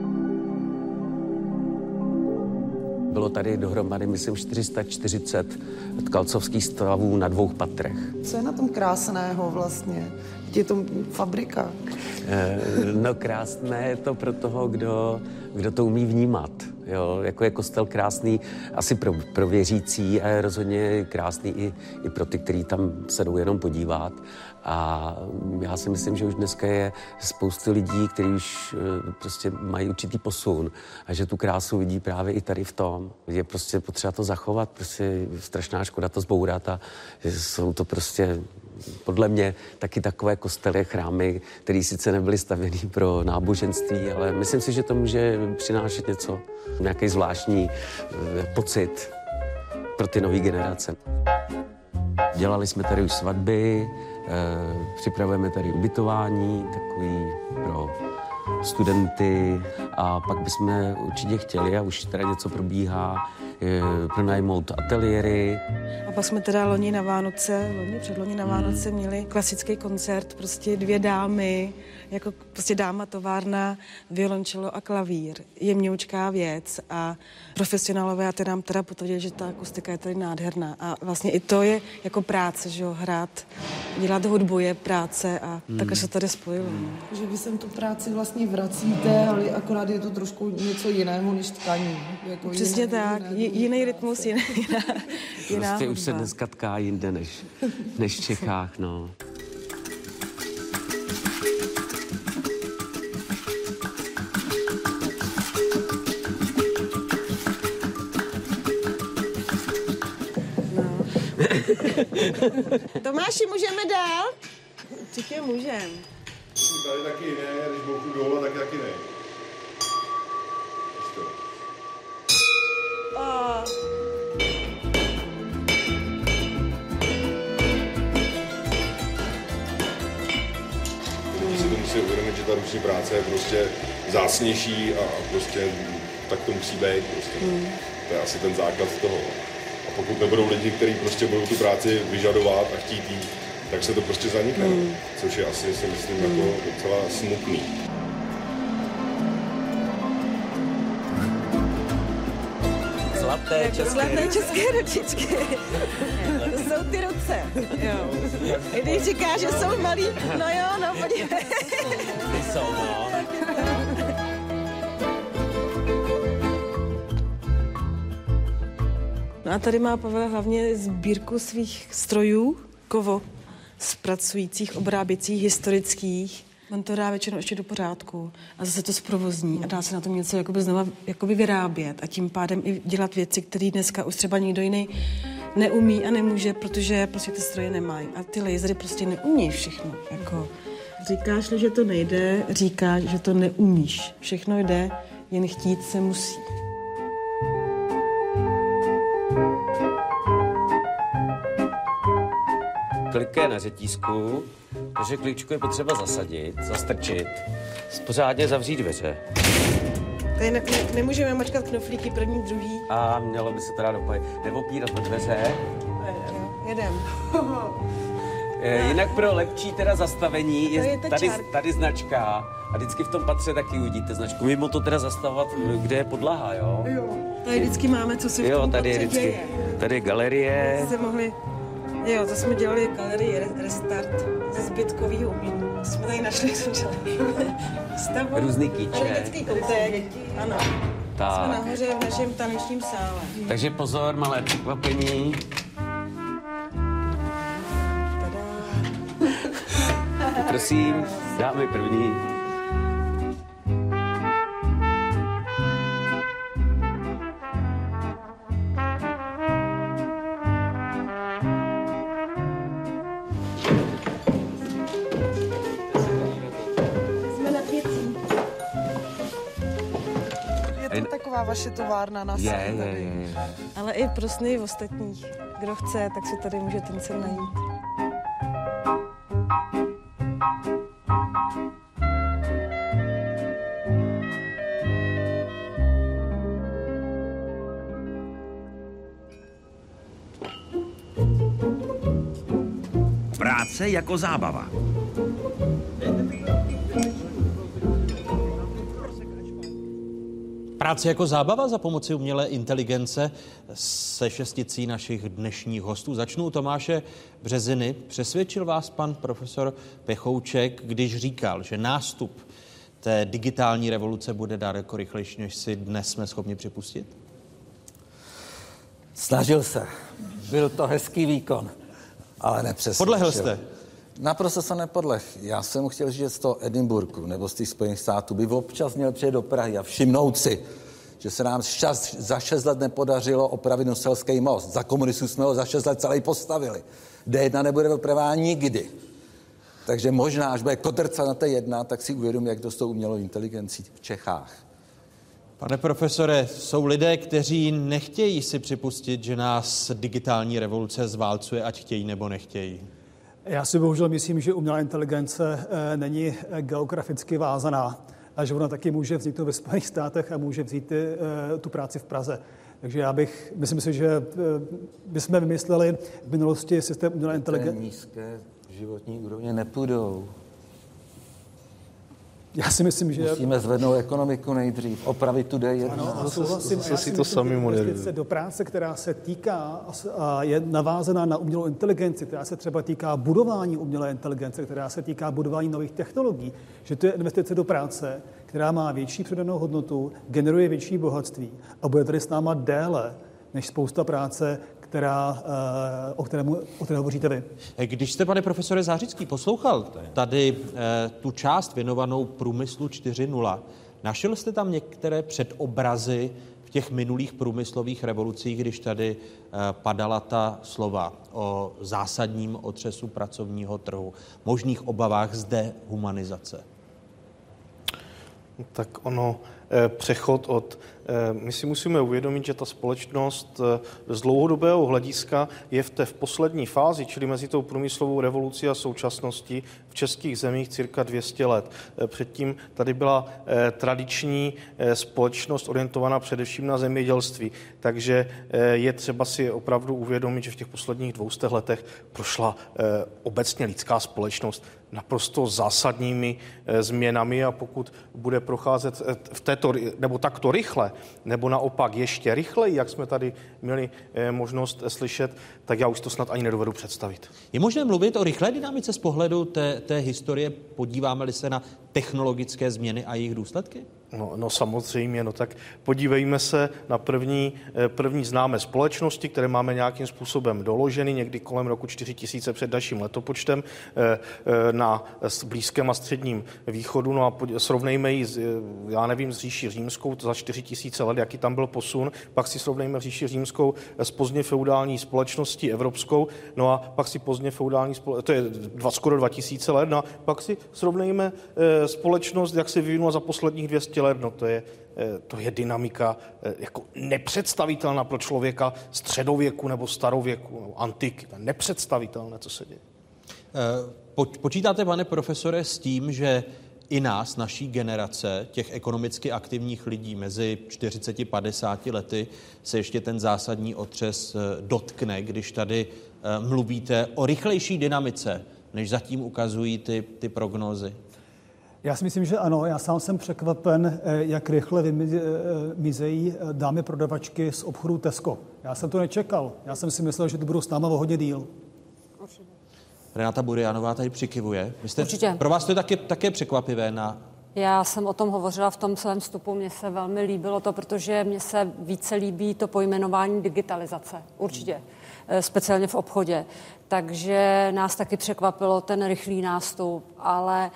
S9: Bylo tady dohromady, myslím, čtyři sta čtyřicet tkalcovských stavů na dvou patrech.
S18: Co je na tom krásného vlastně? Je to fabrika?
S9: E, no krásné je to pro toho, kdo, kdo to umí vnímat. Jo, jako je kostel krásný asi pro, pro věřící a je rozhodně krásný i, i pro ty, kteří tam se jdou jenom podívat. A já si myslím, že už dneska je spoustu lidí, kteří už prostě mají určitý posun a že tu krásu vidí právě i tady v tom. Je prostě potřeba to zachovat, prostě strašná škoda to zbourat a jsou to prostě podle mě taky takové kostely, chrámy, které sice nebyly stavěny pro náboženství, ale myslím si, že to může přinášet něco, nějaký zvláštní pocit pro ty nové generace. Dělali jsme tady už svatby, připravujeme tady ubytování, takový pro studenty a pak bychom určitě chtěli, a už teda něco probíhá, pronajmout ateliéry.
S18: A pak jsme teda loni na Vánoce, loni, předloni na Vánoce hmm. měli klasický koncert, prostě dvě dámy, jako prostě dáma továrna, violončelo a klavír. Jemňoučká věc a profesionálové a ty nám teda potvrdili, že ta akustika je tady nádherná. A vlastně i to je jako práce, že jo, hrát, dělat hudbu je práce a hmm. takhle se tady spojilo. Hmm.
S10: Že vy sem tu práci vlastně vracíte, ale akorát je to trošku něco jiného než tkaní. Jako
S18: přesně jiné, tak, jiné, jiný rytmus, jiná, jiná, jiná
S9: prostě už se dneska tká jinde než, než v Čechách, no.
S18: Tomáši, můžeme dál? Určitě můžem.
S11: Tady taky ne, když bouchu dole, tak taky ne.
S18: Oh.
S11: Lidi si to musí uvědomit, že ta ruční práce je prostě vzácnější a prostě tak to musí být. Prostě. Mm. To je asi ten základ toho. A pokud nebudou lidi, kteří prostě budou tu práci vyžadovat a chtít jít, tak se to prostě zanikne. Mm. Což je asi, si myslím, mm. jako docela smutný.
S9: Zlaté české,
S18: Zlaté české ručičky. To jsou ty ruce. Jo. I když říká, že jsou malí, no jo, no podívej.
S9: Ty jsou, no.
S18: No a tady má Pavel hlavně sbírku svých strojů, kovo, zpracujících, obráběcích, historických. On to dá většinou ještě do pořádku a zase to zprovozní a dá se na tom něco jakoby znova jakoby vyrábět a tím pádem i dělat věci, které dneska už třeba nikdo jiný neumí a nemůže, protože prostě ty stroje nemají. A ty lasery prostě neumí všechno. Jako. Říkáš-li, že to nejde, říkáš, že to neumíš. Všechno jde, jen chtít se musí.
S9: Kliké na řetízku, takže kličku je potřeba zasadit, zastrčit, pořádně zavřít dveře.
S18: Tady ne, ne, nemůžeme mačkat knoflíky první, druhý.
S9: A mělo by se teda dopojit. Neopírat o dveře.
S18: Jedem.
S9: E, jinak pro lepší teda zastavení je,
S18: je
S9: tady,
S18: čár.
S9: tady značka a vždycky v tom patře taky uvidíte značku. Mimo to teda zastavovat, kde je podlaha, jo?
S18: Jo, tady vždycky máme, co se v
S9: Jo,
S18: tom
S9: tady je
S18: patře
S9: vždycky,
S18: děje.
S9: tady je galerie.
S18: Jste mohli, jo, to jsme dělali galerii re- Restart ze zbytkového umění. To jsme tady našli, co dělali. Stavu.
S9: Různý kýče.
S18: Energetický koutek, ano.
S9: Tak.
S18: Jsme nahoře v našem tanečním sále.
S9: Takže pozor, malé překvapení. Prosím, dáme první.
S18: Jsme na pětí. Je to taková vaše továrna na
S9: Je,
S18: sebe
S9: je,
S18: tady.
S9: je, je.
S18: Ale i pro sny ostatních. Kdo chce, tak si tady může ten sen najít.
S1: Práce jako zábava.
S7: Práce jako zábava za pomoci umělé inteligence se šesticí našich dnešních hostů. Začnu u Tomáše Březiny. Přesvědčil vás pan profesor Pechouček, když říkal, že nástup té digitální revoluce bude daleko rychlejší, než si dnes jsme schopni připustit?
S12: Snažil se. Byl to hezký výkon, ale nepřesvědčil.
S7: Podlehl jste?
S12: Naprosto se nepodleh. Já jsem chtěl říct z toho Edinburghu nebo z těch Spojených států, by občas měl přijet do Prahy a všimnout si, že se nám šas, za šest let nepodařilo opravit Noselský most. Za komunistů jsme ho za šest let celý postavili. D jedna nebude opravá nikdy. Takže možná, až bude kotrcat na té jedna, tak si uvědomí, jak to s tou umělou inteligencí v Čechách.
S7: Pane profesore, jsou lidé, kteří nechtějí si připustit, že nás digitální revoluce zválcuje, ať chtějí nebo nechtějí.
S5: Já si bohužel myslím, že umělá inteligence e, není geograficky vázaná a že ona taky může vzniknout ve Spojených státech a může vzít e, tu práci v Praze. Takže já bych, myslím si, že e, bychom vymysleli v minulosti systém umělé inteligence.
S12: Nízké životní úrovně nepůjdou.
S5: Já si myslím, že...
S12: Musíme zvednout ekonomiku nejdřív, opravit tu D jedna.
S5: Ano, souhlasím.
S12: Zase
S5: Já
S12: si
S5: si
S12: to
S5: myslím,
S12: sami
S5: že
S12: modelují.
S5: investice do práce, která se týká a je navázaná na umělou inteligenci, která se třeba týká budování umělé inteligence, která se týká budování nových technologií, že to je investice do práce, která má větší přidanou hodnotu, generuje větší bohatství a bude tady s náma déle než spousta práce, která, o kterému, o které hovoříte vy.
S7: Když jste, pane profesore Zářický, poslouchal tady tu část věnovanou průmyslu čtyři tečka nula, našel jste tam některé předobrazy v těch minulých průmyslových revolucích, když tady padala ta slova o zásadním otřesu pracovního trhu, možných obavách z dehumanizace?
S15: Tak ono, přechod od... My si musíme uvědomit, že ta společnost z dlouhodobého hlediska je v té v poslední fázi, čili mezi tou průmyslovou revolucí a současností v českých zemích cirka dvě stě let. Předtím tady byla tradiční společnost orientovaná především na zemědělství, takže je třeba si opravdu uvědomit, že v těch posledních dvou stech letech prošla obecně lidská společnost naprosto zásadními změnami a pokud bude procházet v této, nebo takto rychle, nebo naopak ještě rychleji, jak jsme tady měli možnost slyšet, tak já už to snad ani nedovedu představit.
S7: Je možné mluvit o rychlé dynamice z pohledu té, té historie, podíváme-li se na technologické změny a jejich důsledky?
S15: No, no samozřejmě, no tak podívejme se na první, první známé společnosti, které máme nějakým způsobem doloženy, někdy kolem roku čtyři tisíce před naším letopočtem na Blízkém a Středním východu, no a srovnejme ji, já nevím, s říší římskou, to za čtyři tisíce let, jaký tam byl posun, pak si srovnejme říši římskou s pozdně feudální společností evropskou, no a pak si pozdně feudální společnost, to je dva, skoro dva tisíce let, no a pak si srovnejme společnost, jak se vyvinula za posledních dvě stě let, no to je, to je dynamika jako nepředstavitelná pro člověka středověku nebo starověku, nebo antiky, nepředstavitelné, co se děje.
S7: Počítáte, pane profesore, s tím, že i nás, naší generace, těch ekonomicky aktivních lidí mezi čtyřiceti a padesáti lety, se ještě ten zásadní otřes dotkne, když tady mluvíte o rychlejší dynamice, než zatím ukazují ty, ty prognózy?
S5: Já si myslím, že ano. Já sám jsem překvapen, jak rychle vymizejí dámy prodavačky z obchodu Tesco. Já jsem to nečekal. Já jsem si myslel, že to budou s náma o hodně díl.
S7: Renáta Burianová tady přikivuje. Jste,
S16: Určitě.
S7: Pro vás to je také, také překvapivé na...
S16: Já jsem o tom hovořila v tom svém vstupu, mně se velmi líbilo to, protože mně se více líbí to pojmenování digitalizace, určitě, speciálně v obchodě. Takže nás taky překvapilo ten rychlý nástup, ale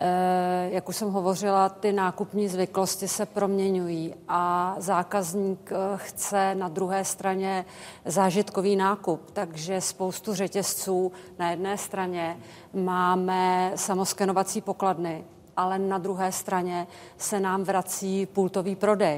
S16: jak už jsem hovořila, ty nákupní zvyklosti se proměňují a zákazník chce na druhé straně zážitkový nákup, takže spoustu řetězců na jedné straně máme samoskenovací pokladny, ale na druhé straně se nám vrací pultový prodej.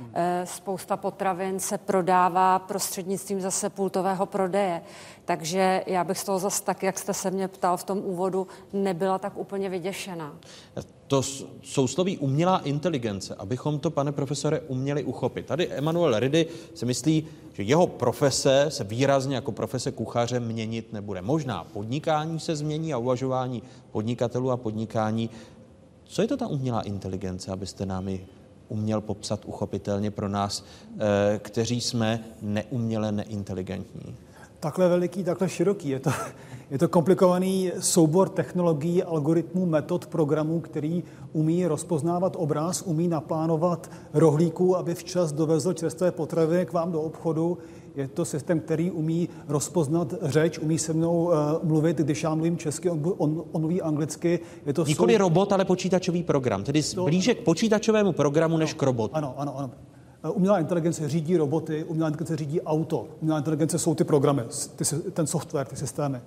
S16: Spousta potravin se prodává prostřednictvím zase pultového prodeje. Takže já bych z toho zase tak, jak jste se mě ptal v tom úvodu, nebyla tak úplně vyděšená.
S7: To sousloví umělá inteligence, abychom to, pane profesore, uměli uchopit. Tady Emanuel Ridy si myslí, že jeho profese se výrazně jako profese kuchaře měnit nebude. Možná podnikání se změní a uvažování podnikatelů a podnikání. Co je to ta umělá inteligence, abyste nám ji uměl popsat uchopitelně pro nás, kteří jsme neuměle neinteligentní?
S5: Takhle veliký, takhle široký. Je to, je to komplikovaný soubor technologií, algoritmů, metod, programů, který umí rozpoznávat obraz, umí naplánovat rohlíků, aby včas dovezl čerstvé potraviny k vám do obchodu. Je to systém, který umí rozpoznat řeč, umí se mnou uh, mluvit, když já mluvím česky, on, on, on mluví anglicky. Je to
S7: Nikoli
S5: sou...
S7: robot, ale počítačový program, tedy to... blíže k počítačovému programu než k robotu.
S5: Ano, ano, ano. Umělá inteligence řídí roboty, umělá inteligence řídí auto. Umělá inteligence jsou ty programy, ty, ten software, ty systémy.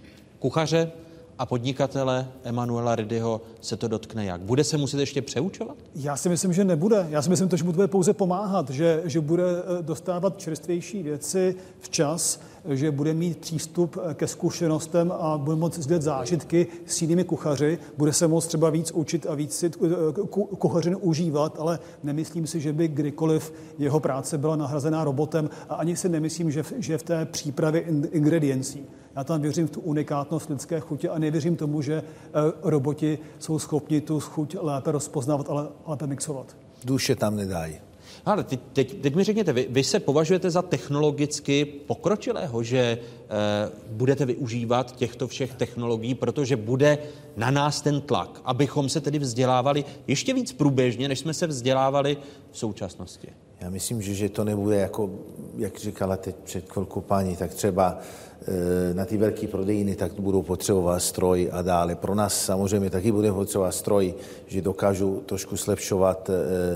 S7: Kuchaře a podnikatele Emanuela Ridyho se to dotkne jak? Bude se muset ještě přeučovat?
S5: Já si myslím, že nebude. Já si myslím, že bude pouze pomáhat, že, že bude dostávat čerstvější věci včas, že bude mít přístup ke zkušenostem a bude moct sdílet zážitky s jinými kuchaři. Bude se moct třeba víc učit a víc si kuchařin užívat, ale nemyslím si, že by kdykoliv jeho práce byla nahrazená robotem a ani si nemyslím, že v, že v té přípravě ingrediencí. Já tam věřím v tu unikátnost lidské chutě a nevěřím tomu, že roboti jsou schopni tu chuť lépe rozpoznávat, ale lépe mixovat.
S17: Duše tam nedají.
S7: Ale teď, teď, teď mi řekněte, vy, vy se považujete za technologicky pokročilého, že e, budete využívat těchto všech technologií, protože bude na nás ten tlak, abychom se tedy vzdělávali ještě víc průběžně, než jsme se vzdělávali v současnosti.
S17: Já myslím, že, že to nebude jako, jak říkala teď před chvilkou paní, tak třeba e, na ty velké prodejny tak budou potřebovat stroj a dále. Pro nás samozřejmě taky bude potřebovat stroj, že dokážu trošku zlepšovat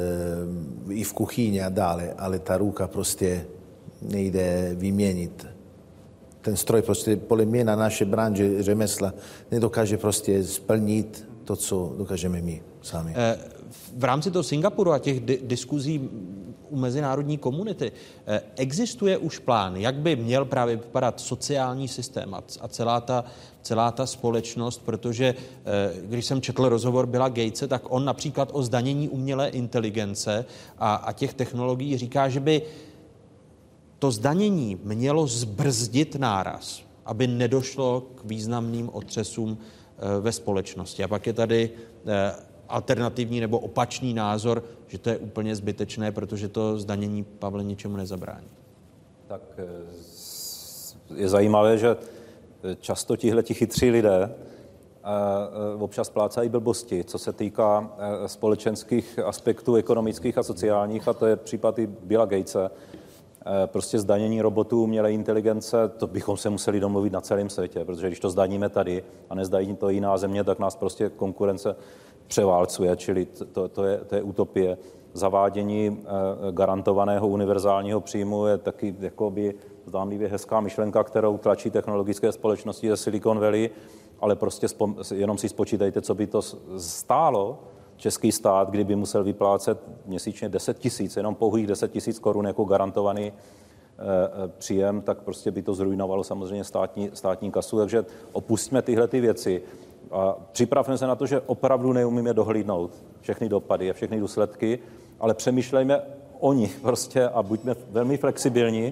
S17: e, i v kuchyni a dále, ale ta ruka prostě nejde vyměnit. Ten stroj prostě podle mě na naše branže řemesla nedokáže prostě splnit to, co dokážeme my sami.
S7: E, v rámci toho Singapuru a těch di- diskuzí u mezinárodní komunity existuje už plán, jak by měl právě vypadat sociální systém a celá ta, celá ta společnost, protože když jsem četl rozhovor Billa Gatese, tak on například o zdanění umělé inteligence a, a těch technologií říká, že by to zdanění mělo zbrzdit náraz, aby nedošlo k významným otřesům ve společnosti. A pak je tady alternativní nebo opačný názor, že to je úplně zbytečné, protože to zdanění, Pavle, ničemu nezabrání.
S8: Tak je zajímavé, že často tihleti chytří lidé občas plácají blbosti, co se týká společenských aspektů, ekonomických a sociálních, a to je případ i Billa Gatese. Prostě zdanění robotů, umělé inteligence, to bychom se museli domluvit na celém světě, protože když to zdaníme tady a nezdaní to jiná země, tak nás prostě konkurence převálcuje, čili to, to, je, to je utopie. Zavádění garantovaného univerzálního příjmu je taky jakoby zdánlivě hezká myšlenka, kterou tlačí technologické společnosti ze Silicon Valley, ale prostě spom, jenom si spočítejte, co by to stálo český stát, kdyby musel vyplácet měsíčně deset tisíc, jenom pouhých deset tisíc korun jako garantovaný e, příjem, tak prostě by to zrujnovalo samozřejmě státní, státní kasu. Takže opustíme tyhle ty věci a připravme se na to, že opravdu neumíme dohlídnout všechny dopady a všechny důsledky, ale přemýšlejme o nich prostě a buďme velmi flexibilní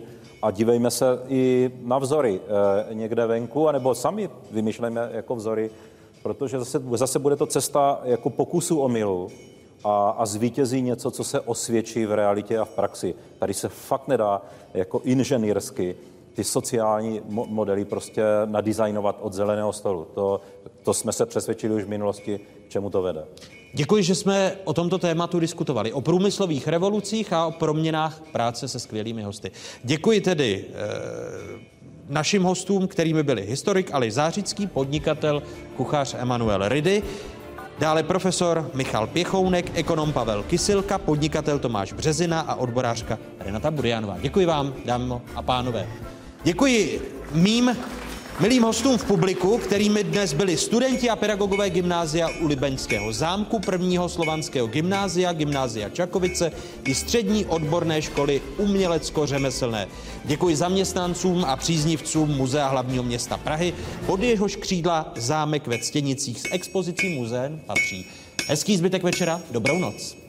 S8: A dívejme se i na vzory e, někde venku, anebo sami vymýšlejme jako vzory, protože zase, zase bude to cesta jako pokusu omylu a, a zvítězí něco, co se osvědčí v realitě a v praxi. Tady se fakt nedá jako inženýrsky ty sociální mo- modely prostě nadizajnovat od zeleného stolu. To, to jsme se přesvědčili už v minulosti, k čemu to vede.
S7: Děkuji, že jsme o tomto tématu diskutovali. O průmyslových revolucích a o proměnách práce se skvělými hosty. Děkuji tedy eh, našim hostům, kterými byli historik Aleš Zářický, podnikatel, kuchař Emanuel Ridy, dále profesor Michal Pěchounek, ekonom Pavel Kysilka, podnikatel Tomáš Březina a odborářka Renata Burianová. Děkuji vám, dámy a pánové. Děkuji mým milým hostům v publiku, kterými dnes byli studenti a pedagogové gymnázia u Libeňského zámku, prvního slovanského gymnázia, gymnázia Čakovice i střední odborné školy umělecko-řemeslné. Děkuji zaměstnancům a příznivcům Muzea hlavního města Prahy, pod jehož křídla zámek ve Ctěnicích s expozicí muzeem patří. Hezký zbytek večera, dobrou noc.